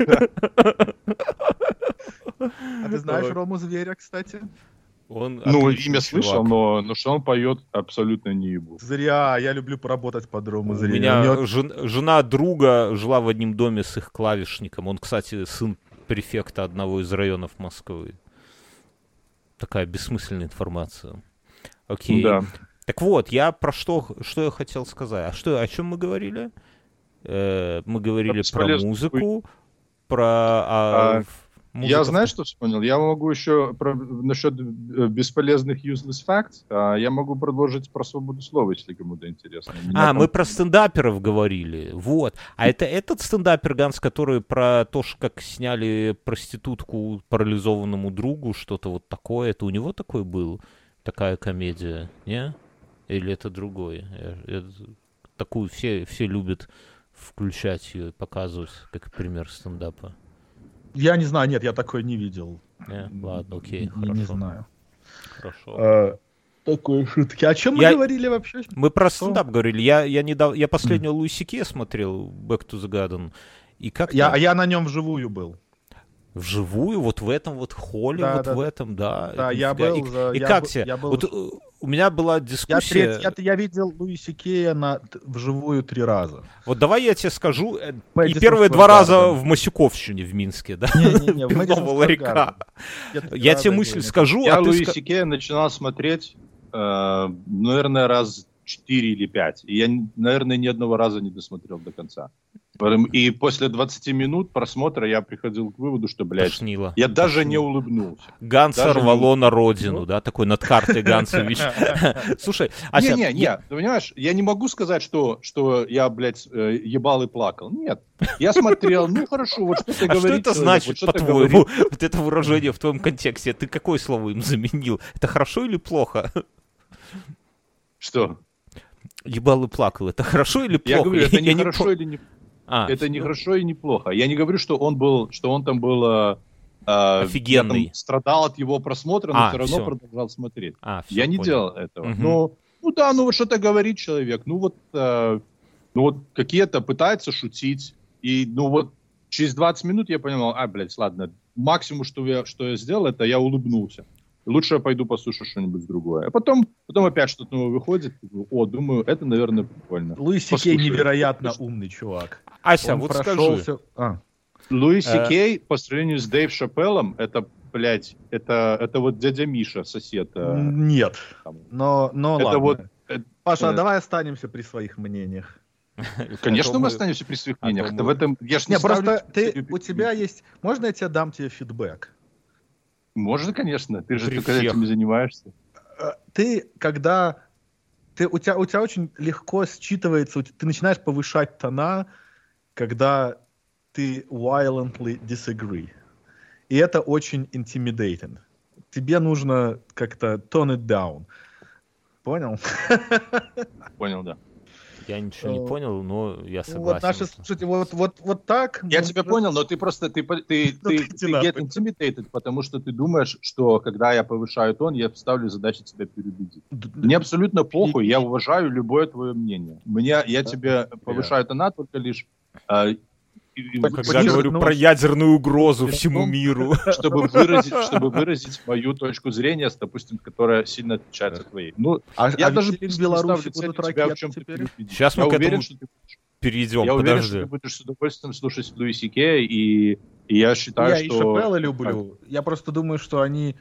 А ты знаешь Рому Зверя, кстати? Он ну, имя чувак. слышал, но, но что он поет, абсолютно не ебу. Зря, я люблю поработать под Рому Зверя. У меня Мне... жен, жена друга жила в одном доме с их клавишником. Он, кстати, сын префекта одного из районов Москвы. Такая бессмысленная информация. Окей. Да. Так вот, я про что, что я хотел сказать. А что, о чем мы говорили? Э, мы говорили про музыку, про... А, а, Музыка Я в- знаю, что вспомнил. Я могу еще про, насчет э, бесполезных useless facts. а, Я могу продолжить про свободу слова, если кому-то интересно. У меня А, там- мы про стендаперов говорили. Вот. А это этот стендапер, Ганс, который про то, что как сняли проститутку парализованному другу, что-то вот такое. Это у него такое было? Такая комедия, не? Или это другое? Я- я такую все, все любят включать ее и показывать как пример стендапа. Я не знаю, нет, я такой не видел. Не? Ладно, окей, Не, не хорошо. знаю. Хорошо. А, такой шутки. О чем мы Я- говорили вообще? Мы про Что? стендап говорили. Я, я, недав... я последнего Луи Си Кея смотрел, Back to the Garden, и как Я, а я на нем вживую был. вживую, вот в этом вот холле, Да, вот да, в да. этом, да. Да, я нифига. был И, за- и я как был- тебе? я был Вот за- э, у меня была Я, дискуссия. треть- я, я видел Луи Си Кея на, т- вживую три раза. Вот давай я тебе скажу. э, И Мэдисон первые Сквер два раза Гарден. в Масюковщине в Минске, да? Не-не-не, в Пивного Мэдисон Сквер ларька. Гарден. Я три Я раза тебе был, мысль нет. скажу, Я а ты Луи ска- Си Кея начинал смотреть, э, наверное, раз четыре или пять. И я, наверное, ни одного раза не досмотрел до конца. Поэтому- И после двадцати минут просмотра я приходил к выводу, что, блядь, тошнило. я даже не улыбнулся. Ганса даже рвало не- на родину, да, такой над картой Ганса висит. Слушай, Ася, Не-не, не, ты понимаешь, я не могу сказать, что, что я, блядь, э, ебал и плакал. Нет. Я смотрел, ну хорошо, вот что ты а говоришь. что это человек, значит, вот что ты по-твоему, говоришь. вот это выражение в твоем контексте? Ты какое слово им заменил? Это хорошо или плохо? Что? Ебал и плакал. Это хорошо или плохо? Я говорю, это Я не хорошо по- или не А, Это не ну, хорошо и не плохо. Я не говорю, что он был, что он там был э, э, Офигенный. я там страдал от его просмотра, но А, все равно всё. продолжал смотреть. а, всё, я не понял. делал этого. Мгм. Но, ну да, ну вот что-то говорит человек. Ну вот, э, ну вот какие-то пытается шутить. И ну вот через двадцать минут я понимал, а, блядь, ладно, максимум, что я, что я сделал, это я улыбнулся. Лучше я пойду послушаю что-нибудь другое. А потом, потом опять что-то новое выходит. О, думаю, это, наверное, прикольно. Луи Си Кей Послушай. невероятно умный чувак. Ася, Он вот прошелся- скажи. А, Луи Си Э. Кей по сравнению с Дэйв Шапеллом, это, блядь, это, это вот дядя Миша, сосед. э, нет. там. Но, но Это ладно. вот, э, Паша, а э, давай останемся при своих мнениях. Конечно, А то мы мы- останемся при своих а то мнениях. Это мы- в этом, я ж не, Не, просто ставлю ты, целью у тебя есть... Можно я тебе дам тебе фидбэк? Можно, конечно. Ты же При только всех. этим и занимаешься. Э, Ты, когда... Ты, у, тебя, у тебя очень легко считывается, у те- ты начинаешь повышать тона, когда ты violently disagree. И это очень intimidating. Тебе нужно как-то tone it down. Понял? Понял, да. Я ничего не Э, понял, но я Ну, Вот наши согласен. слушатели, вот, вот, вот так. Я ну, тебя уже- понял, но ты просто, ты, по- ты, Ну, ты, ты ты нахуй. get intimidated, потому что ты думаешь, что когда я повышаю тон, я ставлю задачу тебя переубедить. Д- Мне абсолютно похуй, я уважаю любое твое мнение. Мне, я тебе повышаю тона только лишь, э, и- и- Так, Когда Понизить, говорю ну, про ядерную угрозу при всему том, миру. чтобы выразить, чтобы выразить мою точку зрения, допустим, которая сильно отличается от твоей. Ну, А, я а даже в просто не Беларуси ставлю цель будут тебя в ракеты чем-то теперь? переубедить. Сейчас мы я к уверен, этому что ты, Перейдем, я уверен, что подожди. ты будешь с удовольствием слушать Луи Си Кея, и, и я считаю, Я и что... Шапелла люблю. Я просто думаю, что они...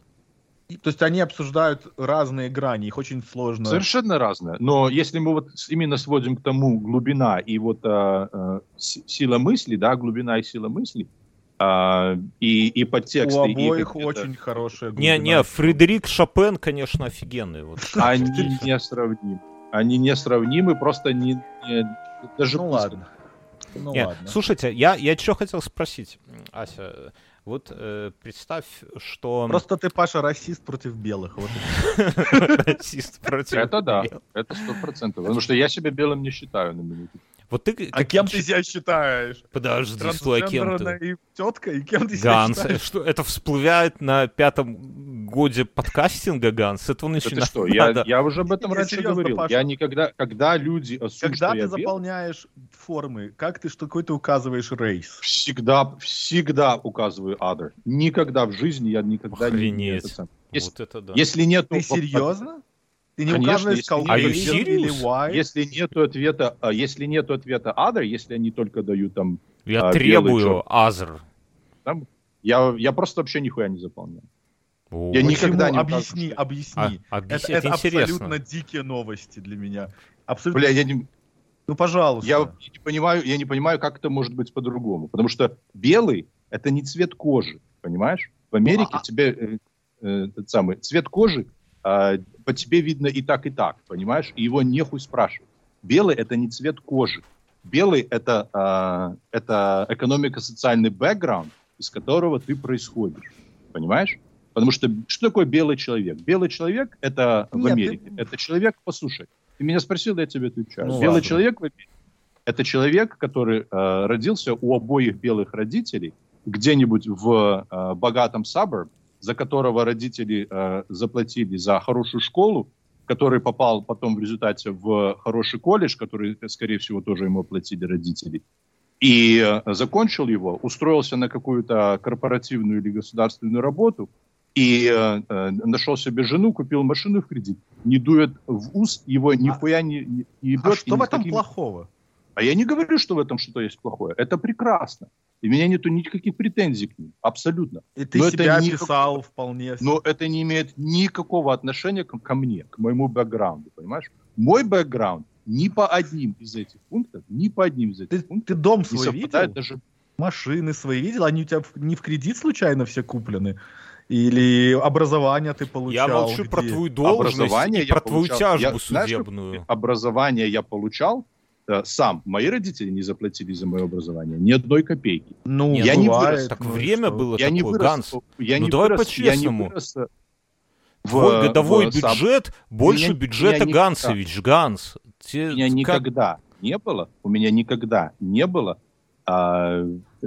и- То есть они обсуждают разные грани, их очень сложно... Совершенно разное. Но если мы вот с- именно сводим к тому глубина и вот а, а, с- сила мысли, да, глубина и сила мысли, а, и, и подтексты, У и обоих какие-то- очень хорошая Не, глубина. не, Фредерик Шопен, конечно, офигенный. Вот. Они несравнимы. Они несравнимы, просто не, не- даже Ну близко. ладно. Ну Не, ладно. слушайте, я, я что хотел спросить, Ася, вот э, представь, что... Просто ты, Паша, расист против белых. Вот. Расист против Это да, белых. это сто процентов. Потому что я себя белым не считаю на минуту. Вот ты... А кем ты себя считаешь? Подожди, стой, а кем ты? Трансгендерной теткой? И кем ты себя Ганс, считаешь? что это всплывает на пятом годе подкастинга, Ганс? Это он Да еще ты на- что, я, надо. я уже об этом Не, раньше серьезно, говорил. Паша. Я никогда, когда люди осуждают, Когда что ты я белый, заполняешь формы, как ты что какой ты указываешь рейс? всегда, всегда указываю other. Никогда в жизни я никогда не... не Охренеть. это сам. Если, Вот это да. если нет... Ты серьезно? Ты не Конечно, указываешь если нет- Are you Caucasian или serious? white? Если нету ответа, а, если нету ответа other, если они только дают там, Я а, белый требую чёрт. Азер. там, я, я просто вообще нихуя не заполняю. О, Я Почему? никогда не Объясни, указываю, объясни. А, это объясни, это это интересно. абсолютно дикие новости для меня. Абсолютно. Бля, я не, Ну, пожалуйста. я не понимаю, я не понимаю, как это может быть по-другому. Потому что белый Это не цвет кожи, понимаешь? В Америке Ну, а- тебе э, э, тот самый цвет кожи э, по тебе видно и так, и так, понимаешь? И его нехуй спрашивать. Белый — это не цвет кожи. Белый — это, э, это экономико-социальный бэкграунд, из которого ты происходишь, понимаешь? Потому что что такое белый человек? Белый человек — это в Нет, Америке. ты- Это человек, послушай, ты меня спросил, я тебе отвечаю. Ну, белый ладно. человек в Америке — это человек, который э, родился у обоих белых родителей где-нибудь в э, богатом suburb, за которого родители э, заплатили за хорошую школу, который попал потом в результате в хороший колледж, который, скорее всего, тоже ему оплатили родители, и э, закончил его, устроился на какую-то корпоративную или государственную работу, и э, э, нашел себе жену, купил машину в кредит, не дует в ус, его нихуя не, не, не ебет. А и что ни в с этом какими- плохого? А я не говорю, что в этом что-то есть плохое. Это прекрасно. И у меня нету никаких претензий к ним. Абсолютно. И ты Но это себя не описал вполне. Но это не имеет никакого отношения к, ко мне, к моему бэкграунду, понимаешь? Мой бэкграунд ни по одним из этих пунктов, ни по одним из этих Ты, пунктов ты дом не свой совпадает видел? даже... Машины свои видел? Они у тебя в- не в кредит случайно все куплены? Или образование ты Я получал? молчу где? про твою должность Образование и я про твою получал- тяжбу я- знаешь, как судебную. Образование я получал э, сам. Мои родители не заплатили за мое образование ни одной копейки. Ну, Нет, я не бывает, вырос. Так ну и время что? было Я не такое, вырос, Ганс. я Ну не давай вырос, я не по-честному. вырос, э, Твой в- годовой в сам- бюджет больше Меня- бюджета меня не- Гансович, Ганс. Те- У меня как- никогда не было, у меня никогда не было а, э,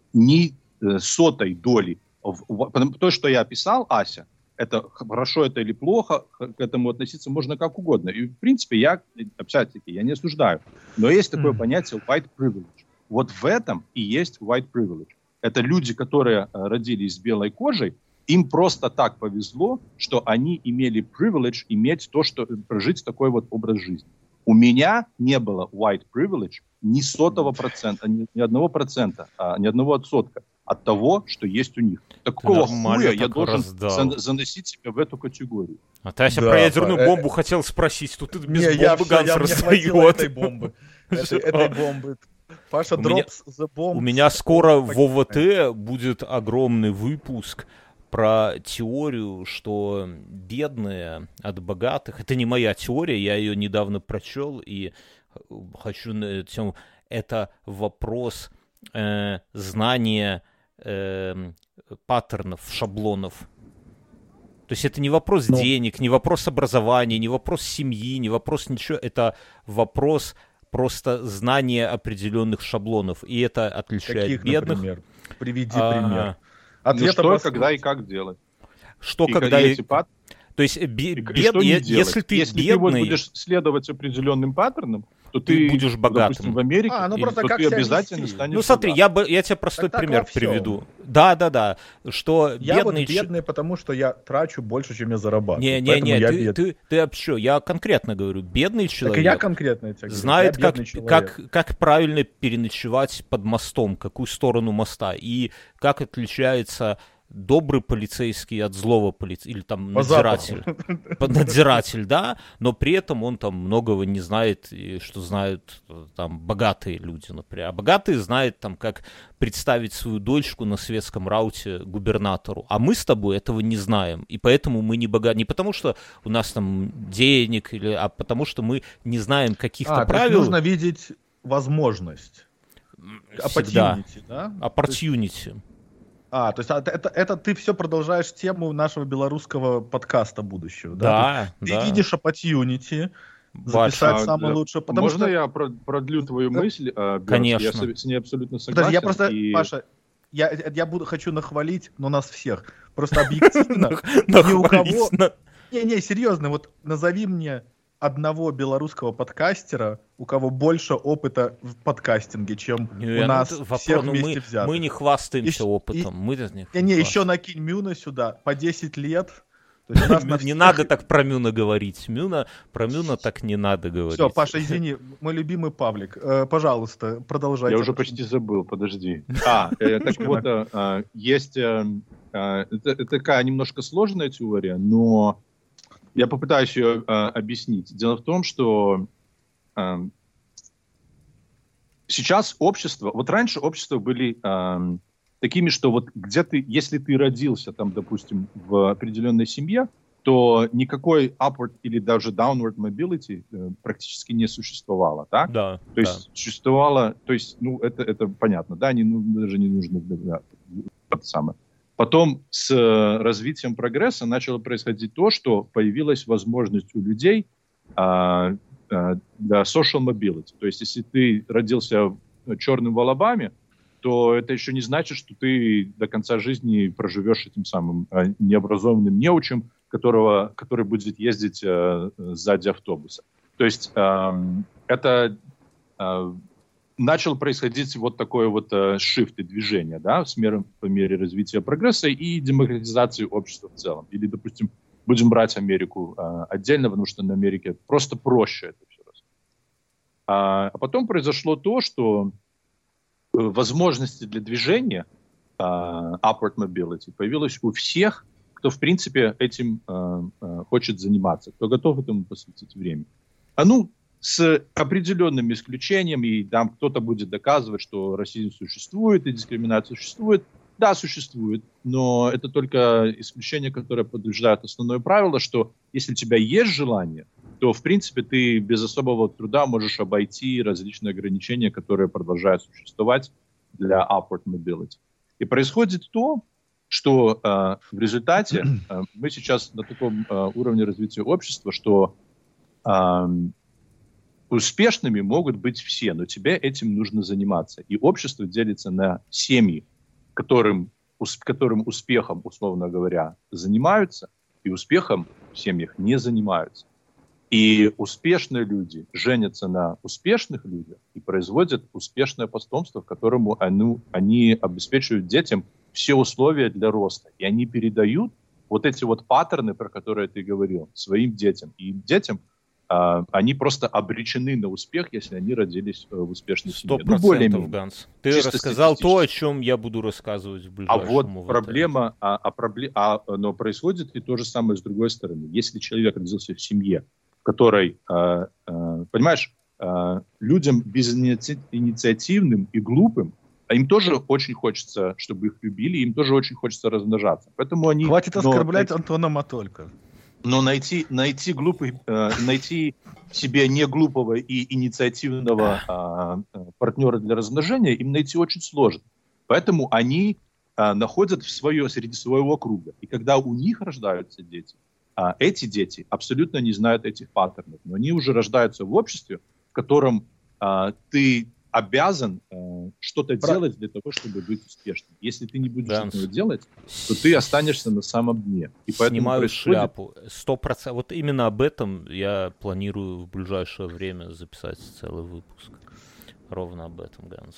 ни э, сотой доли. В, в- потому- то, что я описал, Ася, это хорошо это или плохо, х- к этому относиться можно как угодно. И, в принципе, я, опять-таки, я не осуждаю. Но есть такое Мгм. понятие white privilege. Вот в этом и есть white privilege. Это люди, которые э, родились с белой кожей, им просто так повезло, что они имели privilege иметь то, что прожить такой вот образ жизни. У меня не было white privilege ни сотого процента, ни, ни одного процента, а, ни одного отсотка от того, что есть у них. Так какого нормально хуя я так должен раздал. за- заносить себя в эту категорию? А ты Ася Да, про ядерную э, бомбу хотел спросить, тут ты без Не, бомбы я всё, Ганс я- мне хватило раздает. этой бомбы. Этой, этой бомбы. Паша, У меня- drops the bomb. У меня скоро в Погибает. ОВТ будет огромный выпуск про теорию, что бедные от богатых... Это не моя теория, я ее недавно прочел, и хочу на эту тему... Это вопрос э, знания э, паттернов, шаблонов. То есть это не вопрос Ну. денег, не вопрос образования, не вопрос семьи, не вопрос ничего. Это вопрос просто знания определенных шаблонов. И это отличает Каких, бедных. например? Приведи А, пример. Ну Ответа что, просто- когда и как делать? Что И когда... как- и- эти пат- То есть бе- и- и бед- что не е- делать? если ты Если ты вот бедный, будешь следовать определенным паттернам, то Ты ты, будешь богатым. допустим, в Америке, А, ну и- просто то как ты себя обязательно вести? станешь ну смотри, богатым. я, бы, я тебе простой Так так пример во всем. приведу. Да, да, да. Что Я бедный... вот ч- бедный, потому что я трачу больше, чем я зарабатываю. Не, не, Поэтому не, я ты, бедный. ты, ты вообще, я конкретно говорю, бедный Так человек и я конкретно тебе говорю. знает, Я как, бедный человек. как, как правильно переночевать под мостом, какую сторону моста, и как отличается добрый полицейский от злого полицейского, или там По надзиратель. По- Надзиратель, да, но при этом он там многого не знает, и что знают э, там богатые люди, например. А богатые знают там, как представить свою дочку на светском рауте губернатору. А мы с тобой этого не знаем, и поэтому мы не богаты. Не потому что у нас там денег, или, а потому что мы не знаем каких-то А, то есть правил. нужно видеть возможность. Всегда. Opportunity, да? Opportunity. А, то есть а, это, это ты все продолжаешь тему нашего белорусского подкаста будущего, да? Да, Ты да. видишь opportunity, Бач. записать А, самое да. лучшее, потому Можно что... я про- продлю твою мысль? э, Бёрд? Конечно. Я с, с ней абсолютно согласен. Подожди, я просто, и- Паша, я, я буду, хочу нахвалить, но нас всех. Просто объективно, Нахвались ни у кого... на- Не-не, серьезно, вот назови мне одного белорусского подкастера, у кого больше опыта в подкастинге, чем Не, у ну нас это вопрос, всех ну вместе мы, взятых. мы не хвастаемся И- опытом. Мы не, Не, не, еще накинь Мюна сюда, по десять лет. То есть у нас на Не всех- надо так про Мюна говорить. Мюна, про Мюна так не надо говорить. Все, Паша, извини, мой любимый Павлик. Э, пожалуйста, продолжайте. Я уже почти забыл, подожди. А, э, так вот, э, э, есть... э, э, это, это такая немножко сложная теория, но я попытаюсь ее э, объяснить. Дело в том, что э, сейчас общество... Вот раньше общества были э, такими, что вот где ты, если ты родился там, допустим, в определенной семье, то никакой upward или даже downward mobility э, практически не существовало, так? Да. То да. есть существовало, то есть, ну, это, это понятно, да, не, ну, даже не нужно, да, это самое. Потом с э, развитием прогресса начало происходить то, что появилась возможность у людей э, э, для social mobility. То есть, если ты родился черным в Алабаме, то это еще не значит, что ты до конца жизни проживешь этим самым э, необразованным неучем, которого, который будет ездить э, сзади автобуса. То есть э, это э, начал происходить вот такое вот э, shift и движение, да, с меры, по мере развития прогресса и демократизации общества в целом. Или, допустим, будем брать Америку э, отдельно, потому что на Америке просто проще это все. А, а потом произошло то, что возможности для движения uh, upward mobility появилось у всех, кто, в принципе, этим uh, uh, хочет заниматься, кто готов этому посвятить время. А ну, с определенным исключением, и там кто-то будет доказывать, что расизм существует и дискриминация существует. Да, существует, но это только исключение, которое подтверждает основное правило, что если у тебя есть желание, то, в принципе, ты без особого труда можешь обойти различные ограничения, которые продолжают существовать для upward mobility. И происходит то, что э, в результате э, мы сейчас на таком э, уровне развития общества, что э, успешными могут быть все, но тебе этим нужно заниматься. И общество делится на семьи, которым, ус, которым успехом, условно говоря, занимаются, и успехом в семьях не занимаются. И успешные люди женятся на успешных людях и производят успешное потомство, которому они, они обеспечивают детям все условия для роста. И они передают вот эти вот паттерны, про которые ты говорил, своим детям. И детям э, они просто обречены на успех, если они родились в успешной семье. Сто процентов, Ганс. Ты рассказал то, о чем я буду рассказывать в ближайшем. А вот проблема, а, а, пробле, а, но происходит и то же самое с другой стороны. Если человек родился в семье, которой, э, э, понимаешь, э, людям безинициативным и глупым, а им тоже очень хочется, чтобы их любили, им тоже очень хочется размножаться. Поэтому они... Хватит оскорблять но, Антона Матолька. Но найти, найти, глупый, э, найти себе не глупого и инициативного э, партнера для размножения им найти очень сложно. Поэтому они э, находят в свое, среди своего круга. И когда у них рождаются дети, А эти дети абсолютно не знают этих паттернов, но они уже рождаются в обществе, в котором а, ты обязан а, что-то Про... делать для того, чтобы быть успешным. Если ты не будешь Ганс. этого делать, то ты останешься на самом дне. И Снимаю происходит... шляпу. Сто процентов. Вот именно об этом я планирую в ближайшее время записать целый выпуск. Ровно об этом, Ганс.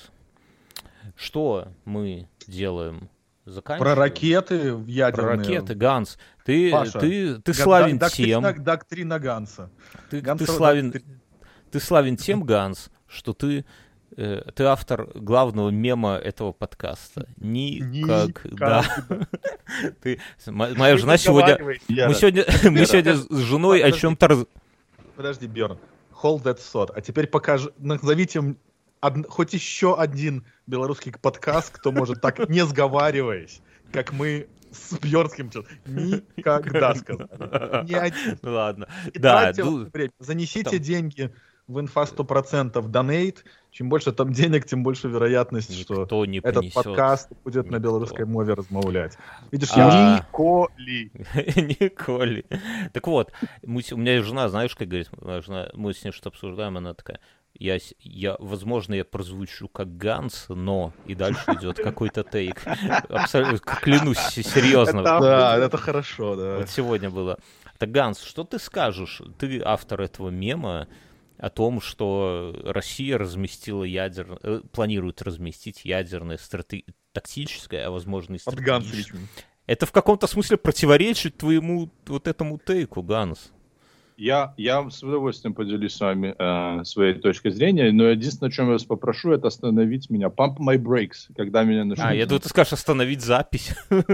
Что мы делаем? Про ракеты в ядерные. Про ракеты, Ганс. Ты, Паша, ты, ты славен док- тем... Доктрина, доктрина Ганса. Ты, Ганс ты, славен, ты славен тем, Ганс, что ты, э, ты автор главного мема этого подкаста. Никогда. Ты, моя жена сегодня... Мы сегодня, мы сегодня с женой о чем-то... Подожди, Бёрн. Hold that thought. А теперь покажи... Назовите... Од... Хоть еще один белорусский подкаст, кто может так, не сговариваясь, как мы с Бьернским, никогда сказали. Ни один. Ладно. И да, ну, занесите там деньги в инфа сто процентов донейт. Чем больше там денег, тем больше вероятность, Никто что не этот принесет. подкаст будет Никто. на белорусской мове размовлять. Видишь, а... я... Николи. Николи. Так вот, мы, у меня жена, знаешь, как говорит, моя жена, мы с ней что-то обсуждаем, она такая... Я, я, возможно, я прозвучу как Ганс, но и дальше идет какой-то тейк. Абсолютно, клянусь, серьезно. Это, да, это хорошо, да. Вот сегодня было. Так, Ганс, что ты скажешь? Ты автор этого мема о том, что Россия разместила ядер... э, планирует разместить ядерное страте... тактическое, а возможно и стратегическое. Это в каком-то смысле противоречит твоему вот этому тейку, Ганс. Я, я с удовольствием поделюсь с вами э, своей точкой зрения, но единственное, о чем я вас попрошу, это остановить меня. Pump my brakes, когда меня начнут... А, я думаю, ты скажешь остановить запись.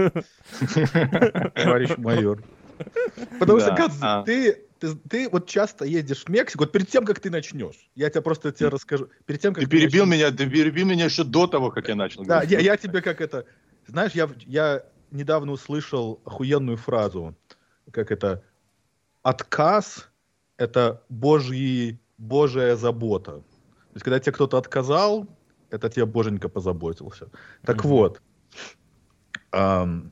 Товарищ майор. Потому что, Ганс, ты, ты, ты вот часто ездишь в Мексику, вот перед тем, как ты начнешь, я тебе просто тебе расскажу. Перед тем, как ты, ты перебил начнешь... меня, ты перебил меня еще до того, как я начал. Да, я, я тебе как это... Знаешь, я, я недавно услышал охуенную фразу, как это, отказ — это божьи, божья забота. То есть, когда тебе кто-то отказал, это тебе боженька позаботился. Так mm-hmm. вот, эм,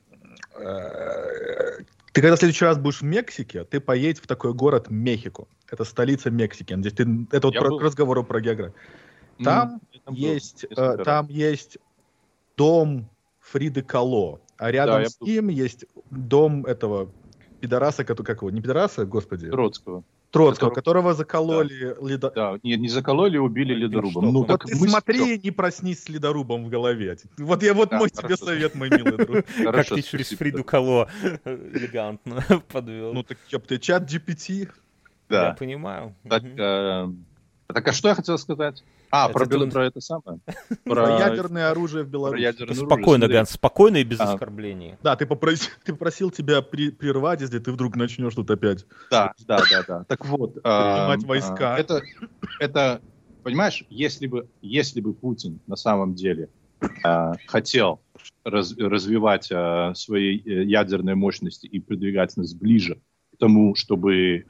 э, ты когда в следующий раз будешь в Мексике, ты поедешь в такой город Мехико. Это столица Мексики. Здесь ты, это вот про, к разговору про географию. Там, mm, есть, э, там есть дом Фриды Кало, а рядом да, с ним есть дом этого пидораса, как его, не пидораса, господи? Троцкого. Троцкого, Который... которого закололи... Да, ледо... да. Нет, не закололи, убили ледорубом. Ну, вот ты смотри, не проснись с ледорубом в голове. Вот я вот да, мой хорошо. тебе совет, мой милый друг. Как ты через Фриду Кало элегантно подвел. Ну, так ты чат джи пи ти. Да. Я понимаю. Так, э, так, а что я хотел сказать? А, это про, ты... про это самое? Про ядерное оружие в Беларуси. Спокойно, Ганс, спокойно и без а. оскорблений. Да, ты попросил, ты попросил тебя при, прервать, если ты вдруг начнешь тут опять. Да, да, да, да. Так вот. Принимать войска. Это, это, понимаешь, если бы, если бы Путин на самом деле хотел раз, развивать свои ядерные мощности и продвигать нас ближе к тому, чтобы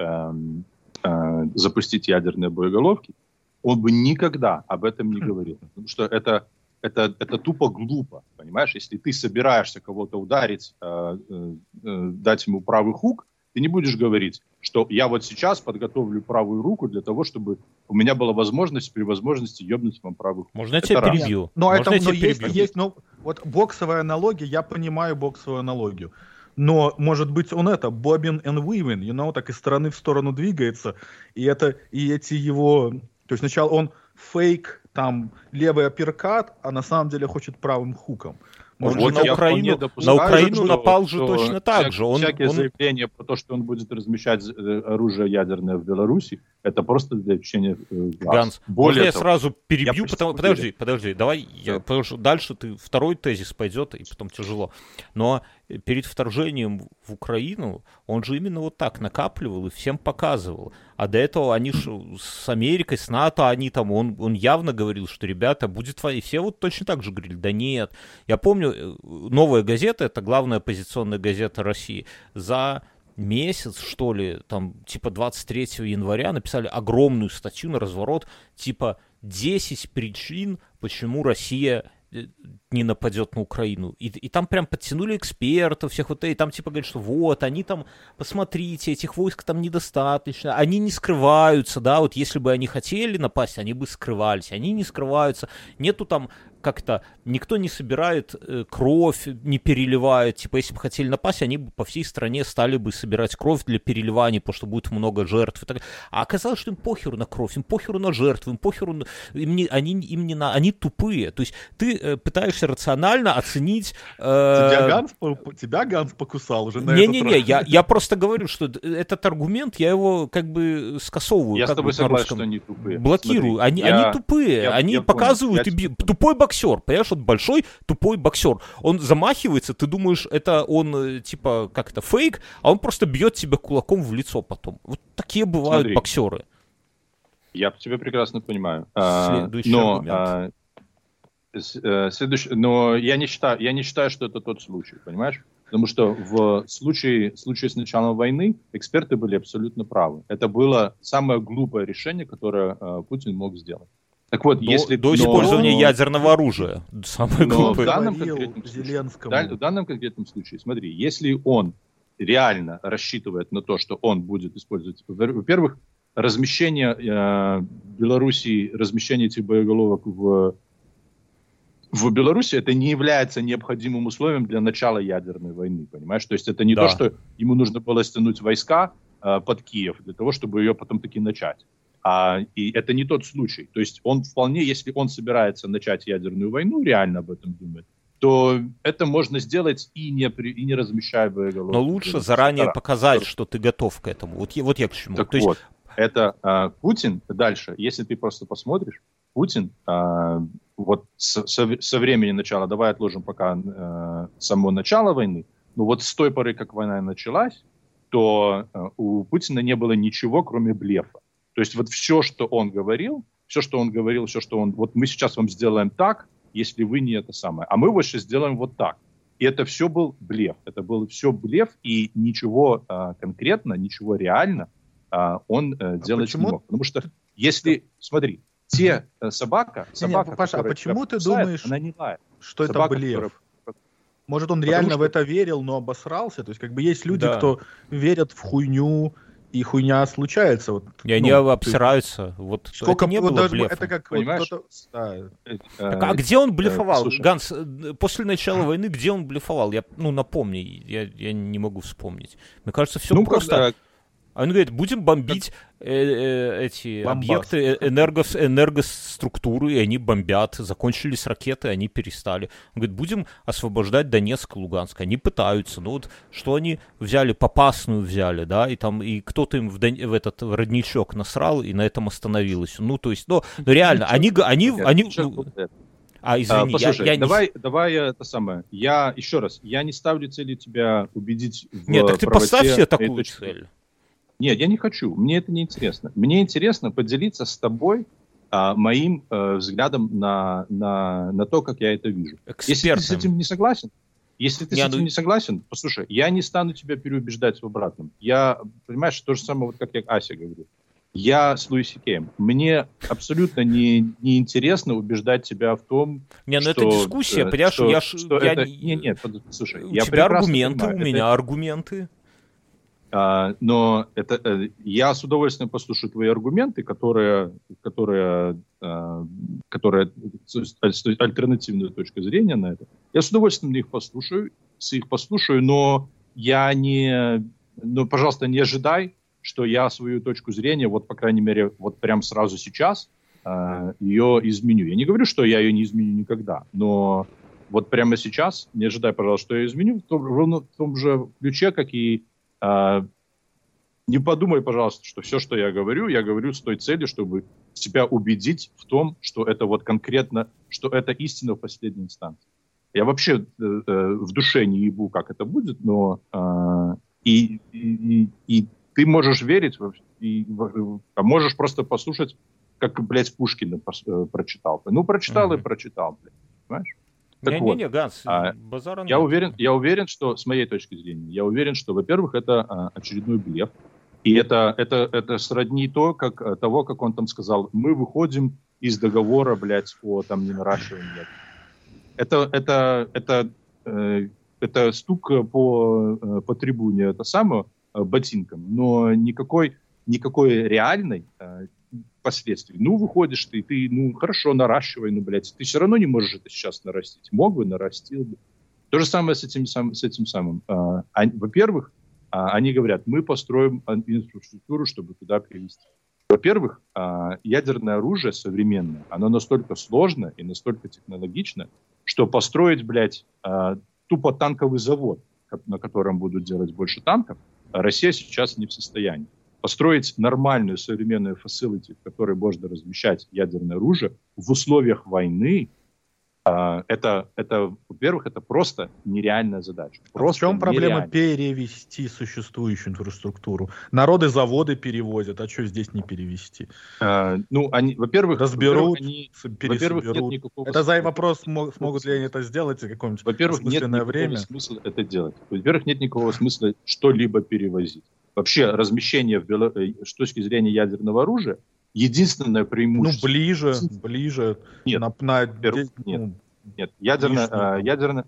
запустить ядерные боеголовки, он бы никогда об этом не говорил. Потому что это, это, это тупо глупо, понимаешь? Если ты собираешься кого-то ударить, э, э, дать ему правый хук, ты не будешь говорить, что я вот сейчас подготовлю правую руку для того, чтобы у меня была возможность, при возможности ебнуть вам правый хук. Можно я тебя перебью? Но, это, но есть, есть, ну, вот боксовая аналогия, я понимаю боксовую аналогию. Но, может быть, он это, bobbing and weaving, you know, так из стороны в сторону двигается, и это, и эти его... То есть сначала он фейк, там, левый апперкат, а на самом деле хочет правым хуком. Может, вот на Украину, допускаю, на Украину что, напал же точно так же. Он, всякие он... заявления про то, что он будет размещать оружие ядерное в Беларуси, это просто для чтения глаз. Ганс, более я того, сразу перебью, потому... подожди, подожди, давай, я... потому что дальше ты второй тезис пойдет, и потом тяжело. Но перед вторжением в Украину он же именно вот так накапливал и всем показывал. А до этого они ж с Америкой, с НАТО, они там, он, он явно говорил, что, ребята, будет война. И все вот точно так же говорили, да нет. Я помню, «Новая газета», это главная оппозиционная газета России, за месяц, что ли, там, типа двадцать третьего января написали огромную статью на разворот, типа десять причин, почему Россия не нападет на Украину. И, и там прям подтянули экспертов всех вот, и там типа говорят, что вот, они там, посмотрите, этих войск там недостаточно, они не скрываются, да, вот если бы они хотели напасть, они бы скрывались, они не скрываются, нету там как-то, никто не собирает э, кровь, не переливает, типа, если бы хотели напасть, они бы по всей стране стали бы собирать кровь для переливания, потому что будет много жертв. И так. А оказалось, что им похеру на кровь, им похеру на жертву, им похеру, на... им не, они, им не на... они тупые. То есть ты э, пытаешься рационально оценить... Э... Тебя, Ганс, тебя Ганс покусал уже на Не-не-не, я, я просто говорю, что этот аргумент, я его как бы скосовываю. Я как с тобой бы, согласен, что они тупые. Блокирую. Смотри, они, я, они тупые, я, они я показывают... Я и б... Тупой боксер, понимаешь, вот большой тупой боксер. Он замахивается, ты думаешь, это он, типа, как это, фейк, а он просто бьет тебя кулаком в лицо потом. Вот такие бывают Смотри, боксеры. Я тебя прекрасно понимаю. Следующий но, аргумент. А, следующий, но я не считаю, я не считаю, что это тот случай, понимаешь? Потому что в случае, в случае с началом войны эксперты были абсолютно правы. Это было самое глупое решение, которое э, Путин мог сделать. Так вот, до, если... До использования но, ядерного оружия. Самое но глупое. В данном, конкретном случае, в данном конкретном случае, смотри, если он реально рассчитывает на то, что он будет использовать... Во-первых, размещение э, Белоруссии, размещение этих боеголовок в, в Беларуси, это не является необходимым условием для начала ядерной войны, понимаешь? То есть это не да. то, что ему нужно было стянуть войска э, под Киев для того, чтобы ее потом таки начать. А, и это не тот случай. То есть он вполне, если он собирается начать ядерную войну, реально об этом думает, то это можно сделать и не, при, и не размещая боеголовки. Но лучше заранее показать, да. что ты готов к этому. Вот, вот я к чему. Так То вот, есть... это а, Путин дальше, если ты просто посмотришь, Путин а, вот со, со, со времени начала, давай отложим пока а, само начало войны, но вот с той поры, как война началась, то а, у Путина не было ничего, кроме блефа. То есть вот все, что он говорил, все, что он говорил, все, что он... Вот мы сейчас вам сделаем так, если вы не это самое. А мы вот сейчас сделаем вот так. И это все был блеф. Это был все блеф, и ничего а, конкретно, ничего реально а, он а, делать почему? не мог. Потому что если, смотри, те а, собака, собака, не, Паша, а почему ты кусает, думаешь, она не лает. что собака, это блеф? Которая... Может, он Потому реально что... в это верил, но обосрался? То есть, как бы есть люди, да. кто верят в хуйню, и хуйня случается. Вот, и они ну, обсираются. Есть... Вот сколько это не вот было даже, блефом. Это как понимаешь? Вот да. Так, а где он блефовал? Слушай. Ганс, после начала войны, где он блефовал? Я, ну, напомни, я, я не могу вспомнить. Мне кажется, все ну, просто... Когда... Он говорит, будем бомбить э, э, эти Бомбас. объекты энерго, энергоструктуры, и они бомбят. Закончились ракеты, они перестали. Он говорит, будем освобождать Донецк, Луганск. Они пытаются. Ну вот, что они взяли, Попасную взяли, да, и там, и кто-то им в, Дон... в этот в родничок насрал, и на этом остановилось. Ну, то есть, ну, ну реально, они... они, они ну... А, извини, а, послушай, я, я давай, не... давай это самое. Я, еще раз, я не ставлю цели тебя убедить в Нет, так ты поставь себе такую точки. цель. Нет, я не хочу. Мне это не интересно. Мне интересно поделиться с тобой а, моим а, взглядом на, на, на то, как я это вижу. Экспертным. Если ты с этим не согласен, если ты не, с этим ну... не согласен, послушай, я не стану тебя переубеждать в обратном. Я, понимаешь, то же самое, вот как я Ася говорю. Я с Луиси Кеем. Мне абсолютно не, не интересно убеждать тебя в том, не, ну что... это дискуссия, понимаешь, что, я... что я это... не... Нет, нет, слушай. У я тебя аргументы, понимаю, у меня это... аргументы. Uh, но это, uh, я с удовольствием послушаю твои аргументы, которые, которые, uh, которые альтернативная точка зрения на это. Я с удовольствием их послушаю, с их послушаю, но я не, ну, пожалуйста, не ожидай, что я свою точку зрения, вот, по крайней мере, вот прямо сразу сейчас uh, ее изменю. Я не говорю, что я ее не изменю никогда, но вот прямо сейчас не ожидай, пожалуйста, что я изменю в том, ровно в том же ключе, как и Uh, не подумай, пожалуйста, что все, что я говорю, я говорю с той целью, чтобы тебя убедить в том, что это вот конкретно, что это истина в последней инстанции. Я вообще э, э, в душе не ебу, как это будет, но э, и, и, и ты можешь верить, в, и, в, а можешь просто послушать, как, блядь, Пушкина э, прочитал. Ну, прочитал mm-hmm. и прочитал, блядь, понимаешь? Не-не-не, Ганс, а, базара я нет. уверен, я уверен, что, с моей точки зрения, я уверен, что, во-первых, это а, очередной блеф. И это, это, это сродни то, как, того, как он там сказал, мы выходим из договора, блядь, о там, ненаращивании. Это, это, это, э, это стук по, по трибуне, это самое, ботинком, но никакой, никакой реальной э, последствий. Ну, выходишь ты, ты, ну, хорошо, наращивай, ну, блядь, ты все равно не можешь это сейчас нарастить. Мог бы, нарастил бы. То же самое с этим, с этим самым. А, а, во-первых, а, они говорят, мы построим инфраструктуру, чтобы туда привести. Во-первых, а, ядерное оружие современное, оно настолько сложно и настолько технологично, что построить, блядь, а, тупо танковый завод, на котором будут делать больше танков, Россия сейчас не в состоянии. Построить нормальную современную facility, в которой можно размещать ядерное оружие в условиях войны, э, это, это, во-первых, это просто нереальная задача. Просто а в чем проблема нереально. Перевести существующую инфраструктуру? Народы заводы перевозят, а что здесь не перевести? Э, ну, они, во-первых, разберут, во-первых, они, во-первых нет никакого это за вопрос, смог, смогут ли они это сделать за какое-нибудь во-первых, нет никакого время? смысла это делать. Во-первых, нет никакого смысла что-либо перевозить. Вообще размещение в Бело... с точки зрения ядерного оружия единственное преимущество. Ну, ближе, ближе. Нет, на, на... нет, ну, нет. Ядерно, а, ядерно,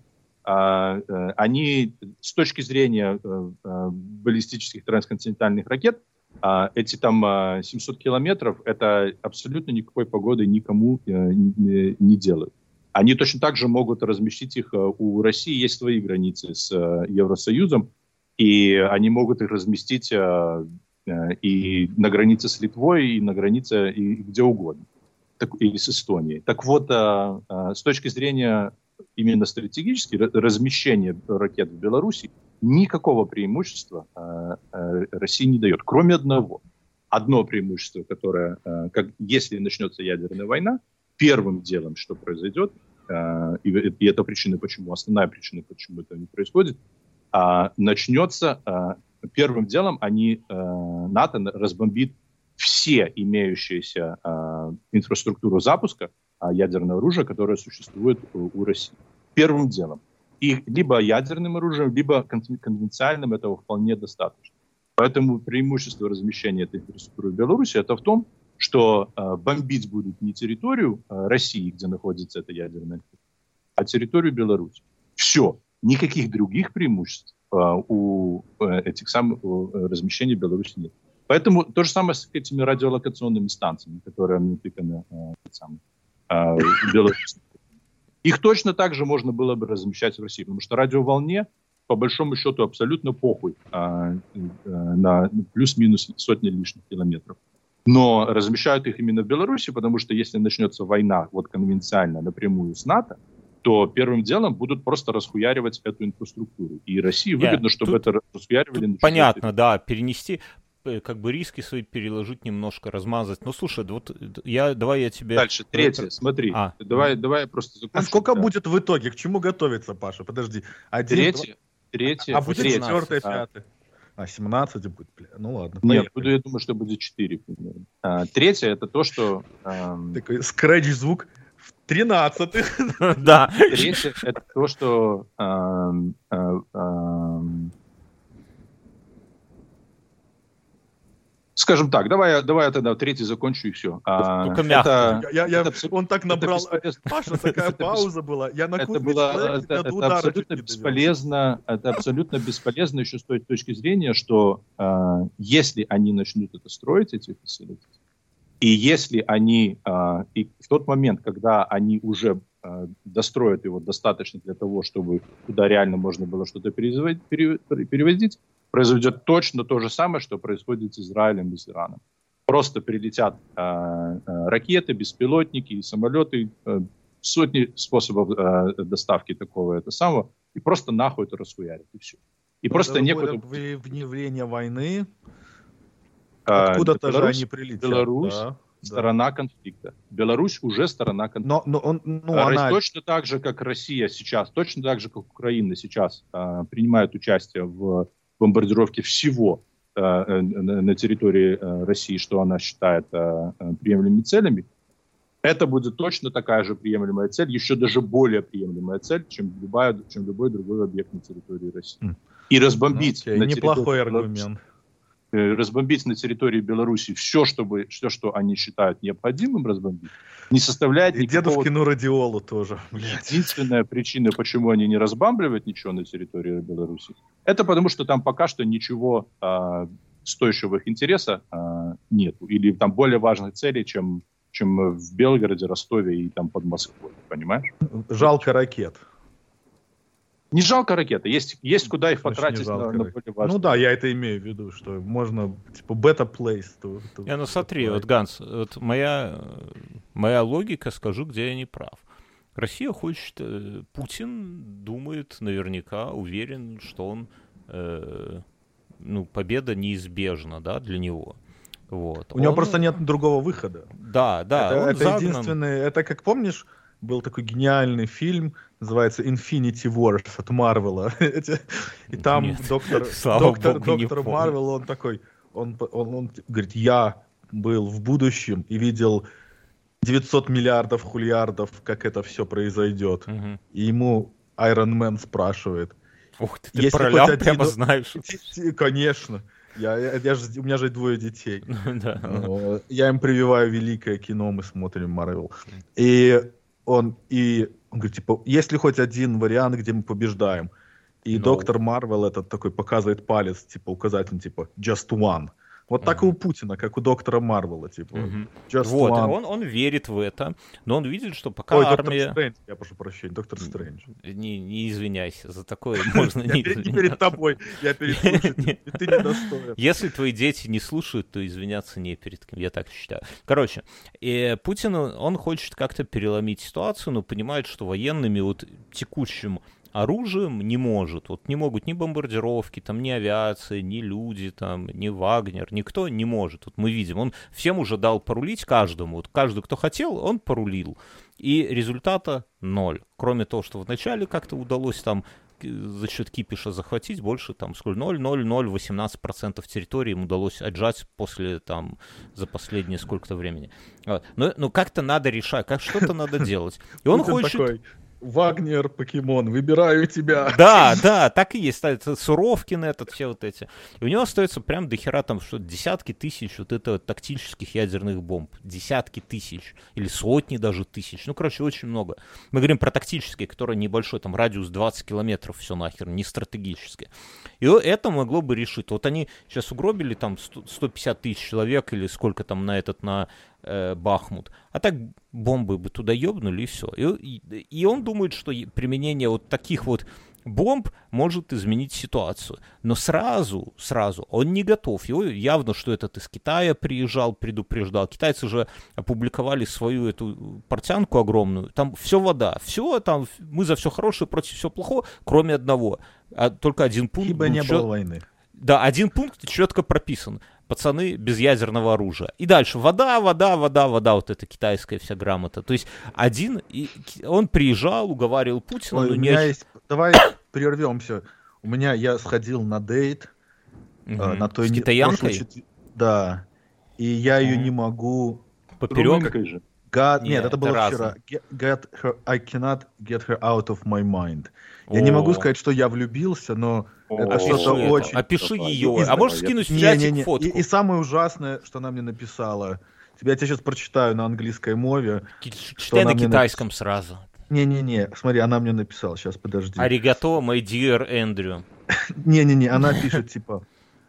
а, а, они с точки зрения а, а, баллистических трансконтинентальных ракет, а, эти там а, семьсот километров, это абсолютно никакой погоды никому а, не, не делают. Они точно так же могут разместить их. А, у России есть свои границы с а, Евросоюзом, и они могут их разместить э, э, и на границе с Литвой, и на границе и, и где угодно, так, или с Эстонией. Так вот, э, э, с точки зрения именно стратегически, размещения ракет в Беларуси никакого преимущества э, э, России не дает, кроме одного. Одно преимущество, которое, э, как, если начнется ядерная война, первым делом, что произойдет, э, и, и это причина, почему, основная причина, почему это не происходит, А, начнется, а, первым делом они, а, НАТО разбомбит все имеющиеся а, инфраструктуру запуска а, ядерного оружия, которая существует у, у России. Первым делом. И либо ядерным оружием, либо конвенциальным этого вполне достаточно. Поэтому преимущество размещения этой инфраструктуры в Беларуси это в том, что э, бомбить будут не территорию э, России, где находится эта ядерная инфраструктура, а территорию Беларуси. Все. Никаких других преимуществ э, у э, этих самых э, размещений в Беларуси нет. Поэтому то же самое с этими радиолокационными станциями, которые натыканы э, э, в Беларуси. Их точно так же можно было бы размещать в России, потому что радиоволне, по большому счету, абсолютно похуй а, а, на плюс-минус сотни лишних километров. Но размещают их именно в Беларуси, потому что если начнется война вот конвенциально напрямую с НАТО, то первым делом будут просто расхуяривать эту инфраструктуру. И России выгодно, yeah, чтобы тут, это расхуяривали. Тут понятно, да, перенести... как бы риски свои переложить немножко, размазать. Ну, слушай, вот я, давай я тебе... Дальше, третье, смотри. А. Давай, давай я просто закончу. А сколько да. будет в итоге? К чему готовиться, Паша? Подожди. Один, третье, два... третье. А, а будет третье. четвертое, пятое? А, семнадцать будет, бля. Ну, ладно. Нет, буду, я думаю, что будет четыре. А, третье, это то, что... Эм... Такой скретч-звук в тринадцатый. Да. Третье, это то, что... Скажем так, давай я, давай я тогда третий закончу и все. Только мягко. Это, я, я, это, он так набрал... Паша, такая пауза была. Я на это было, это, это абсолютно бесполезно. Это абсолютно бесполезно еще с той точки зрения, что э, если они начнут это строить, эти facilities, и если они... Э, и в тот момент, когда они уже э, достроят его достаточно для того, чтобы туда реально можно было что-то перевозить, перевозить, произойдет точно то же самое, что происходит с Израилем и с Ираном. Просто прилетят э, э, ракеты, беспилотники, самолеты, э, сотни способов э, доставки такого это самого, и просто нахуй это расхуярят, и все. И Но просто некуда... Внедрение войны, откуда-то же они прилетят. Беларусь, да, сторона да. конфликта. Беларусь уже сторона конфликта. Но, но он, ну, а, она... Точно так же, как Россия сейчас, точно так же, как Украина сейчас э, принимает участие в бомбардировки всего э, э, на территории э, России, что она считает э, приемлемыми целями, это будет точно такая же приемлемая цель, еще даже более приемлемая цель, чем, любая, чем любой другой объект на территории России. Mm. И разбомбить... Okay, на неплохой аргумент. Э, разбомбить на территории Беларуси все, чтобы, все, что они считают необходимым разбомбить, не составляет и никакого... дедушкину радиолу тоже. Блядь. Единственная причина, почему они не разбомбливают ничего на территории Беларуси, это потому, что там пока что ничего а, стоящего их интереса а, нету. Или там более важных целей, чем, чем в Белгороде, Ростове и там под Москвой. Понимаешь? Жалко ракет. Не жалко ракеты. Есть, есть куда их потратить на, на более важные. Ну да, я это имею в виду, что можно, типа, better place. To, to, я, ну смотри, вот, Ганс, вот моя, моя логика, скажу, где я не прав. Россия хочет, э, Путин думает наверняка, уверен, что он, э, ну, победа неизбежна, да, для него. Вот. У он... него просто нет другого выхода. Да, да. Это, это загнан... единственное, это, как помнишь, был такой гениальный фильм, называется Infinity Wars от Марвела. И там Нет, доктор, доктор, доктор Марвел, он такой, он, он, он говорит, я был в будущем и видел девятьсот миллиардов хулиардов, как это все произойдет. Угу. И ему Iron Man спрашивает. Ух ты, ты пролял, один... прямо знаешь. Конечно. Я, я, я же, у меня же двое детей. Я им прививаю великое кино, мы смотрим Марвел. И он, и он говорит, типа, есть ли хоть один вариант, где мы побеждаем? И no. доктор Марвел этот такой показывает палец, типа, указательный, типа, just one. Вот uh-huh. так и у Путина, как у доктора Марвела, типа, uh-huh. just вот, one. Он, он верит в это, но он видит, что пока Ой, армия... доктор Стрэндж, я прошу прощения, доктор Стрэндж. Не, не извиняйся, за такое можно не извиняться. Не перед тобой, я перед слушателем, ты недостоин. Если твои дети не слушают, то извиняться не перед кем, я так считаю. Короче, Путин, он хочет как-то переломить ситуацию, но понимает, что военными вот текущим оружием не может. Вот не могут ни бомбардировки, там, ни авиация, ни люди, там, ни Вагнер, никто не может. Вот мы видим, он всем уже дал порулить каждому. Вот каждый, кто хотел, он порулил. И результата ноль. Кроме того, что вначале как-то удалось там за счет кипиша захватить больше, там, сколько, ноль целых ноль ноль восемнадцать процентов территории им удалось отжать после, там, за последнее сколько-то времени. Вот. Но, но как-то надо решать, как что-то надо делать. И он хочет... Вагнер, покемон, выбираю тебя. Да, да, так и есть. Это Суровкин этот, все вот эти. И у него остается прям дохера там что десятки тысяч вот это вот тактических ядерных бомб. Десятки тысяч. Или сотни даже тысяч. Ну, короче, очень много. Мы говорим про тактические, которые небольшой, там радиус двадцать километров, все нахер, не стратегические. И это могло бы решить. Вот они сейчас угробили там сто пятьдесят тысяч человек или сколько там на этот, на э, Бахмут. А так бомбы бы туда ёбнули и все. И, и, и он думает, что применение вот таких вот бомб может изменить ситуацию. Но сразу, сразу он не готов. Его явно, что этот из Китая приезжал, предупреждал. Китайцы же опубликовали свою эту портянку огромную. Там все вода. Все там, мы за все хорошее против всего плохого, кроме одного. А только один пункт. Ибо не было войны. Да, один пункт четко прописан. Пацаны без ядерного оружия. И дальше вода, вода, вода, вода, вот эта китайская вся грамота. То есть один, и он приезжал, уговаривал Путина. Ой, но у не... меня есть... Давай прервемся. У меня, я сходил на дейт. Угу. э, на той С китаянкой? Чет... Да. И я ее не могу... Поперек? же. God... Нет, Нет, это, это было разное. вчера. Get, get her... I cannot get her out of my mind. Я О. не могу сказать, что я влюбился, но О. это что-то это. очень... Опиши Давай. ее. И- А можешь я- скинуть в Не, чатик не, не. фотку? И, и самое ужасное, что она мне написала. Я тебе сейчас прочитаю на английской мове. Ки- что Читай она на мне китайском сразу. Не-не-не, смотри, она мне написала. Сейчас, подожди. Аригато, my dear Andrew. Не-не-не, она пишет типа: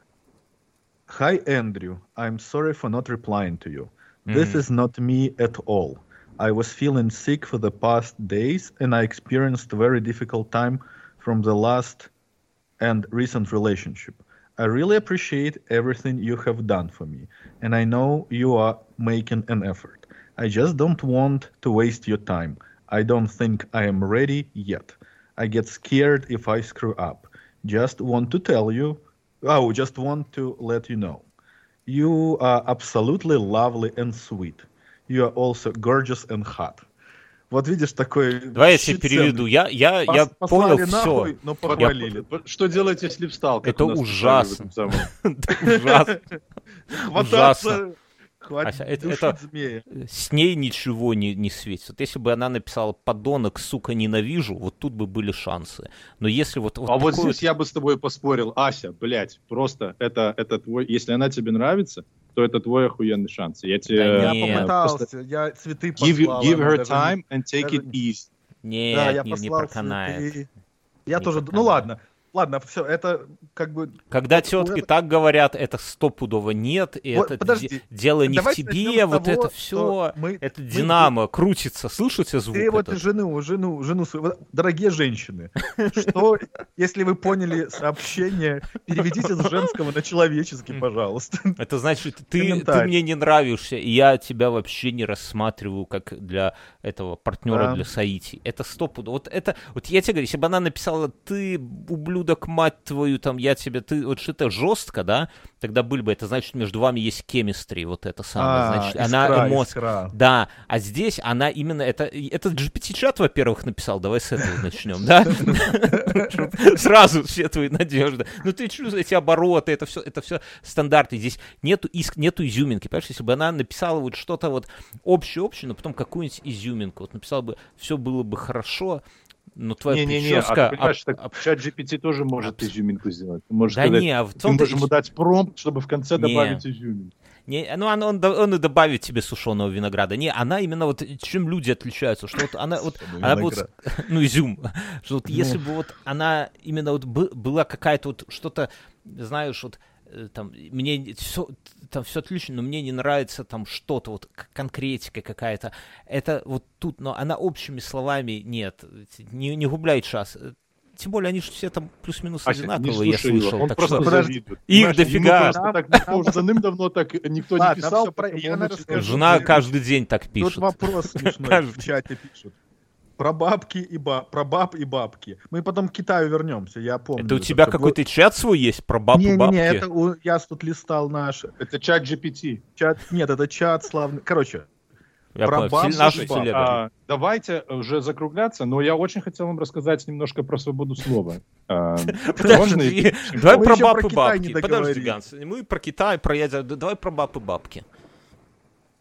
Hi Andrew, I'm sorry for not replying to you. This Мгм. is not me at all. I was feeling sick for the past days and I experienced a very difficult time from the last and recent relationship. I really appreciate everything you have done for me, and I know you are making an effort. I just don't want to waste your time. I don't think I am ready yet. I get scared if I screw up. Just want to tell you, oh, just want to let you know. You are absolutely lovely and sweet. You are also gorgeous and hot. Вот видишь, такой... Давай я тебе щит переведу. ценный. Я, я, я Пос- послали понял нахуй, все. но похвалили. Что делать, если встал? как Это у нас ужасно. писали в этом самом? Ужасно. Хвататься, хватит Ася, это- душить это- змея. С ней ничего не, не светит. Вот если бы она написала «подонок, сука, ненавижу», вот тут бы были шансы. Но если вот, вот А вот такой здесь я бы с тобой поспорил. Ася, блядь, просто это, это твой... Если она тебе нравится, то это твой охуенный шанс. Я тебе... Да Я нет. попытался, я цветы Give, you- послал. give она her даже time не- and take даже it не- easy. Нет, Да, я не, не послал проканает. цветы. Я Не тоже... проканает. Ну ладно, ладно, все, это как бы... Когда Вот тетки это- так говорят, это стопудово нет, и Вот, это подожди. де- дело не Давайте в начнем тебе, с вот того, это все, что мы- это мы- динамо крутится, слышите звук Ты вот этот? жену, жену, жену свою... Вот, дорогие женщины, что, если вы поняли сообщение, переведите с женского на человеческий, пожалуйста. Это значит, ты, ты Комментарий. мне не нравишься, и я тебя вообще не рассматриваю как для этого партнера Да. для Саити. Это стопудово. Вот это, вот я тебе говорю, если бы она написала, ты, ублюдок, мать твою, там, я тебе, ты, вот что это жестко, да, тогда были бы, это значит, между вами есть chemistry, вот это самое, А, значит, искра, она эмоция. искра. Да, а здесь она именно, это, этот джи пи ти-чат, во-первых, написал, давай с этого начнем, да? Чтоб Сразу все твои надежды. Ну ты чувствуешь эти обороты, это все, это все стандарты. Здесь нету иск, нету изюминки, понимаешь? Если бы она написала вот что-то вот общее-общее, но потом какую-нибудь изюминку, вот написала бы, все было бы хорошо, но твоя Не-не-не, а прическа... ты понимаешь, об- так об- чат джи пи ти тоже может абс- изюминку сделать. Ты можешь Да сказать, не, а в мы том-то... можем ему дать промпт, чтобы в конце Не. добавить изюминку. Не, ну он, он, он и добавит тебе сушеного винограда. Не, она именно вот чем люди отличаются, что вот она вот, Сушеного она бы вот, винограда. ну изюм, что вот если бы вот она именно вот бы- была какая-то вот что-то, знаешь, вот э, там мне все там все отлично, но мне не нравится там что-то вот к- конкретика какая-то. Это вот тут, но она общими словами нет, не не губляет шанс. Тем более они же все там плюс-минус Ася, не одинаковые, я слушай его, слышал. он Так просто что Подожди. завидует. Их Понимаешь, ему дофига. просто так никто уже давным-давно так никто не Ладно, писал. всё, про- поэтому я, он наверное, очень- скажу. жена каждый день так Тут пишет. вопрос смешной Каждый. в чате пишут. Про бабки и ба... про баб и бабки. Мы потом к Китаю вернемся, я помню. Это у тебя всё. какой-то чат свой есть про бабу Не-не-не, бабки? это у... я тут листал наш Это чат джи пи ти. чат. Нет, это чат славный. Короче, Я про понял, баб, теле- наша слушай, телега. А, давайте уже закругляться, но я очень хотел вам рассказать немножко про свободу слова. А, можно? Подожди, давай Мы про еще баб про и Китай бабки. не Подожди, договорили. Ганс, мы про Китай, про ядер, давай про баб и бабки.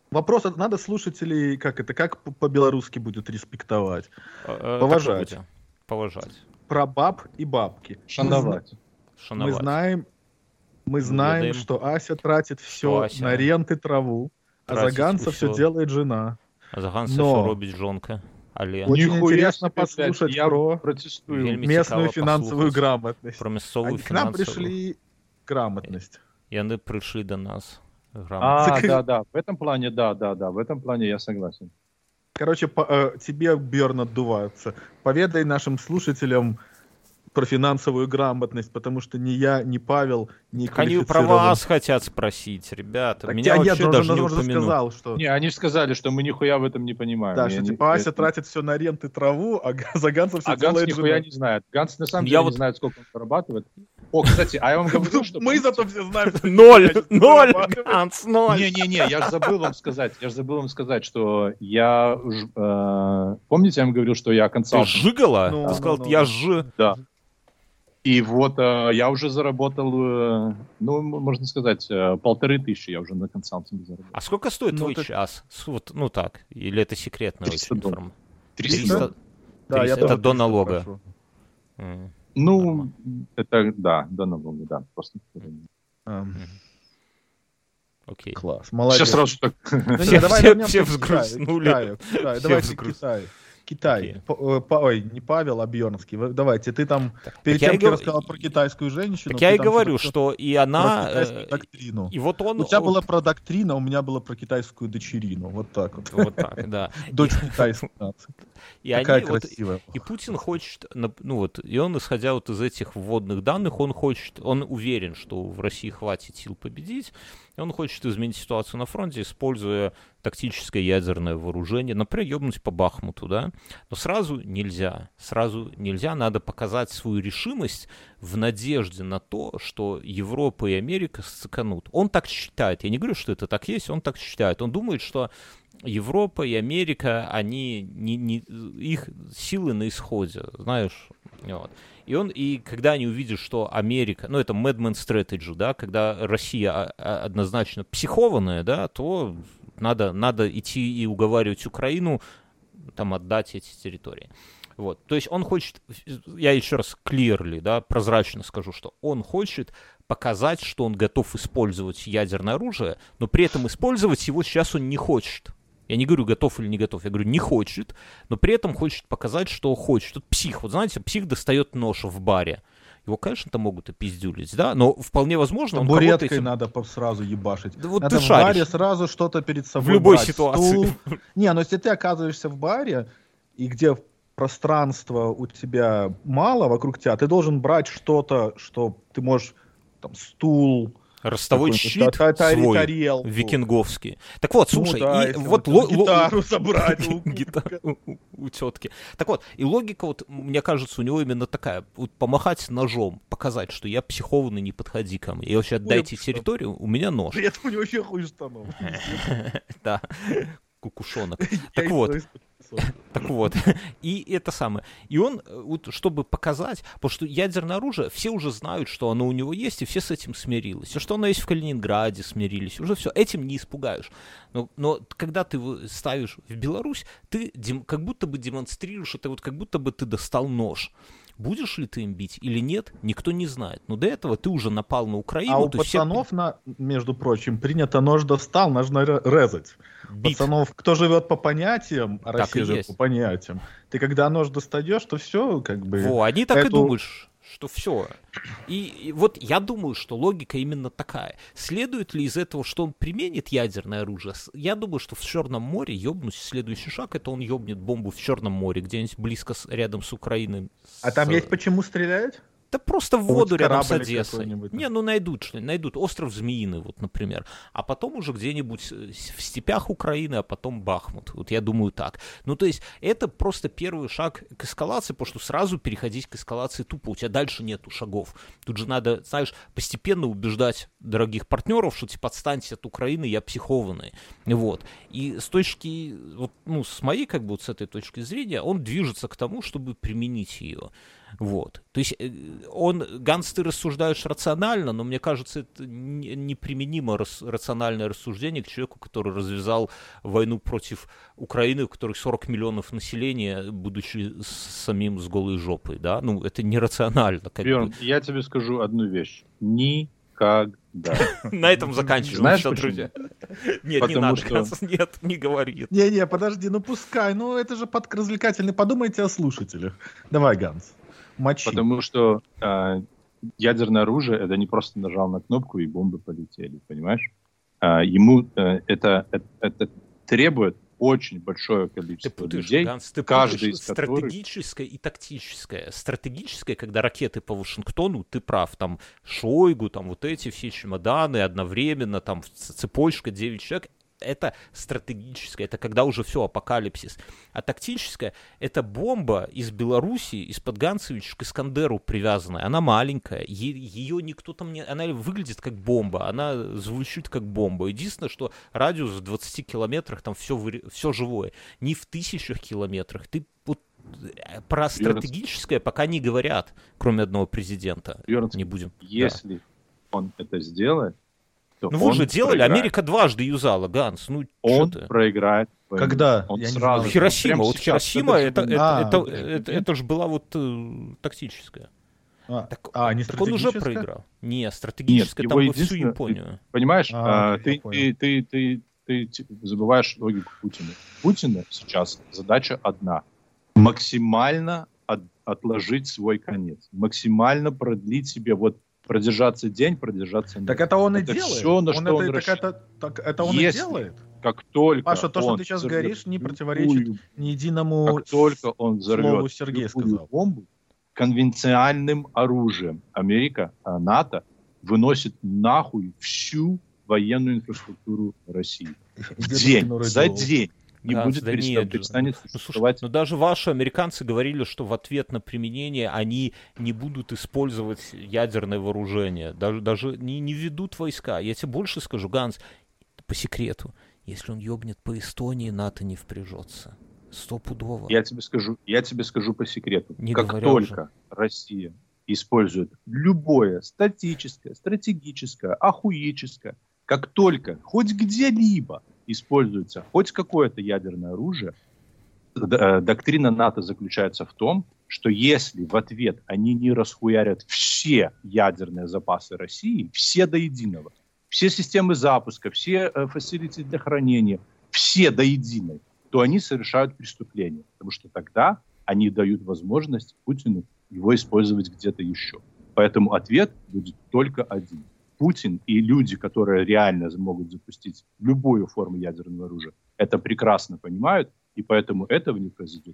Вопрос, надо слушателей, как это, как по-белорусски будет респектовать? Э, Поважать. так, Поважать. Про баб и бабки. Шановать. Мы Шановать. знаем, мы знаем, Ведаем, что Ася тратит все Ася на рент и траву, а тратить Заганца все усё. делает жена. А Заганца Но- що робить жонка? Але Очень Нихуя интересно себе, блядь, послушать я про протестую. Вельми местную цікаво финансовую послухать грамотность. про місцову Они к нам фінансову. пришли грамотность. Яны прийшли до нас. Грамотно. А, Закры- да, да, в этом плане, да, да, да, в этом плане я согласен. Короче, по- э, тебе, Бёрн, отдуваются. Поведай нашим слушателям про финансовую грамотность, потому что ни я, ни Павел не Так они про квалифицирован. вас хотят спросить, ребята. Так Меня тебя вообще нет, он даже же, не он же упомянул. сказал, что... Не, они же сказали, что мы нихуя в этом не понимаем. Да, Я что не- типа Ася я- тратит все на рент и траву, а Га- Заганцев все А Ганс делает нихуя жена. не знает. Ганс на самом Я деле вот- не знает, сколько он зарабатывает. О, кстати, а я вам говорил, что... Мы зато все знаем, что Ноль, Ася ноль, зарабатывает. Ганс, ноль. Не-не-не, я же забыл вам сказать, я же забыл вам сказать, что я... ж- э, Помните, я вам говорил, что я Ты консалтинг? жигала? Ну, Ты сказал, ну, ну. я ж... Да. И вот э, я уже заработал, э, ну, м- можно сказать, э, полторы тысячи я уже на консалтинге заработал. А сколько стоит Ну, твой так- час? С- Вот, ну так, или это секретная триста очень долларов. информация? триста? Да, я триста. тоже Это до триста налога. прошу. М. Ну, это, да, до налога, да, просто. А, Окей. Класс, молодец. Сейчас сразу так... Ну, Все- не, давай все- вернемся все к Китаю, взгрустнули. Китаю, Китаю. Все Давайте к взгрустнули. Китаю. Китай. Окей. По- э, по- ой, не Павел, а Бьернский. Вы- Давайте, ты там перед я тем, и как я гов- рассказал про китайскую женщину. Так ты я и там говорю, что-то что и про она... китайскую э, доктрину. И вот он... У тебя он- было про доктрину, а у меня было про китайскую дочерину. Вот так вот. Вот так, да. Дочь китайской нации. И Такая они вот... красивая. И Путин хочет, нап- ну вот, и он, исходя вот из этих вводных данных, он хочет, он уверен, что в России хватит сил победить, и он хочет изменить ситуацию на фронте, используя тактическое ядерное вооружение, например, ебнуть по Бахмуту, да, но сразу нельзя, сразу нельзя, надо показать свою решимость в надежде на то, что Европа и Америка сциканут. Он так считает, я не говорю, что это так есть, он так считает, он думает, что Европа и Америка, они не, не, их силы на исходе, знаешь, вот. И он, и когда они увидят, что Америка, ну это Madman Strategy, да, когда Россия а, а, однозначно психованная, да, то надо, надо идти и уговаривать Украину там отдать эти территории. Вот. То есть он хочет, я еще раз clearly, да, прозрачно скажу, что он хочет показать, что он готов использовать ядерное оружие, но при этом использовать его сейчас он не хочет. Я не говорю, готов или не готов, я говорю, не хочет, но при этом хочет показать, что хочет. Тут псих, вот знаете, псих достает нож в баре. Его, конечно, там могут опиздюлить, да, но вполне возможно, он кого-то Табуреткой этим... надо по- сразу ебашить. Да вот Надо ты в баре шаришь. сразу что-то перед собой В любой брать. ситуации. Стул. Не, ну если ты оказываешься в баре, и где пространства у тебя мало вокруг тебя, ты должен брать что-то, что ты можешь, там, стул, Ростовой какой-нибудь, щит та- та- свой, тарелку. викинговский. Так вот, Ну слушай, да, и если вот там ло- ло- гитару забрать. у- Гита- у, у- у тетки. Так вот, и логика, вот, мне кажется, у него именно такая. Вот помахать ножом, показать, что я психованный, не подходи ко мне. И вообще отдайте что? территорию, у меня нож. При этом у него еще хуй штанов. Да, кукушонок. Я Так из вот, той спецов. так вот. И это самое. И он, э, вот, чтобы показать, потому что ядерное оружие, все уже знают, что оно у него есть, и все с этим смирились. И что оно есть в Калининграде, смирились. Уже все, этим не испугаешь. Но, но когда ты его ставишь в Беларусь, ты дем- как будто бы демонстрируешь, это вот как будто бы ты достал нож. Будешь ли ты им бить или нет, никто не знает. Но до этого ты уже напал на Украину. А у то есть все пацанов, на, между прочим, принято нож достал, нужно ре- резать. бит. Пацанов, кто живет по понятиям, а Так Россия и живет есть. по понятиям, ты когда нож достаешь, то все, как бы... Во, они так и эту- думают, ш- что все. И, и вот я думаю, что логика именно такая. Следует ли из этого, что он применит ядерное оружие? С- Я думаю, что в Черном море ёбнуть следующий шаг, это он ёбнет бомбу в Черном море, где-нибудь близко с- рядом с Украиной. А там С- есть почему стрелять? Да просто в Вот воду рядом с кораблик Одессой. какой-нибудь. Не, ну найдут что найдут. Остров Змеиный, вот, например. А потом уже где-нибудь э, с- в степях Украины, а потом Бахмут. Вот я думаю так. Ну, то есть, это просто первый шаг к эскалации, потому что сразу переходить к эскалации тупо. У тебя дальше нету шагов. Тут же надо, знаешь, постепенно убеждать дорогих партнеров, что типа отстаньте от Украины, я психованный. Вот. И с точки, вот, ну, с моей, как бы, вот с этой точки зрения, он движется к тому, чтобы применить ее. Вот. То есть он, Ганс, ты рассуждаешь рационально, но мне кажется, это неприменимо рас, рациональное рассуждение к человеку, который развязал войну против Украины, у которой сорок миллионов населения, будучи самим с голой жопой, да? Ну, это нерационально. Бьерн, я тебе скажу одну вещь. Никогда. На этом заканчиваем. Знаешь все, почему? друзья. Нет, Потому не надо, что... Ганс, нет, не говори. Не-не, подожди, ну пускай, ну это же под развлекательный, подумайте о слушателях. Давай, Ганс, мочи. Потому что э, ядерное оружие, это не просто нажал на кнопку и бомбы полетели, понимаешь? Э, ему э, это, это, это требует очень большое количество ты путаешь, людей, Ганс, ты каждый путаешь из которых... стратегическое и тактическое. Стратегическое, когда ракеты по Вашингтону, ты прав, там Шойгу, там вот эти все чемоданы одновременно, там цепочка, девять человек, это стратегическое, это когда уже все, апокалипсис. А тактическое, это бомба из Белоруссии, из-под Ганцевича к Искандеру привязанная. Она маленькая, е- ее никто там не... Она выглядит как бомба, она звучит как бомба. Единственное, что радиус в двадцати километрах, там все, вы... все живое. Не в тысячах километрах. Ты вот про стратегическое пока не говорят, кроме одного президента. Бьерн, не будем. Если да. он это сделает, то ну вы же делали, проиграет. Америка дважды юзала, Ганс. Ну, он что ты? проиграет. Когда? Он Я сразу. Не Хиросима. Вот сейчас, Хиросима, это, это, а, это, да. это, это же была вот э, тактическая. А, так, а, не так он уже проиграл. Не, стратегическая, Нет, там его бы всю Японию. Ты, понимаешь, а, а, ты, ты, ты, ты, ты, ты забываешь логику Путина. Путина сейчас задача одна. Максимально от, отложить свой конец. Максимально продлить себе вот продержаться день, продержаться неделю. Так это он и это делает. Все, на он что это, он так это, так это он Если, и делает. Как только Паша, то, что он ты сейчас взорвет говоришь, не любую, противоречит ни единому как только он взорвет слову Сергей любую сказал. бомбу, конвенциональным оружием Америка, НАТО выносит нахуй всю военную инфраструктуру России. В день, за день. Не Ганс, будет да перестав, нет, перестанет ну, существовать. Слушай, но даже ваши американцы говорили, что в ответ на применение они не будут использовать ядерное вооружение, даже, даже не, не ведут войска. Я тебе больше скажу, Ганс, по секрету, если он ёбнет по Эстонии, НАТО не впряжется. Стопудово. Я тебе скажу, я тебе скажу по секрету. Не как только уже. Россия использует любое статическое, стратегическое, охуическое, как только хоть где-либо используется хоть какое-то ядерное оружие, доктрина НАТО заключается в том, что если в ответ они не расхуярят все ядерные запасы России, все до единого, все системы запуска, все фасилити для хранения, все до единой, то они совершают преступление, потому что тогда они дают возможность Путину его использовать где-то еще. Поэтому ответ будет только один. Путин и люди, которые реально могут запустить любую форму ядерного оружия, это прекрасно понимают, и поэтому этого не произойдет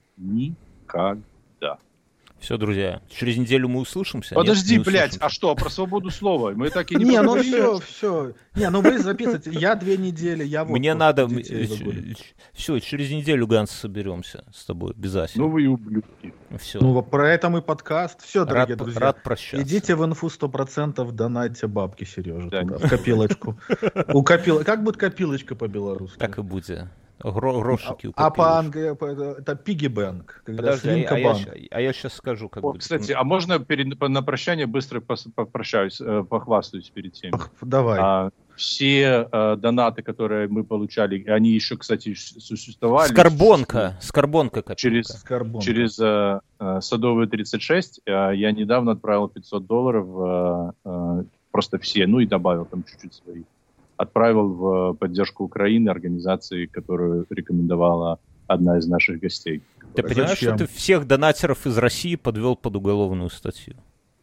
никогда. Все, друзья, через неделю мы услышимся. Подожди, Нет, блядь, а что, про свободу слова? Мы так и не Не, ну поговорили. все, все. Не, ну вы записывайте. Я две недели, я вот. Мне вот надо... детей Все, через неделю, Ганс, соберемся с тобой обязательно. Ну вы и ублюдки. Все. Ну, про это мы подкаст. Все, дорогие Рад, друзья. рад прощаться. Идите в инфу сто процентов, донатьте бабки Сереже Да, туда, не- в копилочку. У копил... Как будет копилочка по-белорусски? Так и будет. Гро- грошики А укопились. по-английски это пиги бэнк. Подожди, а, я, а я сейчас скажу, как О, будет. кстати, а можно перед, на прощание быстро пос- попрощаюсь, э, похвастаюсь перед всеми? Давай. А, все э, донаты, которые мы получали, они еще, кстати, существовали. Скорбонка. Скорбонка копилка. Через, Скорбонка. через э, э, Садовую тридцать шесть э, я недавно отправил пятьсот долларов, э, э, просто все, ну и добавил там чуть-чуть свои. Отправил в поддержку Украины, организации, которую рекомендовала одна из наших гостей. Ты понимаешь, Зачем? что ты всех донатеров из России подвел под уголовную статью?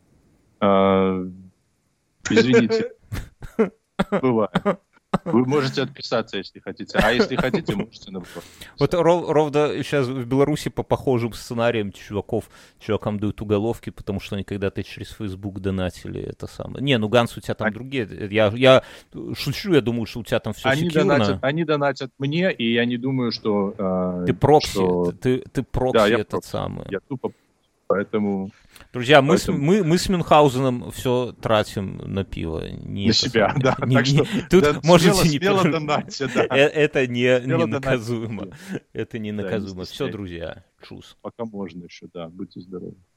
Э, извините. Бывает. Вы можете отписаться, если хотите. А если хотите, можете наоборот. Вот ров- ровно сейчас в Беларуси по похожим сценариям чуваков, чувакам дают уголовки, потому что они когда-то через Facebook донатили это самое. Не, ну Ганс, у тебя там А- другие. Я, я шучу, я думаю, что у тебя там все Они секьюрно. донатят, они донатят мне, и я не думаю, что... э, Ты прокси, что- ты, ты, ты прокси Да, я этот прокси. самый. Я тупо... Поэтому Друзья, мы, Поэтому- с, мы, мы с Мюнхгаузеном все тратим на пиво. Не на это себя, самое. да. Не- Так не- что тут да, можете смело, не смело переживать. донатьте, да. Э, Это не, Смело не донатьте. наказуемо. Это не Да, не наказуемо. Все, стесняйтесь. друзья, чус. Пока можно еще, да. Будьте здоровы.